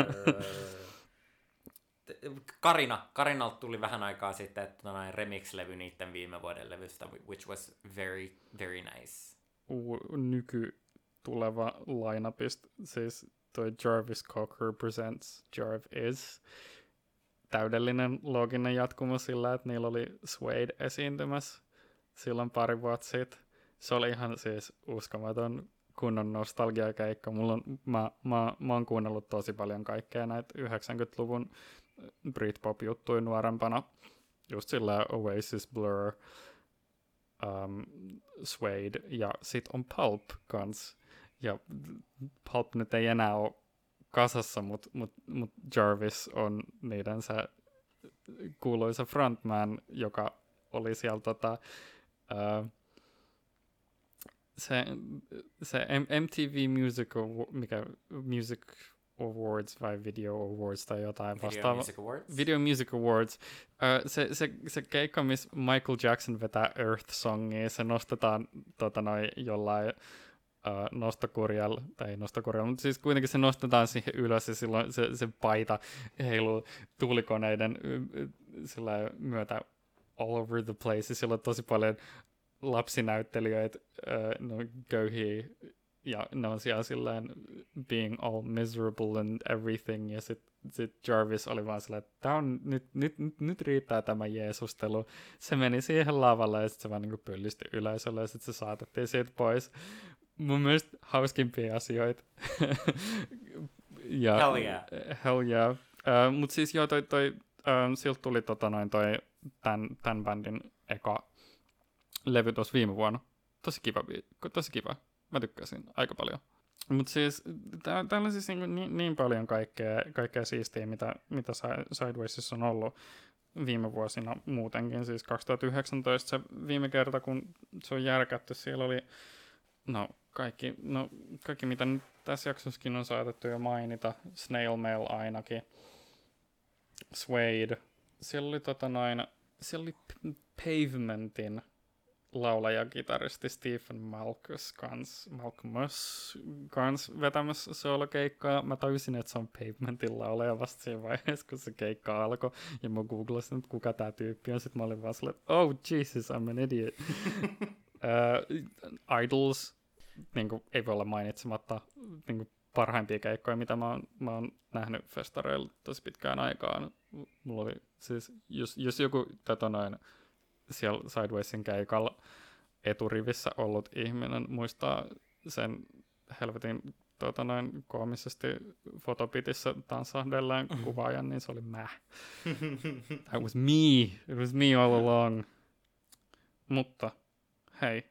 Karina. Karinalta tuli vähän aikaa sitten, että noin remix-levy niiden viime vuoden levystä, which was very, very nice. U- nyky tuleva line-upista, siis toi Jarvis Cocker Presents Jarv Is. Täydellinen looginen jatkumo sillä, että niillä oli Suede esiintymässä silloin pari vuotta sitten. Se oli ihan siis uskomaton kunnon nostalgiakeikka. Mulla on, mä, mä, mä oon kuunnellut tosi paljon kaikkea näitä yhdeksänkymmentäluvun Britpop-juttuja nuorempana. Just sillä Oasis, Blur, um, Suede ja sit on Pulp kans. Ja Pulp nyt ei enää ole kasassa, mutta mut, mut Jarvis on niiden se kuuluisa frontman, joka oli siellä tota, uh, se, se M T V Music, mikä Music Awards vai Video Awards tai jotain vastaavaa. Video Music Awards. Video Music Awards. Uh, se, se, se keikka, missä Michael Jackson vetää Earth-songia, se nostetaan tota, noi, jollain uh, nostokurjalla, tai nostokurjalla, mutta siis kuitenkin se nostetaan siihen ylös ja silloin se, se paita heiluu tuulikoneiden sillä myötä all over the place. Sillä on tosi paljon lapsinäyttelijöitä, uh, no, köyhiä ja ne on siellä silleen being all miserable and everything, ja sit, sit Jarvis oli vaan silleen, että tää on, nyt, nyt, nyt, nyt riittää tämä jeesustelu. Se meni siihen lavalle, ja sit se vaan niinku pyllisti yleisölle, ja sit se saatettiin siitä pois. Mun mielestä hauskimpia asioita. ja, Hell yeah. Hell yeah. Uh, mut siis joo, toi, toi, uh, siltä tuli tota noin toi tän, tän bändin eka levy tuossa viime vuonna. Tosi kiva, tosi kiva. Mä tykkäsin aika paljon. Mutta siis tää, täällä on siis niin, niin, niin paljon kaikkea, kaikkea siistiä, mitä, mitä Sidewaysissa on ollut viime vuosina muutenkin. Siis kaksituhattayhdeksäntoista se viime kerta, kun se on järkätty, siellä oli no kaikki, no, kaikki mitä nyt tässä jaksossakin on saatettu jo mainita. Snail Mail ainakin. Suede. Siellä oli tota noin, siellä oli Pavementin laulaja kitaristi Stephen Malkus kans, Malkmus kans vetämässä solokeikkaa. Mä tajusin, että se on Pavementin laulaja vasta siinä vaiheessa, kun se keikka alkoi. Ja mä googlasin, että kuka tää tyyppi on. Sitten mä olin vaan silleen, oh Jesus, I'm an idiot. uh, Idols, niin kuin, ei voi olla mainitsematta niin kuin parhaimpia keikkoja, mitä mä oon, mä oon nähnyt festareilla tosi pitkään aikaan. Mulla oli siis, jos, jos joku tätä noin siellä Sidewaysin keikalla eturivissä ollut ihminen muistaa sen helvetin tota noin, koomisesti fotopitissä tanssahdelleen mm-hmm. kuvaajan, niin se oli mä. That was me. It was me all along. Mutta hei.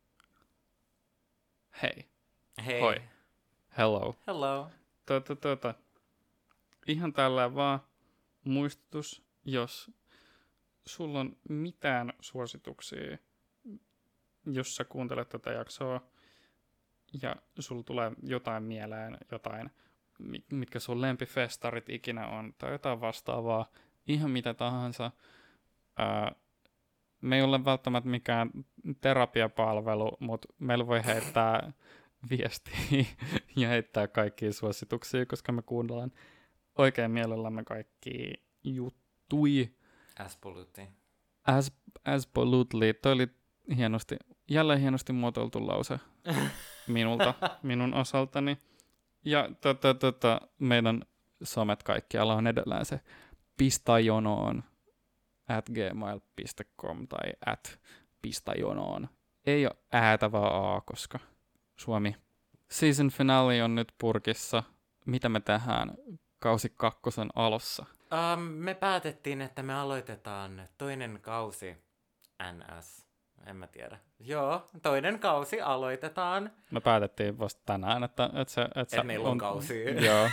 Hei. Hei. Hoi. Hello. Hello. Tota, tota. Ihan tällä vaan muistutus, jos sulla on mitään suosituksia, jos sä kuuntelet tätä jaksoa ja sulla tulee jotain mieleen, jotain, mitkä sun lempifestarit ikinä on, tai jotain vastaavaa, ihan mitä tahansa. Ää, me ei ole välttämättä mikään terapiapalvelu, mutta meillä voi heittää viestiä ja heittää kaikkia suosituksia, koska me kuunnellaan oikein mielellämme kaikki juttui. Absolutely. As, absolutely. Toi oli hienosti, jälleen hienosti muotoiltu lause minulta, minun osaltani. Ja tota, tota, meidän somet kaikkialla on edelleen se pistajonoon at gmail dot com tai at pistajonoon. Ei ole äätä vaan A, koska Suomi. Season finale on nyt purkissa. Mitä me tehdään kausi kakkosen alussa? Um, me päätettiin, että me aloitetaan toinen kausi N S. En mä tiedä. Joo, toinen kausi aloitetaan. Me päätettiin vasta tänään, että, että se... Että Et meillä on, on kausi. Joo.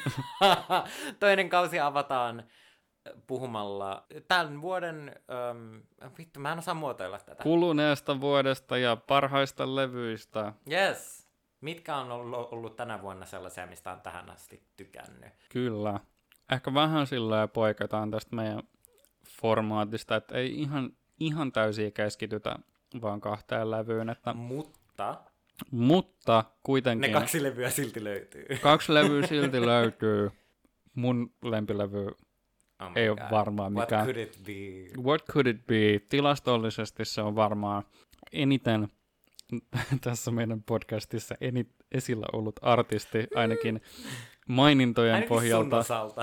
Toinen kausi avataan puhumalla tämän vuoden... Um, vittu, mä en osaa muotoilla tätä. Kuluneesta vuodesta ja parhaista levyistä. Yes. Mitkä on ollut tänä vuonna sellaisia, mistä on tähän asti tykännyt? Kyllä. Ehkä vähän sillä poiketaan tästä meidän formaatista, että ei ihan, ihan täysin keskitytä vaan kahteen levyyn. Että... Mutta... Mutta kuitenkin... Ne kaksi levyä silti löytyy. Kaksi levyä silti löytyy. Mun lempilevy oh ei God. ole varmaan mikään... What could it be? What could it be? Tilastollisesti se on varmaan eniten tässä meidän podcastissa enit, esillä ollut artisti, ainakin mainintojen ainakin pohjalta. Sun osalta.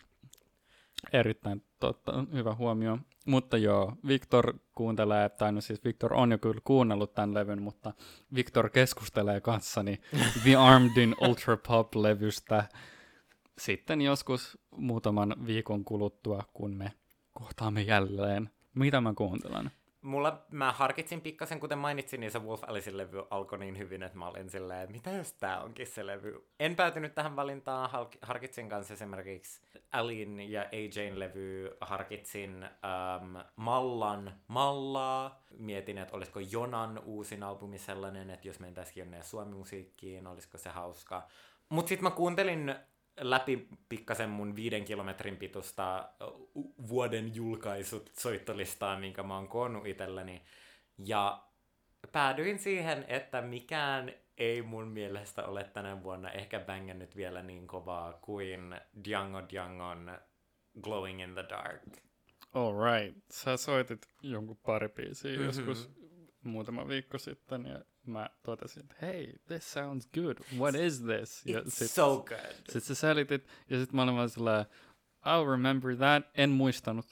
Erittäin totta, hyvä huomio. Mutta joo, Victor kuuntelee, tai no siis Victor on jo kyllä kuunnellut tämän levyn, mutta Victor keskustelee kanssani The Armed Ultra Pop-levystä sitten joskus muutaman viikon kuluttua, kun me kohtaamme jälleen. Mitä mä kuuntelen? Mulla, mä harkitsin pikkasen, kuten mainitsin, niin se Wolf Alicen levy alkoi niin hyvin, että mä olin silleen, että mitä jos tää onkin se levy. En päätynyt tähän valintaan, harkitsin kanssa esimerkiksi Alin ja A J:n levy, harkitsin ähm, Mallan Mallaa, mietin, että olisiko Jonan uusin albumi sellainen, että jos mentäisikin jonne suomi-musiikkiin, olisiko se hauska. Mut sit mä kuuntelin läpi pikkasen mun viiden kilometrin pitusta vuoden julkaisut soittolistaa, minkä mä oon koonnut itselleni. Ja päädyin siihen, että mikään ei mun mielestä ole tänä vuonna ehkä bängännyt vielä niin kovaa kuin Django Djangon Glowing in the Dark. All right. Sä soitit jonkun pari biisiä mm-hmm. joskus muutama viikko sitten, ja mä totesin, että hei, this sounds good. What is this? Ja It's sit, so good. Sit sä selitit, ja sit mä olin vaan sillä, I'll remember that. En muistanut.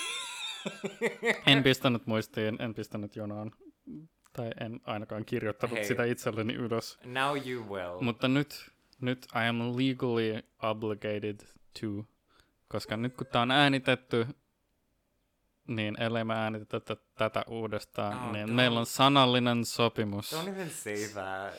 En pistänyt muistiin, en pistänyt jonoon. Tai en ainakaan kirjoittanut Hei. sitä itselleni ylös. Now you will. Mutta nyt, nyt I am legally obligated to, koska nyt kun tää on äänitetty, niin ellei mä äänitetä t- tätä uudestaan, Oh, niin don't. meillä on sanallinen sopimus. Don't even say that.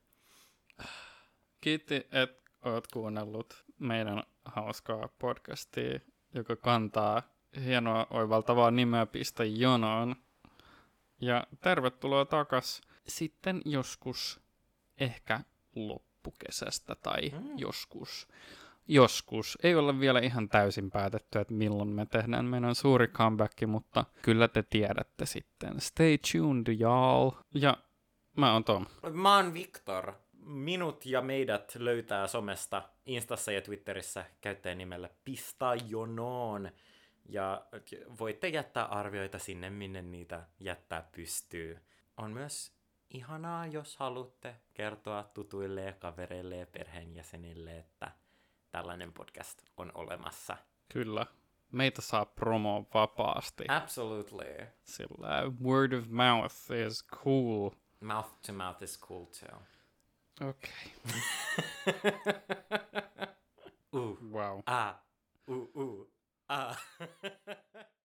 Kiitti, että oot kuunnellut meidän hauskaa podcastia, joka kantaa hienoa oivaltavaa nimeä Pistä jonoon. Ja tervetuloa takas sitten joskus ehkä loppukesästä tai mm. joskus. Joskus. Ei olla vielä ihan täysin päätetty, että milloin me tehdään meidän suuri comeback, mutta kyllä te tiedätte sitten. Stay tuned, y'all. Ja mä oon Tom. Mä oon Viktor. Minut ja meidät löytää somesta, Instassa ja Twitterissä käyttäjänimellä Pista jonoon. Ja voitte jättää arvioita sinne, minne niitä jättää pystyy. On myös ihanaa, jos haluatte kertoa tutuille ja kavereille ja perheenjäsenille, että tällainen podcast on olemassa. Kyllä. Meitä saa promoa vapaasti. Absolutely. Sillä word of mouth is cool. Mouth to mouth is cool too. Okei. Okay. uh. Wow. Ah. Uh, uh. Ah.